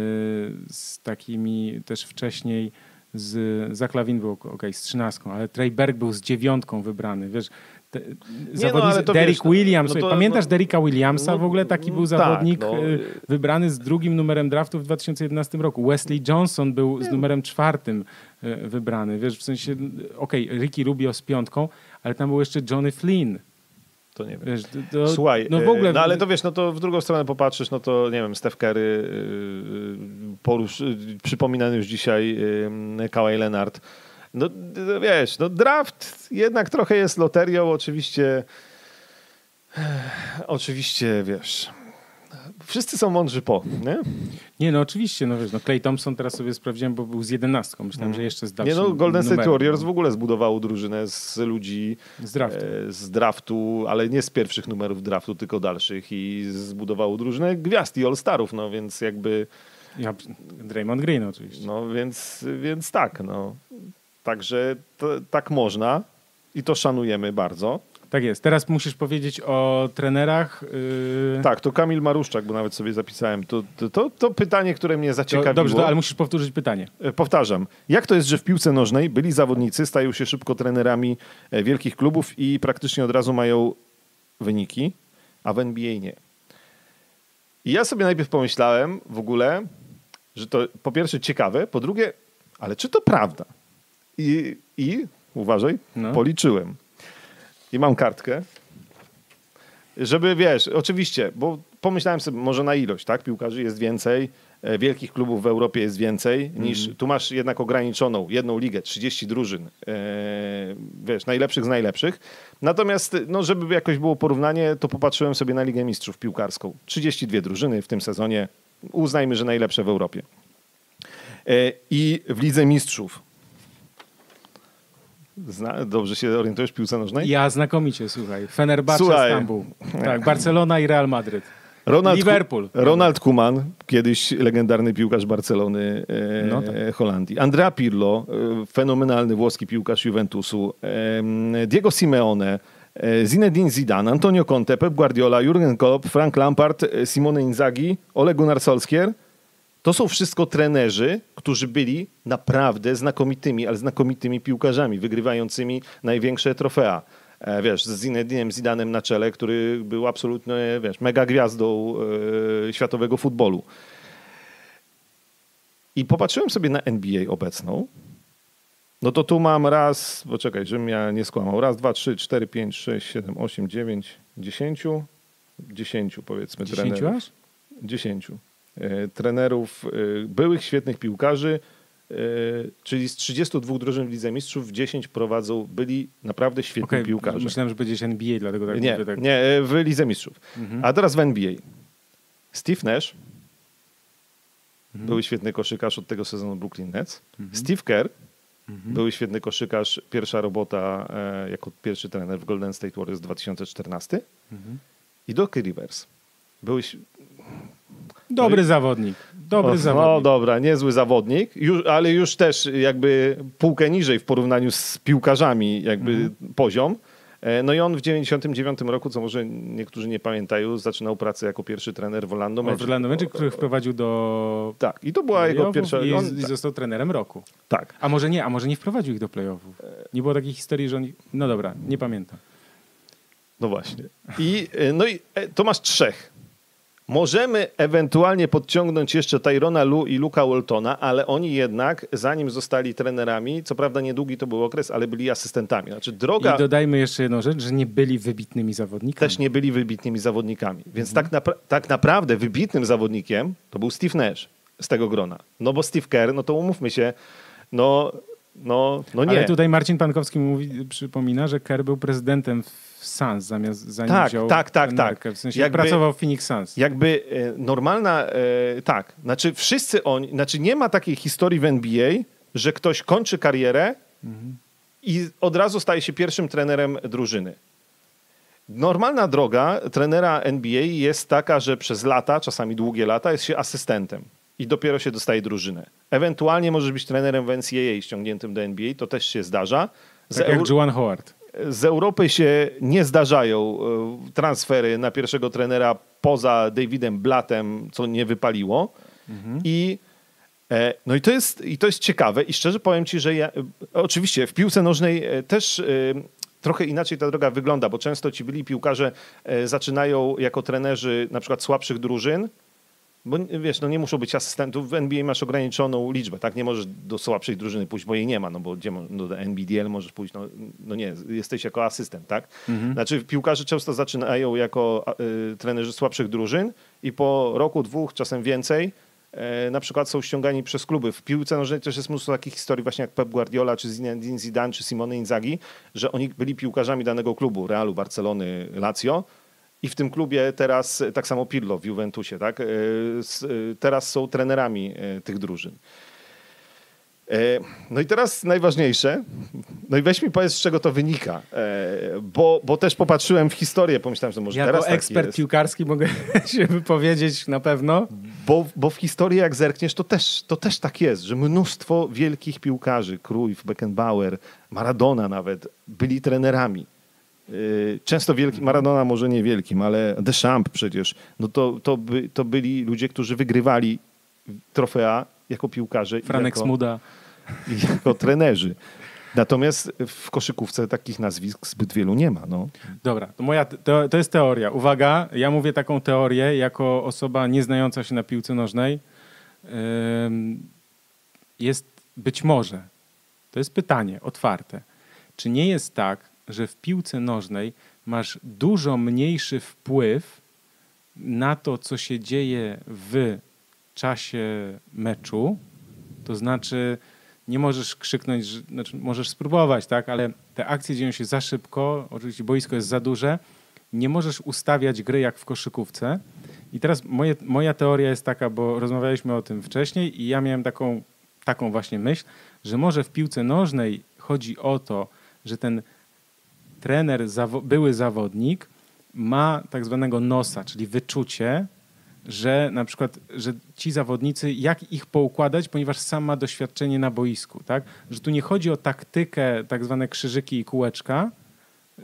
z takimi też wcześniej z Zach LaVine był ok, z trzynastką, ale Trey Burke był z dziewiątką wybrany, wiesz. Te, nie, no, ale to Derrick wiesz, Williams. No to, Pamiętasz no, Derricka Williamsa? No, w ogóle taki był zawodnik tak, no. wybrany z drugim numerem draftu w dwa tysiące jedenastym roku. Wesley Johnson był z numerem czwartym wybrany. Wiesz, w sensie, okej, okay, Ricky Rubio z piątką, ale tam był jeszcze Johnny Flynn. To nie wiem. Wiesz, to, Słuchaj, no, w ogóle... no ale to wiesz, no to w drugą stronę popatrzysz, no to nie wiem, Steph Curry, porusz, przypominany już dzisiaj Kawhi Leonard. No wiesz, no draft jednak trochę jest loterią, oczywiście, oczywiście, wiesz, wszyscy są mądrzy po, nie? Nie, no oczywiście, no wiesz, no Klay Thompson teraz sobie sprawdziłem, bo był z jedenastką, myślałem, mm. że jeszcze z dalszym Nie no, Golden State numerem. Warriors w ogóle zbudowało drużynę z ludzi z draftu. E, z draftu, ale nie z pierwszych numerów draftu, tylko dalszych i zbudowało drużynę gwiazd i all-starów, no więc jakby... Ja, Draymond Green oczywiście. No więc, więc tak, no. Także to, tak można i to szanujemy bardzo. Tak jest. Teraz musisz powiedzieć o trenerach. Yy... Tak, to Kamil Maruszczak, bo nawet sobie zapisałem. To, to, to, to pytanie, które mnie zaciekawiło. To, dobrze, to, ale musisz powtórzyć pytanie. Powtarzam. Jak to jest, że w piłce nożnej byli zawodnicy stają się szybko trenerami wielkich klubów i praktycznie od razu mają wyniki, a w N B A nie? I ja sobie najpierw pomyślałem w ogóle, że to po pierwsze ciekawe, po drugie, ale czy to prawda? I, i uważaj, no. policzyłem. I mam kartkę, żeby, wiesz, oczywiście, bo pomyślałem sobie, może na ilość, tak? Piłkarzy jest więcej, wielkich klubów w Europie jest więcej, mm. niż tu masz jednak ograniczoną jedną ligę, trzydzieści drużyn, e, wiesz, najlepszych z najlepszych. Natomiast, no, żeby jakoś było porównanie, to popatrzyłem sobie na Ligę Mistrzów piłkarską. trzydzieści dwie drużyny w tym sezonie, uznajmy, że najlepsze w Europie. E, I w Lidze Mistrzów. Zna, dobrze się orientujesz w piłce nożnej? Ja znakomicie, słuchaj. Fenerbahce, Stambuł. Tak, Barcelona i Real Madryt. Ronald Liverpool. Ronald Koeman, kiedyś legendarny piłkarz Barcelony, e, no tak. Holandii. Andrea Pirlo, e, fenomenalny włoski piłkarz Juventusu. E, Diego Simeone, e, Zinedine Zidane, Antonio Conte, Pep Guardiola, Jurgen Klopp, Frank Lampard, e, Simone Inzaghi, Ole Gunnar Solskjaer. To są wszystko trenerzy, którzy byli naprawdę znakomitymi, ale znakomitymi piłkarzami, wygrywającymi największe trofea. Wiesz, z Zinedinem Zidanem na czele, który był absolutnie, wiesz, mega gwiazdą e, światowego futbolu. I popatrzyłem sobie na N B A obecną. No to tu mam raz, poczekaj, żebym ja nie skłamał. Raz, dwa, trzy, cztery, pięć, sześć, siedem, osiem, dziewięć, dziesięciu. Dziesięciu powiedzmy Dziesięciu trenerów. aż? Dziesięciu. E, trenerów, e, byłych świetnych piłkarzy, czyli z trzydziestu dwóch drużyn w Lidze Mistrzów w dziesięć prowadzą, byli naprawdę świetni okay, piłkarze. Myślałem, że będziesz N B A, dlatego tak nie, mówię. Tak. Nie, w Lidze Mistrzów. Mhm. A teraz w N B A. Steve Nash, mhm. były świetny koszykarz od tego sezonu Brooklyn Nets. Mhm. Steve Kerr, mhm. były świetny koszykarz, pierwsza robota e, jako pierwszy trener w Golden State Warriors dwa tysiące czternastym. Mhm. I Doc Rivers. Były... Dobry no i... zawodnik. Dobry o, zawodnik. No dobra, niezły zawodnik, już, ale już też jakby półkę niżej w porównaniu z piłkarzami jakby mm. poziom. No i on w dziewięćdziesiątym dziewiątym roku, co może niektórzy nie pamiętają, zaczynał pracę jako pierwszy trener w Orlando Magic. W Orlando Magic, których wprowadził do... Tak, i to była jego pierwsza... I, on, i tak. został trenerem roku. Tak. A może nie, a może nie wprowadził ich do playoffów. Nie było takiej historii, że oni... No dobra, nie pamiętam. No właśnie. I, no i to masz trzech. Możemy ewentualnie podciągnąć jeszcze Tyrona Lue i Luka Waltona, ale oni jednak, zanim zostali trenerami, co prawda niedługi to był okres, ale byli asystentami. Znaczy droga... I dodajmy jeszcze jedną rzecz, że nie byli wybitnymi zawodnikami. Też nie byli wybitnymi zawodnikami. Więc mhm. tak, napra- tak naprawdę wybitnym zawodnikiem to był Steve Nash z tego grona. No bo Steve Kerr, no to umówmy się, no, no, no nie. Ale tutaj Marcin Pankowski mówi, przypomina, że Kerr był prezydentem Suns zamiast zanim tak, wziął tak, tak, tak. W sensie jakby, pracował w Phoenix Suns. Jakby e, normalna, e, tak, znaczy wszyscy oni, znaczy nie ma takiej historii w N B A, że ktoś kończy karierę mhm. i od razu staje się pierwszym trenerem drużyny. Normalna droga trenera N B A jest taka, że przez lata, czasami długie lata, jest się asystentem i dopiero się dostaje drużynę. Ewentualnie możesz być trenerem w N C A A ściągniętym do N B A, to też się zdarza. Tak jak Juwan Howard. Z Europy się nie zdarzają transfery na pierwszego trenera poza Davidem Blattem, co nie wypaliło. Mhm. I, no i, to jest, i to jest ciekawe. I szczerze powiem ci, że ja, oczywiście w piłce nożnej też trochę inaczej ta droga wygląda, bo często ci byli piłkarze zaczynają jako trenerzy na przykład słabszych drużyn, bo wiesz, no nie muszą być asystentów. W N B A masz ograniczoną liczbę, tak? Nie możesz do słabszej drużyny pójść, bo jej nie ma, no bo gdzie no do N B D L możesz pójść, no, no nie, jesteś jako asystent, tak? Mhm. Znaczy piłkarze często zaczynają jako y, trenerzy słabszych drużyn i po roku, dwóch, czasem więcej y, na przykład są ściągani przez kluby. W piłce nożnej też jest mnóstwo takich historii właśnie jak Pep Guardiola, czy Zinedine Zidane, czy Simone Inzaghi, że oni byli piłkarzami danego klubu, Realu, Barcelony, Lazio. I w tym klubie teraz, tak samo Pirlo w Juventusie, tak? Teraz są trenerami tych drużyn. No i teraz najważniejsze, no i weź mi powiedz, z czego to wynika, bo, bo też popatrzyłem w historię, pomyślałem, że może ja teraz jako ekspert tak piłkarski mogę się wypowiedzieć na pewno. Bo, bo w historii jak zerkniesz, to też, to też tak jest, że mnóstwo wielkich piłkarzy, Cruyff, Beckenbauer, Maradona nawet, byli trenerami. często wielki, Maradona może nie wielkim, ale Deschamps przecież, no to, to, by, to byli ludzie, którzy wygrywali trofea jako piłkarze Franek i jako, Smuda. i jako trenerzy. Natomiast w koszykówce takich nazwisk zbyt wielu nie ma. No. Dobra, to, moja, to, to jest teoria. Uwaga, ja mówię taką teorię jako osoba nieznająca się na piłce nożnej. Ym, jest być może, to jest pytanie otwarte, czy nie jest tak, że w piłce nożnej masz dużo mniejszy wpływ na to, co się dzieje w czasie meczu, to znaczy nie możesz krzyknąć, że, znaczy możesz spróbować, tak, ale te akcje dzieją się za szybko, oczywiście boisko jest za duże, nie możesz ustawiać gry jak w koszykówce. I teraz moje, moja teoria jest taka, bo rozmawialiśmy o tym wcześniej i ja miałem taką, taką właśnie myśl, że może w piłce nożnej chodzi o to, że ten trener, zawo- były zawodnik ma tak zwanego nosa, czyli wyczucie, że na przykład, że ci zawodnicy, jak ich poukładać, ponieważ sam ma doświadczenie na boisku, tak? Że tu nie chodzi o taktykę, tak zwane krzyżyki i kółeczka, yy,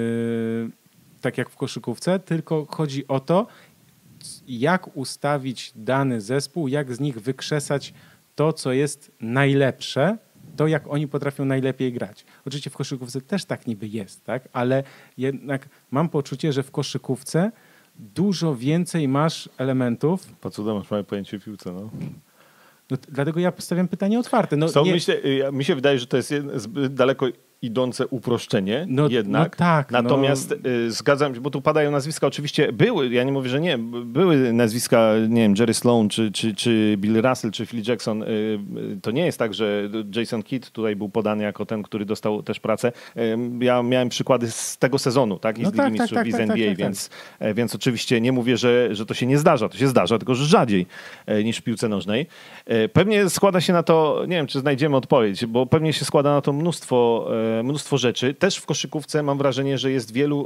tak jak w koszykówce, tylko chodzi o to, jak ustawić dany zespół, jak z nich wykrzesać to, co jest najlepsze, to jak oni potrafią najlepiej grać. Oczywiście w koszykówce też tak niby jest, tak? Ale jednak mam poczucie, że w koszykówce dużo więcej masz elementów. Po co to masz małe pojęcie w piłce? No. No, dlatego ja postawiam pytanie otwarte. No, Co, nie... myślę, mi się wydaje, że to jest zbyt daleko idące uproszczenie no, jednak. No tak, Natomiast no... y, zgadzam się, bo tu padają nazwiska, oczywiście były, ja nie mówię, że nie, były nazwiska, nie wiem, Jerry Sloan, czy, czy, czy Bill Russell, czy Phil Jackson. Y, y, to nie jest tak, że Jason Kidd tutaj był podany jako ten, który dostał też pracę. Y, ja miałem przykłady z tego sezonu, tak, i no z Ligi tak, Mistrzów tak, i z tak, N B A, tak, tak, więc, tak. więc oczywiście nie mówię, że, że to się nie zdarza, to się zdarza, tylko że rzadziej y, niż w piłce nożnej. Y, pewnie składa się na to, nie wiem, czy znajdziemy odpowiedź, bo pewnie się składa na to mnóstwo, y, mnóstwo rzeczy. Też w koszykówce mam wrażenie, że jest wielu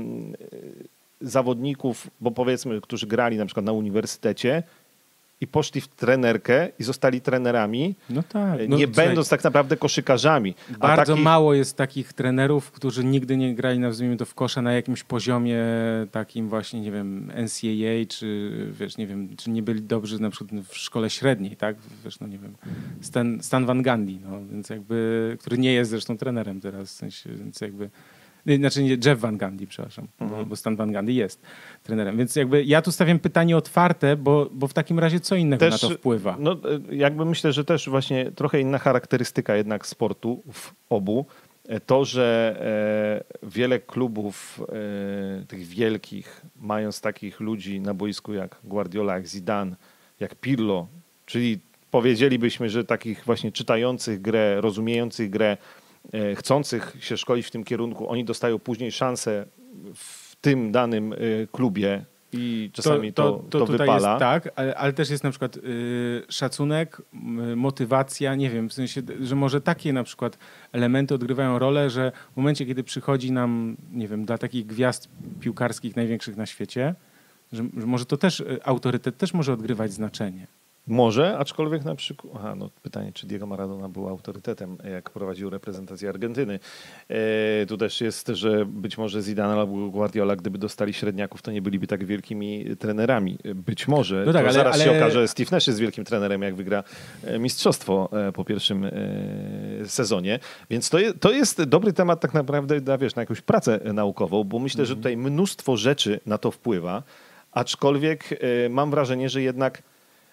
y, zawodników, bo powiedzmy, którzy grali na przykład na uniwersytecie i poszli w trenerkę i zostali trenerami, no tak. no, nie słuchaj, będąc tak naprawdę koszykarzami. Bardzo takich... mało jest takich trenerów, którzy nigdy nie grali, nazwijmy to, w kosza na jakimś poziomie takim właśnie, nie wiem, N C A A, czy wiesz, nie wiem, czy nie byli dobrzy na przykład w szkole średniej, tak? Wiesz, no nie wiem, Stan, Stan Van Gundy, no, więc jakby, który nie jest zresztą trenerem teraz, w sensie, więc jakby Znaczy nie, Jeff Van Gundy, przepraszam, mhm. bo, bo Stan Van Gundy jest trenerem. Więc jakby ja tu stawiam pytanie otwarte, bo, bo w takim razie co innego też, na to wpływa? No, jakby myślę, że też właśnie trochę inna charakterystyka jednak sportu w obu. To, że e, wiele klubów e, tych wielkich, mając takich ludzi na boisku jak Guardiola, jak Zidane, jak Pirlo, czyli powiedzielibyśmy, że takich właśnie czytających grę, rozumiejących grę, chcących się szkolić w tym kierunku, oni dostają później szansę w tym danym klubie i czasami to, to, to, to tutaj wypala. Jest tak, ale, ale też jest na przykład yy, szacunek, yy, motywacja, nie wiem, w sensie, że może takie na przykład elementy odgrywają rolę, że w momencie, kiedy przychodzi nam, nie wiem, dla takich gwiazd piłkarskich największych na świecie, że, że może to też, autorytet też może odgrywać znaczenie. Może, aczkolwiek na przykład... Aha, no pytanie, czy Diego Maradona był autorytetem, jak prowadził reprezentację Argentyny. E, tu też jest, że być może Zidane albo Guardiola, gdyby dostali średniaków, to nie byliby tak wielkimi trenerami. Być może. No tak, to ale, zaraz ale... się okaże, Steve Nash jest wielkim trenerem, jak wygra mistrzostwo po pierwszym sezonie. Więc to jest, to jest dobry temat tak naprawdę na, wiesz, na jakąś pracę naukową, bo myślę, mm. że tutaj mnóstwo rzeczy na to wpływa, aczkolwiek e, mam wrażenie, że jednak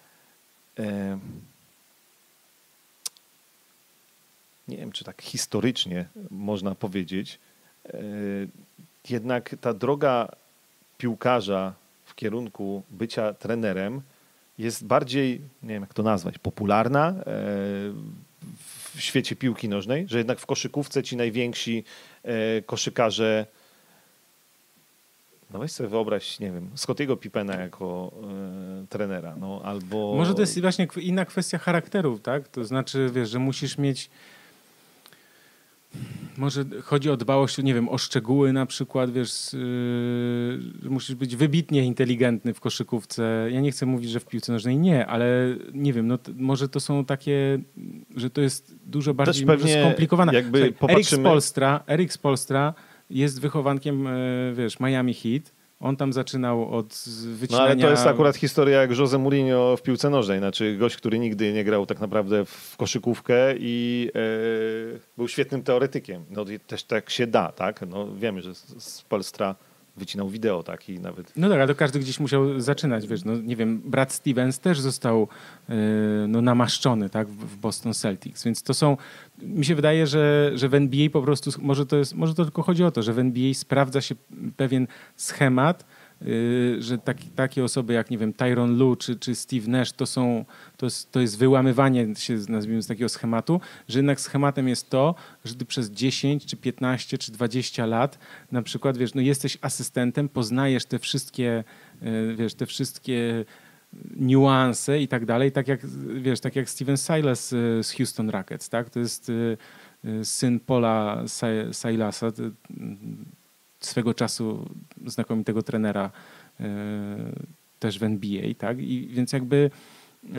nie wiem, czy tak historycznie można powiedzieć, jednak ta droga piłkarza w kierunku bycia trenerem jest bardziej, nie wiem jak to nazwać, popularna w świecie piłki nożnej, że jednak w koszykówce ci najwięksi koszykarze, no weź sobie wyobraź, nie wiem, Scottiego Pippena jako y, trenera, no albo... Może to jest właśnie inna kwestia charakteru, tak? To znaczy, wiesz, że musisz mieć... Może chodzi o dbałość, nie wiem, o szczegóły na przykład, wiesz, yy, musisz być wybitnie inteligentny w koszykówce. Ja nie chcę mówić, że w piłce nożnej nie, ale nie wiem, no t- może to są takie, że to jest dużo bardziej może skomplikowane. Jakby Słuchaj, popatrzymy... Erik Spoelstra, Erik Spoelstra jest wychowankiem, wiesz, Miami Heat. On tam zaczynał od wycinania... No ale to jest akurat historia jak Jose Mourinho w piłce nożnej. Znaczy gość, który nigdy nie grał tak naprawdę w koszykówkę i e, był świetnym teoretykiem. No i też tak się da, tak? No wiemy, że z Polstra wycinał wideo, tak? I nawet... No tak, ale to każdy gdzieś musiał zaczynać, wiesz, no nie wiem, Brad Stevens też został yy, no, namaszczony, tak, w, w Boston Celtics, więc to są, mi się wydaje, że, że w N B A po prostu, może to, jest, może to tylko chodzi o to, że w N B A sprawdza się pewien schemat, yy, że taki, takie osoby jak, nie wiem, Tyronn Lue czy, czy Steve Nash, to są, to jest, to jest wyłamywanie się, nazwijmy, z takiego schematu, że jednak schematem jest to, że ty przez dziesięć, czy piętnaście, czy dwadzieścia lat na przykład, wiesz, no jesteś asystentem, poznajesz te wszystkie, yy, wiesz, te wszystkie niuanse i tak dalej, tak jak, wiesz, tak jak Steven Silas z Houston Rockets, tak? To jest yy, syn Paula Silasa, swego czasu znakomitego trenera yy, też w N B A, tak? I więc jakby yy,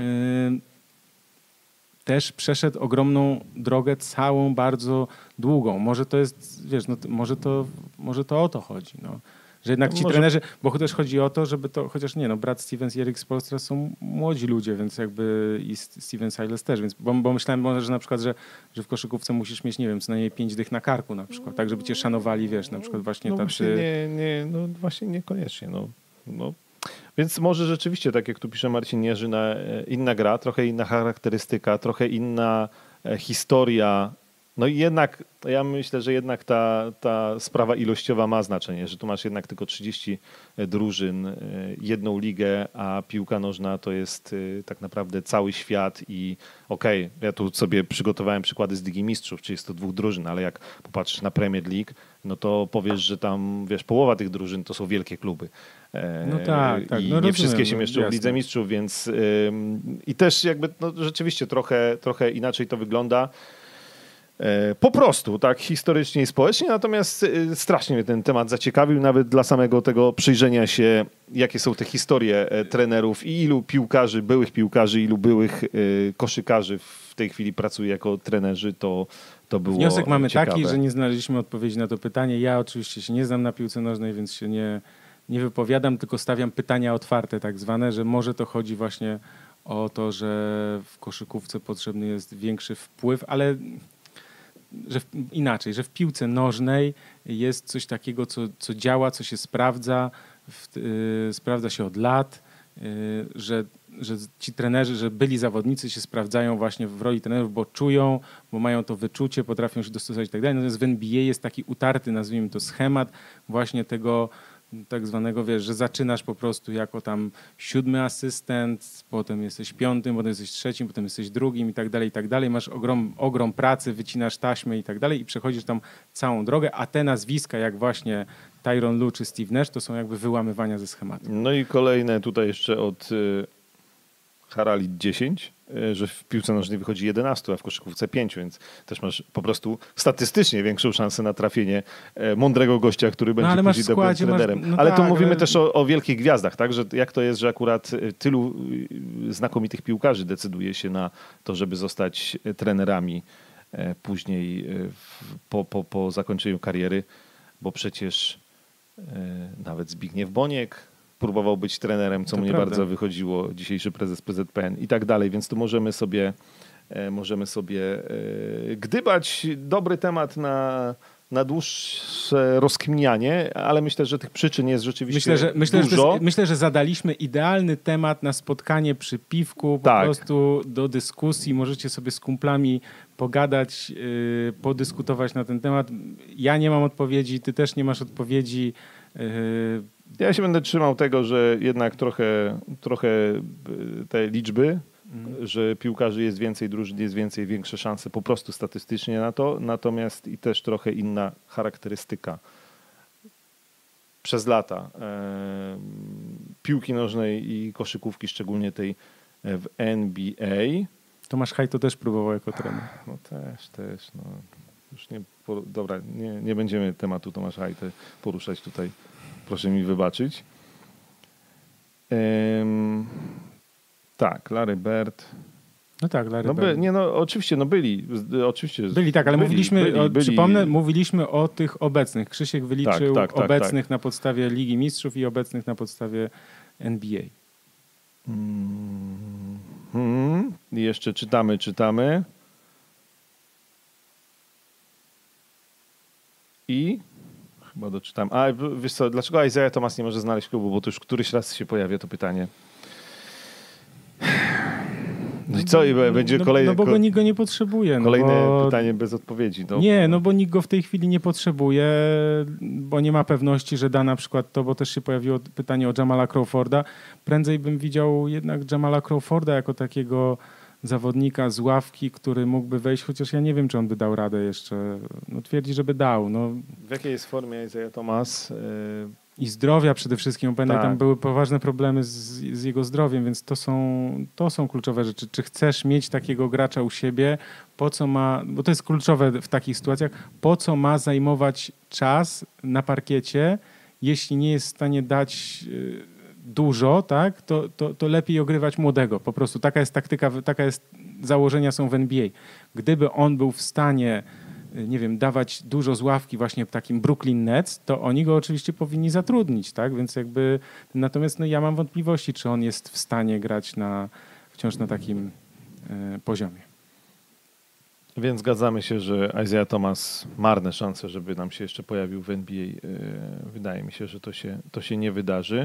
też przeszedł ogromną drogę, całą, bardzo długą. Może to jest, wiesz, no, może, to, może to o to chodzi, no. Że jednak ci Może... trenerzy, bo też chodzi o to, żeby to, chociaż nie, no Brad Stevens i Erik Spoelstra są młodzi ludzie, więc jakby i Steven Silas też, więc, bo, bo myślałem może, że na przykład, że, że w koszykówce musisz mieć, nie wiem, co najmniej pięć dych na karku na przykład, tak, żeby cię szanowali, wiesz, na przykład właśnie no tacy... Właśnie nie, nie, no właśnie niekoniecznie, no. no. Więc może rzeczywiście, tak jak tu pisze Marcin Jerzy, na, inna gra, trochę inna charakterystyka, trochę inna historia. No i jednak, ja myślę, że jednak ta, ta sprawa ilościowa ma znaczenie, że tu masz jednak tylko trzydzieści drużyn, jedną ligę, a piłka nożna to jest tak naprawdę cały świat i okej, okay, ja tu sobie przygotowałem przykłady z Ligi Mistrzów, czyli jest to dwóch drużyn, ale jak popatrzysz na Premier League, no to powiesz, że tam, wiesz, połowa tych drużyn to są wielkie kluby. No tak, tak. I no nie rozumiem, wszystkie się no, mieszczą w jasne. Lidze Mistrzów, więc ym, i też jakby no, rzeczywiście trochę, trochę inaczej to wygląda. Po prostu, tak, historycznie i społecznie, natomiast strasznie mnie ten temat zaciekawił, nawet dla samego tego przyjrzenia się, jakie są te historie trenerów i ilu piłkarzy, byłych piłkarzy, ilu byłych koszykarzy w tej chwili pracuje jako trenerzy, to, to było Wniosek mamy ciekawe. taki, że nie znaleźliśmy odpowiedzi na to pytanie. Ja oczywiście się nie znam na piłce nożnej, więc się nie, nie wypowiadam, tylko stawiam pytania otwarte tak zwane, że może to chodzi właśnie o to, że w koszykówce potrzebny jest większy wpływ, ale... że w, inaczej, że w piłce nożnej jest coś takiego, co, co działa, co się sprawdza, w, y, sprawdza się od lat, y, że, że ci trenerzy, że byli zawodnicy się sprawdzają właśnie w roli trenerów, bo czują, bo mają to wyczucie, potrafią się dostosować i tak dalej. Natomiast w N B A jest taki utarty, nazwijmy to, schemat właśnie tego tak zwanego, wiesz, że zaczynasz po prostu jako tam siódmy asystent, potem jesteś piątym, potem jesteś trzecim, potem jesteś drugim i tak dalej, i tak dalej. Masz ogrom, ogrom pracy, wycinasz taśmy i tak dalej i przechodzisz tam całą drogę, a te nazwiska jak właśnie Tyronn Lue czy Steve Nash to są jakby wyłamywania ze schematu. No i kolejne tutaj jeszcze od y, Haralit dziesięć, y, że w piłce nożnej wychodzi jedenaście, a w koszykówce pięć, więc też masz po prostu statystycznie większą szansę na trafienie y, mądrego gościa, który będzie ale później dobrym trenerem. Masz, no ale tak, tu mówimy ale... też o, o wielkich gwiazdach, tak? Że jak to jest, że akurat tylu znakomitych piłkarzy decyduje się na to, żeby zostać trenerami y, później y, po, po, po zakończeniu kariery, bo przecież y, nawet Zbigniew Boniek próbował być trenerem, co to mu nie prawda. bardzo wychodziło, dzisiejszy prezes P Z P N i tak dalej, więc tu możemy sobie, możemy sobie gdybać. Dobry temat na, na dłuższe rozkminianie, ale myślę, że tych przyczyn jest rzeczywiście myślę, że, myślę, dużo. Że jest, myślę, że zadaliśmy idealny temat na spotkanie przy piwku, po tak. prostu do dyskusji. Możecie sobie z kumplami pogadać, yy, podyskutować na ten temat. Ja nie mam odpowiedzi, ty też nie masz odpowiedzi. Yy, Ja się będę trzymał tego, że jednak trochę, trochę te liczby, mm. że piłkarzy jest więcej, drużyn jest więcej, większe szanse po prostu statystycznie na to, natomiast i też trochę inna charakterystyka przez lata e, piłki nożnej i koszykówki, szczególnie tej w N B A. Tomasz Haj to też próbował jako trener. No też, też. No. Już nie, dobra, nie, nie będziemy tematu Tomasza Hajty poruszać tutaj. Proszę mi wybaczyć. Ym, tak, Larry Bird. No tak, Larry No by, Bird. nie, no oczywiście, no byli. Oczywiście. Byli, tak, ale byli, mówiliśmy, byli, o, byli. przypomnę, mówiliśmy o tych obecnych. Krzysiek wyliczył Tak, tak, tak, obecnych tak. na podstawie Ligi Mistrzów i obecnych na podstawie N B A. Hmm. Hmm. I jeszcze czytamy, czytamy. I chyba doczytam. A wiesz co, dlaczego Isaiah Thomas nie może znaleźć klubu? Bo to już któryś raz się pojawia to pytanie. No i co? I będzie no, kolejne, no bo go nikt go nie potrzebuje. No kolejne bo... pytanie bez odpowiedzi. No. Nie, no bo nikt go w tej chwili nie potrzebuje, bo nie ma pewności, że da na przykład to, bo też się pojawiło pytanie o Jamala Crawforda. Prędzej bym widział jednak Jamala Crawforda jako takiego zawodnika z ławki, który mógłby wejść, chociaż ja nie wiem, czy on by dał radę jeszcze. No twierdzi, żeby dał. No. W jakiej jest formie Isaiah Thomas? I zdrowia przede wszystkim. Pamiętaj, Tak. tam były poważne problemy z, z jego zdrowiem, więc to są, to są kluczowe rzeczy. Czy chcesz mieć takiego gracza u siebie? Po co ma, bo to jest kluczowe w takich sytuacjach, po co ma zajmować czas na parkiecie, jeśli nie jest w stanie dać y, dużo, tak? To, to, to lepiej ogrywać młodego. Po prostu taka jest taktyka, taka jest, założenia są w N B A. Gdyby on był w stanie nie wiem, dawać dużo z ławki właśnie takim Brooklyn Nets, to oni go oczywiście powinni zatrudnić, tak? Więc jakby, natomiast no, ja mam wątpliwości, czy on jest w stanie grać na, wciąż na takim e, poziomie. Więc zgadzamy się, że Isaiah Thomas marne szanse, żeby nam się jeszcze pojawił w N B A. Wydaje mi się, że to się, to się nie wydarzy.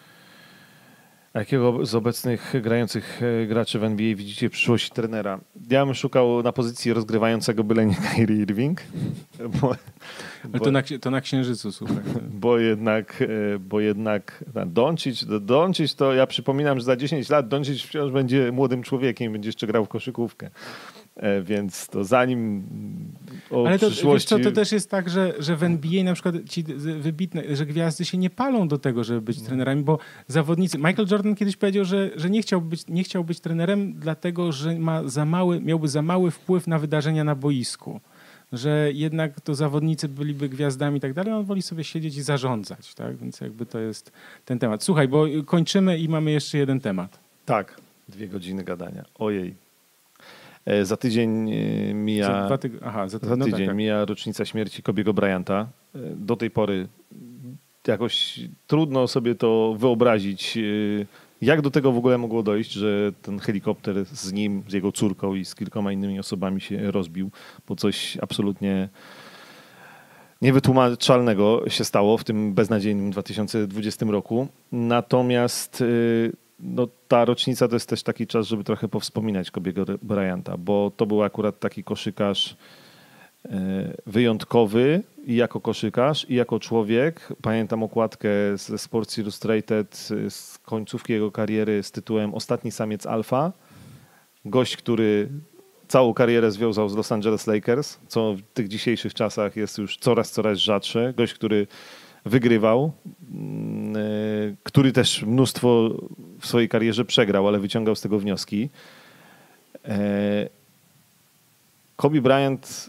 A jakiego z obecnych grających graczy w N B A widzicie przyszłości trenera? Ja bym szukał na pozycji rozgrywającego byle nie Kyrie Irving. Bo, Ale bo, to na, to na Księżycu, słuchaj. Bo jednak, bo jednak Doncic, Doncic to ja przypominam, że za dziesięć lat Doncic wciąż będzie młodym człowiekiem, będzie jeszcze grał w koszykówkę. Więc to zanim o Ale to, przyszłości... wiesz co, to też jest tak, że, że w N B A na przykład ci wybitne, że gwiazdy się nie palą do tego, żeby być trenerami, bo zawodnicy... Michael Jordan kiedyś powiedział, że, że nie, chciał być, nie chciał być trenerem, dlatego że ma za mały, miałby za mały wpływ na wydarzenia na boisku. Że jednak to zawodnicy byliby gwiazdami i tak dalej, on woli sobie siedzieć i zarządzać. Tak? Więc jakby to jest ten temat. Słuchaj, bo kończymy i mamy jeszcze jeden temat. Tak, dwie godziny gadania. Ojej. Za tydzień mija, za dwa tyg- Aha, za, ty- za no tydzień tak, tak. mija rocznica śmierci Kobiego Bryanta. Do tej pory jakoś trudno sobie to wyobrazić, jak do tego w ogóle mogło dojść, że ten helikopter z nim, z jego córką i z kilkoma innymi osobami się rozbił, bo coś absolutnie niewytłumaczalnego się stało w tym beznadziejnym dwa tysiące dwudziestym roku. Natomiast no, ta rocznica to jest też taki czas, żeby trochę powspominać Kobiego Bryanta, bo to był akurat taki koszykarz wyjątkowy i jako koszykarz, i jako człowiek. Pamiętam okładkę ze Sports Illustrated z końcówki jego kariery z tytułem Ostatni samiec alfa. Gość, który całą karierę związał z Los Angeles Lakers, co w tych dzisiejszych czasach jest już coraz, coraz rzadsze. Gość, który wygrywał, który też mnóstwo w swojej karierze przegrał, ale wyciągał z tego wnioski. Kobe Bryant,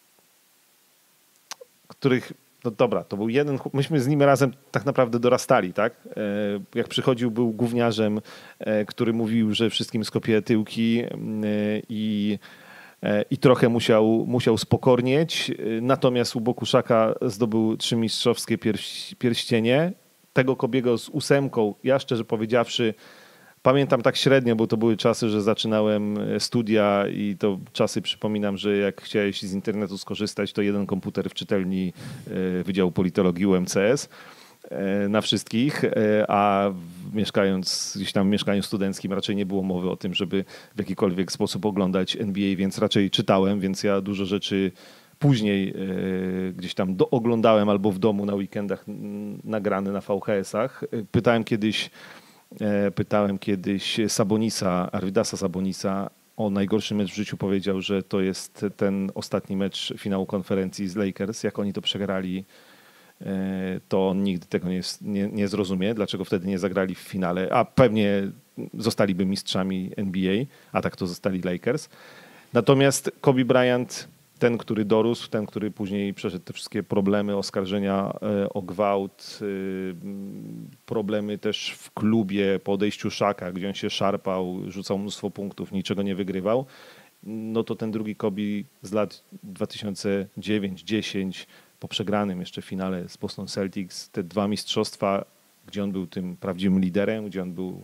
których, no dobra, to był jeden, myśmy z nim razem tak naprawdę dorastali, tak? Jak przychodził, był gówniarzem, który mówił, że wszystkim skopie tyłki i i trochę musiał, musiał spokornieć. Natomiast u boku Szaka zdobył trzy mistrzowskie pierścienie. Tego Kobiego z ósemką, ja szczerze powiedziawszy, pamiętam tak średnio, bo to były czasy, że zaczynałem studia i to czasy, przypominam, że jak chciałeś z internetu skorzystać, to jeden komputer w czytelni Wydziału Politologii U M C S na wszystkich, a mieszkając gdzieś tam w mieszkaniu studenckim raczej nie było mowy o tym, żeby w jakikolwiek sposób oglądać N B A, więc raczej czytałem, więc ja dużo rzeczy później gdzieś tam dooglądałem albo w domu na weekendach nagrane na V H S-ach. Pytałem kiedyś, pytałem kiedyś Sabonisa, Arvidasa Sabonisa o najgorszy mecz w życiu. Powiedział, że to jest ten ostatni mecz finału konferencji z Lakers. Jak oni to przegrali, to on nigdy tego nie, nie, nie zrozumie, dlaczego wtedy nie zagrali w finale, a pewnie zostaliby mistrzami N B A, a tak to zostali Lakers. Natomiast Kobe Bryant ten, który dorósł, ten, który później przeszedł te wszystkie problemy, oskarżenia o gwałt, problemy też w klubie po odejściu Szaka, gdzie on się szarpał, rzucał mnóstwo punktów, niczego nie wygrywał, no to ten drugi Kobe z lat dwa tysiące dziewiąty dziesięć po przegranym jeszcze finale z Boston Celtics, te dwa mistrzostwa, gdzie on był tym prawdziwym liderem, gdzie on był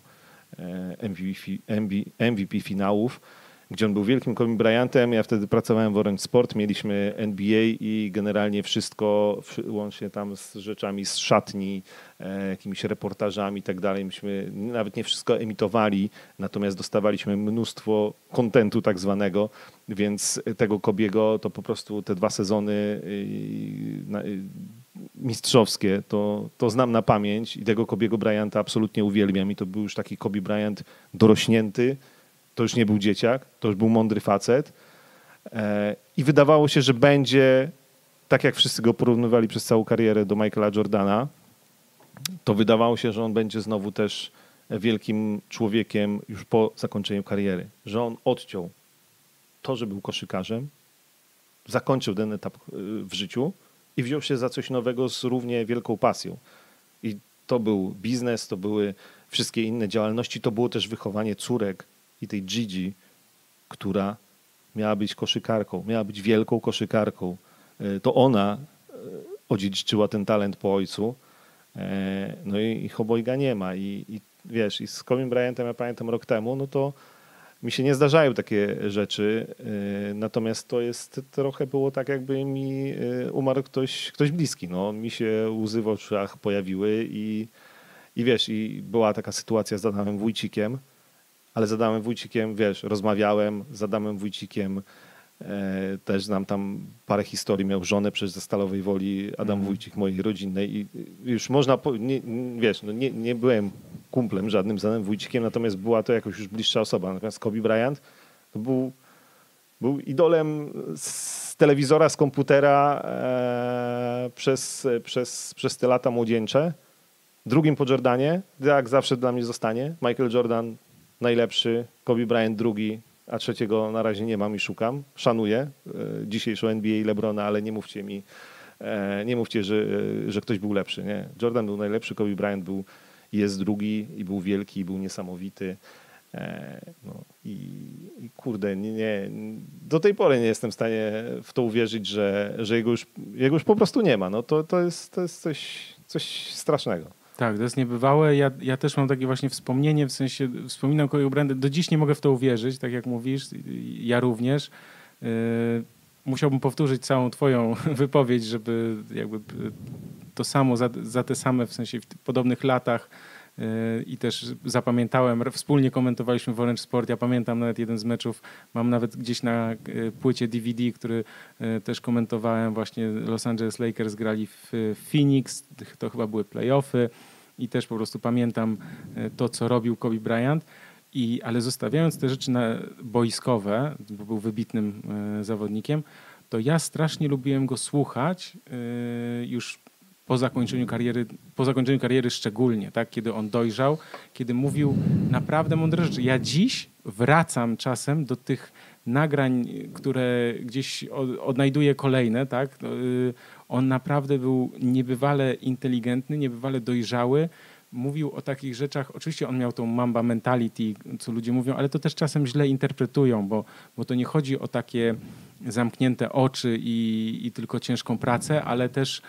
M V P finałów, gdzie on był wielkim Kobe Bryantem. Ja wtedy pracowałem w Orange Sport, mieliśmy N B A i generalnie wszystko, łącznie tam z rzeczami z szatni, e, jakimiś reportażami i tak dalej. Myśmy nawet nie wszystko emitowali, natomiast dostawaliśmy mnóstwo kontentu tak zwanego, więc tego Kobiego to po prostu te dwa sezony y, y, mistrzowskie, to, to znam na pamięć i tego Kobiego Bryanta absolutnie uwielbiam i to był już taki Kobe Bryant dorośnięty. To już nie był dzieciak, to już był mądry facet i wydawało się, że będzie, tak jak wszyscy go porównywali przez całą karierę do Michaela Jordana, to wydawało się, że on będzie znowu też wielkim człowiekiem już po zakończeniu kariery, że on odciął to, że był koszykarzem, zakończył ten etap w życiu i wziął się za coś nowego z równie wielką pasją. I to był biznes, to były wszystkie inne działalności, to było też wychowanie córek i tej Gigi, która miała być koszykarką, miała być wielką koszykarką. To ona odziedziczyła ten talent po ojcu. No i ich obojga nie ma. I, i wiesz, i z Kobe Bryantem, ja pamiętam rok temu, no to mi się nie zdarzają takie rzeczy. Natomiast to jest trochę było tak, jakby mi umarł ktoś, ktoś bliski. No, mi się łzy w oczach pojawiły i, i wiesz, i była taka sytuacja z Adamem Wójcikiem, ale z Adamem Wójcikiem, wiesz, rozmawiałem, z Adamem Wójcikiem e, też znam tam parę historii, miał żonę przecież ze Stalowej Woli, Adam mm. Wójcik mojej rodzinnej i już można, po, nie, wiesz, no nie, nie byłem kumplem żadnym z Adamem Wójcikiem, natomiast była to jakoś już bliższa osoba. Natomiast Kobe Bryant to był, był idolem z telewizora, z komputera e, przez, przez, przez te lata młodzieńcze. Drugim po Jordanie, jak zawsze dla mnie zostanie, Michael Jordan najlepszy, Kobe Bryant drugi, a trzeciego na razie nie mam i szukam. Szanuję dzisiejszą N B A i LeBrona, ale nie mówcie mi, nie mówcie, że, że ktoś był lepszy. Nie. Jordan był najlepszy, Kobe Bryant był, jest drugi i był wielki, i był niesamowity. No i, i kurde, nie, nie, do tej pory nie jestem w stanie w to uwierzyć, że, że jego, już, jego już po prostu nie ma. No to, to jest, to jest coś, coś strasznego. Tak, to jest niebywałe. Ja, ja też mam takie właśnie wspomnienie, w sensie wspominam Kobe Bryanta. Do dziś nie mogę w to uwierzyć, tak jak mówisz. Ja również. Yy, musiałbym powtórzyć całą twoją wypowiedź, żeby jakby to samo, za, za te same, w sensie w podobnych latach yy, i też zapamiętałem, wspólnie komentowaliśmy w Orange Sport. Ja pamiętam nawet jeden z meczów, mam nawet gdzieś na yy, płycie D V D, który yy, też komentowałem. Właśnie Los Angeles Lakers grali w, w Phoenix, to chyba były playoffy. I też po prostu pamiętam to, co robił Kobe Bryant. I, ale zostawiając te rzeczy na boiskowe, bo był wybitnym y, zawodnikiem, to ja strasznie lubiłem go słuchać y, już po zakończeniu kariery, po zakończeniu kariery szczególnie, tak, kiedy on dojrzał, kiedy mówił naprawdę mądre rzeczy. Ja dziś wracam czasem do tych nagrań, które gdzieś odnajduję kolejne, tak. On naprawdę był niebywale inteligentny, niebywale dojrzały. Mówił o takich rzeczach, oczywiście on miał tą Mamba mentality, co ludzie mówią, ale to też czasem źle interpretują, bo, bo to nie chodzi o takie zamknięte oczy i, i tylko ciężką pracę, ale też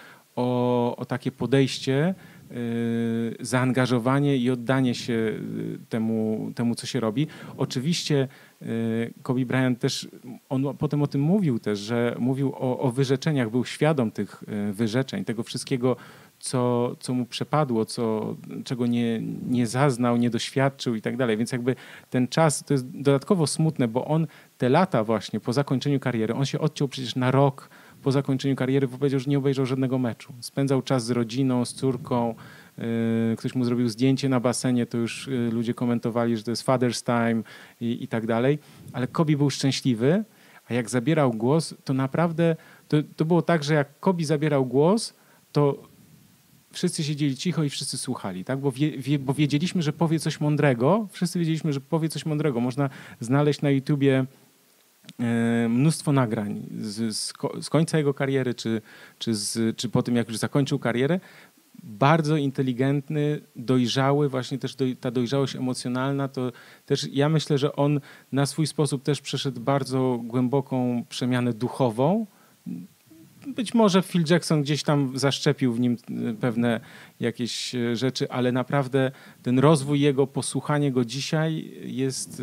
o, o takie podejście, yy, zaangażowanie i oddanie się temu, temu, co się robi. Oczywiście yy, Kobe Bryant też, on potem o tym mówił też, że mówił o, o wyrzeczeniach, był świadom tych yy, wyrzeczeń, tego wszystkiego, co, co mu przepadło, co, czego nie, nie zaznał, nie doświadczył i tak dalej. Więc jakby ten czas, to jest dodatkowo smutne, bo on te lata właśnie po zakończeniu kariery, on się odciął przecież na rok po zakończeniu kariery, bo powiedział, że nie obejrzał żadnego meczu. Spędzał czas z rodziną, z córką, yy, ktoś mu zrobił zdjęcie na basenie, to już yy, ludzie komentowali, że to jest Father's Time i, i tak dalej. Ale Kobe był szczęśliwy, a jak zabierał głos, to naprawdę, to, to było tak, że jak Kobe zabierał głos, to wszyscy siedzieli cicho i wszyscy słuchali, tak? Bo, wie, wie, bo wiedzieliśmy, że powie coś mądrego. Wszyscy wiedzieliśmy, że powie coś mądrego. Można znaleźć na YouTubie mnóstwo nagrań z, z, z końca jego kariery, czy, czy, z, czy po tym, jak już zakończył karierę. Bardzo inteligentny, dojrzały, właśnie też do, ta dojrzałość emocjonalna, to też ja myślę, że on na swój sposób też przeszedł bardzo głęboką przemianę duchową. Być może Phil Jackson gdzieś tam zaszczepił w nim pewne jakieś rzeczy, ale naprawdę ten rozwój jego, posłuchanie go dzisiaj jest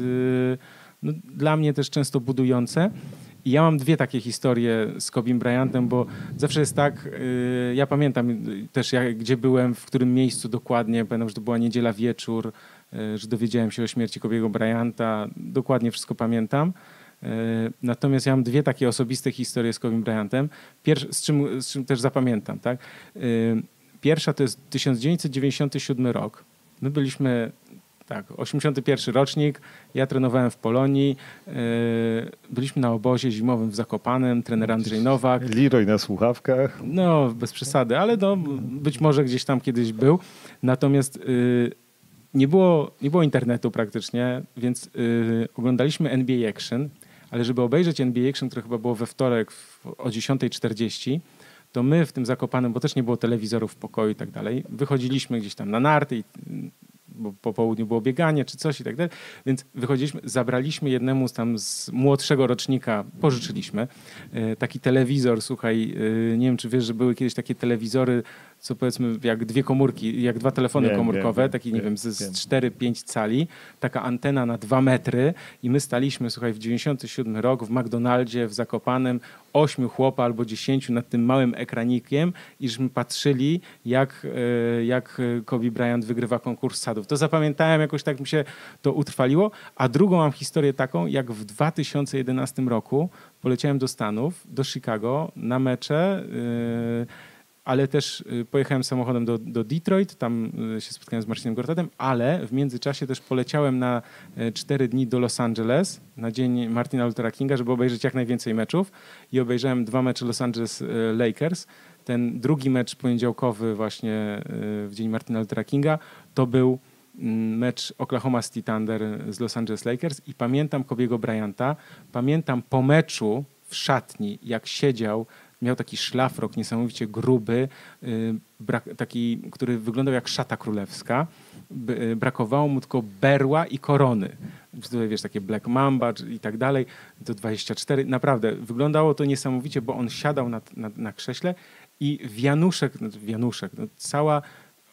no, dla mnie też często budujące. I ja mam dwie takie historie z Kobim Bryantem, bo zawsze jest tak, yy, ja pamiętam też jak, gdzie byłem, w którym miejscu dokładnie, pamiętam, że to była niedziela wieczór, yy, że dowiedziałem się o śmierci Kobiego Bryanta, dokładnie wszystko pamiętam. Yy, natomiast ja mam dwie takie osobiste historie z Kobim Bryantem, Pier- z, czym, z czym też zapamiętam. Tak? Yy, pierwsza to jest tysiąc dziewięćset dziewięćdziesiąty siódmy rok. My byliśmy... Tak, osiemdziesiąty pierwszy rocznik, ja trenowałem w Polonii, yy, byliśmy na obozie zimowym w Zakopanem, trener Andrzej Nowak. Leroy na słuchawkach. No, bez przesady, ale no, być może gdzieś tam kiedyś był. Natomiast yy, nie było, nie było internetu praktycznie, więc yy, oglądaliśmy N B A Action, ale żeby obejrzeć N B A Action, które chyba było we wtorek w, o dziesiątej czterdzieści, to my w tym Zakopanem, bo też nie było telewizorów w pokoju i tak dalej, wychodziliśmy gdzieś tam na narty i bo po południu było bieganie czy coś i tak dalej, więc wychodziliśmy, zabraliśmy jednemu z tam z młodszego rocznika, pożyczyliśmy taki telewizor, słuchaj, nie wiem czy wiesz, że były kiedyś takie telewizory, co powiedzmy jak dwie komórki, jak dwa telefony wiem, komórkowe, wiem, taki nie wiem, wiem z cztery pięć cali, taka antena na dwa metry i my staliśmy, słuchaj, w dziewięćdziesiąty siódmy rok w McDonaldzie w Zakopanem, ośmiu chłopa albo dziesięciu nad tym małym ekranikiem i żeśmy patrzyli, jak, jak Kobe Bryant wygrywa konkurs sadów. To zapamiętałem, jakoś tak mi się to utrwaliło. A drugą mam historię taką, jak w dwa tysiące jedenastym roku poleciałem do Stanów, do Chicago na mecze, yy, ale też pojechałem samochodem do, do Detroit, tam się spotkałem z Marcinem Gortatem, ale w międzyczasie też poleciałem na cztery dni do Los Angeles na dzień Martina Luthera Kinga, żeby obejrzeć jak najwięcej meczów i obejrzałem dwa mecze Los Angeles Lakers. Ten drugi mecz poniedziałkowy właśnie w dzień Martina Luthera Kinga to był mecz Oklahoma City Thunder z Los Angeles Lakers i pamiętam Kobiego Bryanta, pamiętam po meczu w szatni, jak siedział, miał taki szlafrok niesamowicie gruby, brak, taki, który wyglądał jak szata królewska. Brakowało mu tylko berła i korony. Tutaj wiesz, takie Black Mamba i tak dalej, to dwadzieścia cztery. Naprawdę, wyglądało to niesamowicie, bo on siadał na, na, na krześle i wianuszek, no, wianuszek no, cała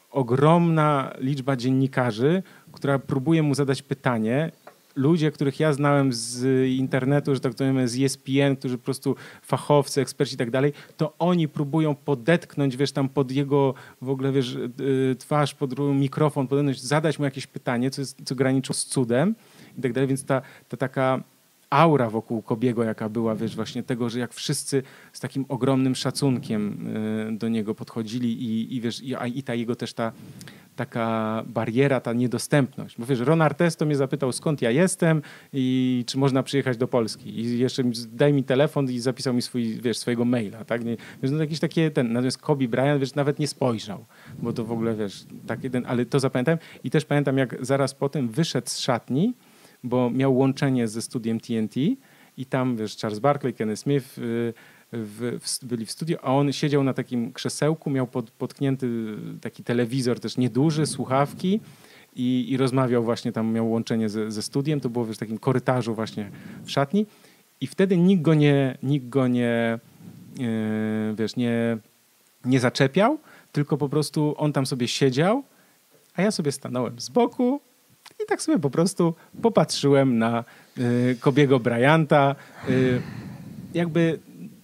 ogromna liczba dziennikarzy, która próbuje mu zadać pytanie. Ludzie, których ja znałem z internetu, że tak powiem, z E S P N, którzy po prostu fachowcy, eksperci i tak dalej, to oni próbują podetknąć, wiesz, tam pod jego w ogóle, wiesz, twarz, pod mikrofon, podejść, zadać mu jakieś pytanie, co, jest, co graniczy z cudem i tak dalej, więc ta, ta taka aura wokół Kobiego, jaka była, wiesz, właśnie tego, że jak wszyscy z takim ogromnym szacunkiem do niego podchodzili i, i wiesz, i, i ta jego też ta taka bariera, ta niedostępność. Bo wiesz, Ron Artest to mnie zapytał, skąd ja jestem i czy można przyjechać do Polski. I jeszcze daj mi telefon i zapisał mi swój, wiesz, swojego maila. Tak? Nie, wiesz, no jakieś takie, ten, natomiast Kobe Bryant, wiesz, nawet nie spojrzał, bo to w ogóle, wiesz, taki ten, ale to zapamiętałem. I też pamiętam, jak zaraz potem wyszedł z szatni, bo miał łączenie ze studiem T N T i tam, wiesz, Charles Barkley, Kenny Smith, yy, W, w, byli w studiu, a on siedział na takim krzesełku, miał pod, potknięty taki telewizor też nieduży, słuchawki i, i rozmawiał właśnie tam, miał łączenie ze, ze studiem, to było wiesz, w takim korytarzu właśnie w szatni i wtedy nikt go nie, nikt go nie, yy, wiesz, nie, nie zaczepiał, tylko po prostu on tam sobie siedział, a ja sobie stanąłem z boku i tak sobie po prostu popatrzyłem na yy, Kobiego Bryanta, yy, jakby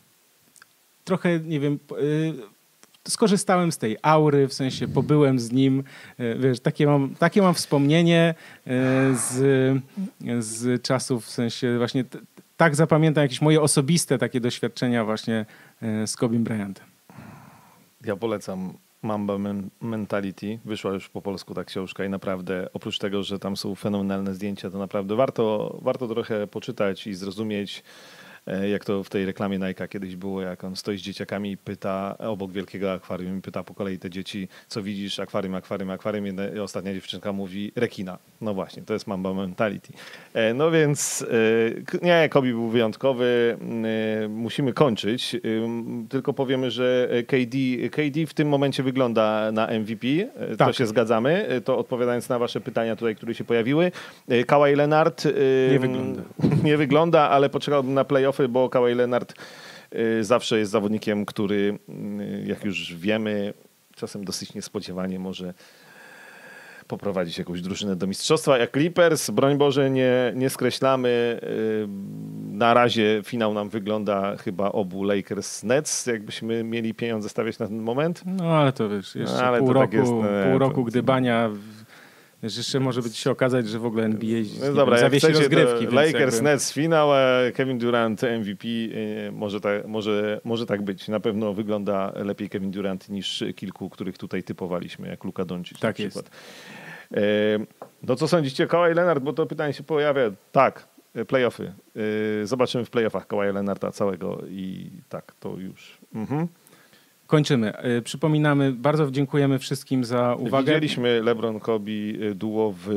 trochę, nie wiem, skorzystałem z tej aury, w sensie pobyłem z nim, wiesz, takie mam, takie mam wspomnienie z, z czasów, w sensie właśnie t- tak zapamiętam jakieś moje osobiste takie doświadczenia właśnie z Kobim Bryantem. Ja polecam Mamba Mentality. Wyszła już po polsku ta książka i naprawdę oprócz tego, że tam są fenomenalne zdjęcia, to naprawdę warto, warto trochę poczytać i zrozumieć Jak to w tej reklamie Nike'a kiedyś było, jak on stoi z dzieciakami i pyta obok wielkiego akwarium i pyta po kolei te dzieci, co widzisz, akwarium, akwarium, akwarium. I ostatnia dziewczynka mówi rekina. No właśnie, to jest Mamba mentality. No więc nie, Kobe był wyjątkowy. Musimy kończyć. Tylko powiemy, że K D, K D w tym momencie wygląda na M V P. Tak. To się zgadzamy. To odpowiadając na wasze pytania tutaj, które się pojawiły. Kawhi Leonard nie wygląda. nie wygląda, ale poczekałbym na playoffy, bo Kawhi Leonard zawsze jest zawodnikiem, który, jak już wiemy, czasem dosyć niespodziewanie może poprowadzić jakąś drużynę do mistrzostwa. Jak Clippers, broń Boże, nie, nie skreślamy. Na razie finał nam wygląda chyba obu Lakers-Nets, jakbyśmy mieli pieniądze stawiać na ten moment. No ale to wiesz, jeszcze no, pół, roku, tak jest, no, pół roku gdybania. Wiesz, jeszcze może być się okazać, że w ogóle N B A no dobra, zawiesi rozgrywki. Lakers, jakby... Nets finał, a Kevin Durant M V P. Może, ta, może, może tak być. Na pewno wygląda lepiej Kevin Durant niż kilku, których tutaj typowaliśmy, jak Luka Doncic tak na przykład. Jest. No co sądzicie o Kawhi Leonard? Bo to pytanie się pojawia. Tak, playoffy. Zobaczymy w playoffach Kawhi Leonarda całego i tak, to już. Mhm. Kończymy. Przypominamy, bardzo dziękujemy wszystkim za uwagę. Widzieliśmy LeBron Kobe duo w,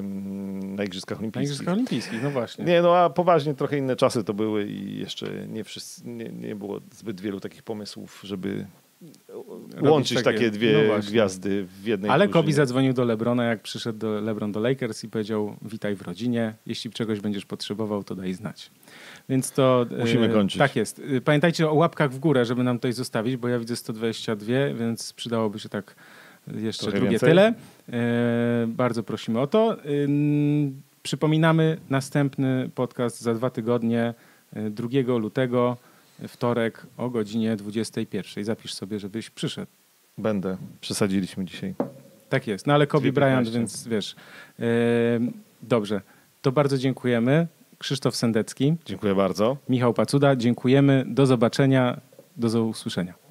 na Igrzyskach Olimpijskich. Na Igrzyskach Olimpijskich, no właśnie. Nie, no a poważnie trochę inne czasy to były i jeszcze nie, wszyscy, nie, nie było zbyt wielu takich pomysłów, żeby Robić łączyć takie, takie dwie no gwiazdy w jednej Ale drużynie. Kobe zadzwonił do LeBrona, jak przyszedł do LeBron do Lakers i powiedział: witaj w rodzinie, jeśli czegoś będziesz potrzebował, to daj znać. Więc to... Musimy kończyć. Tak jest. Pamiętajcie o łapkach w górę, żeby nam tutaj zostawić, bo ja widzę sto dwadzieścia dwa, więc przydałoby się tak jeszcze Trochę drugie więcej. tyle. E, bardzo prosimy o to. E, przypominamy, następny podcast za dwa tygodnie, drugiego lutego, wtorek o godzinie dwudziestej pierwszej. Zapisz sobie, żebyś przyszedł. Będę. Przesadziliśmy dzisiaj. Tak jest. No ale Kobe Bryant, więc wiesz. E, dobrze. To bardzo dziękujemy. Krzysztof Sendecki. Dziękuję bardzo. Michał Pacuda. Dziękujemy. Do zobaczenia. Do usłyszenia.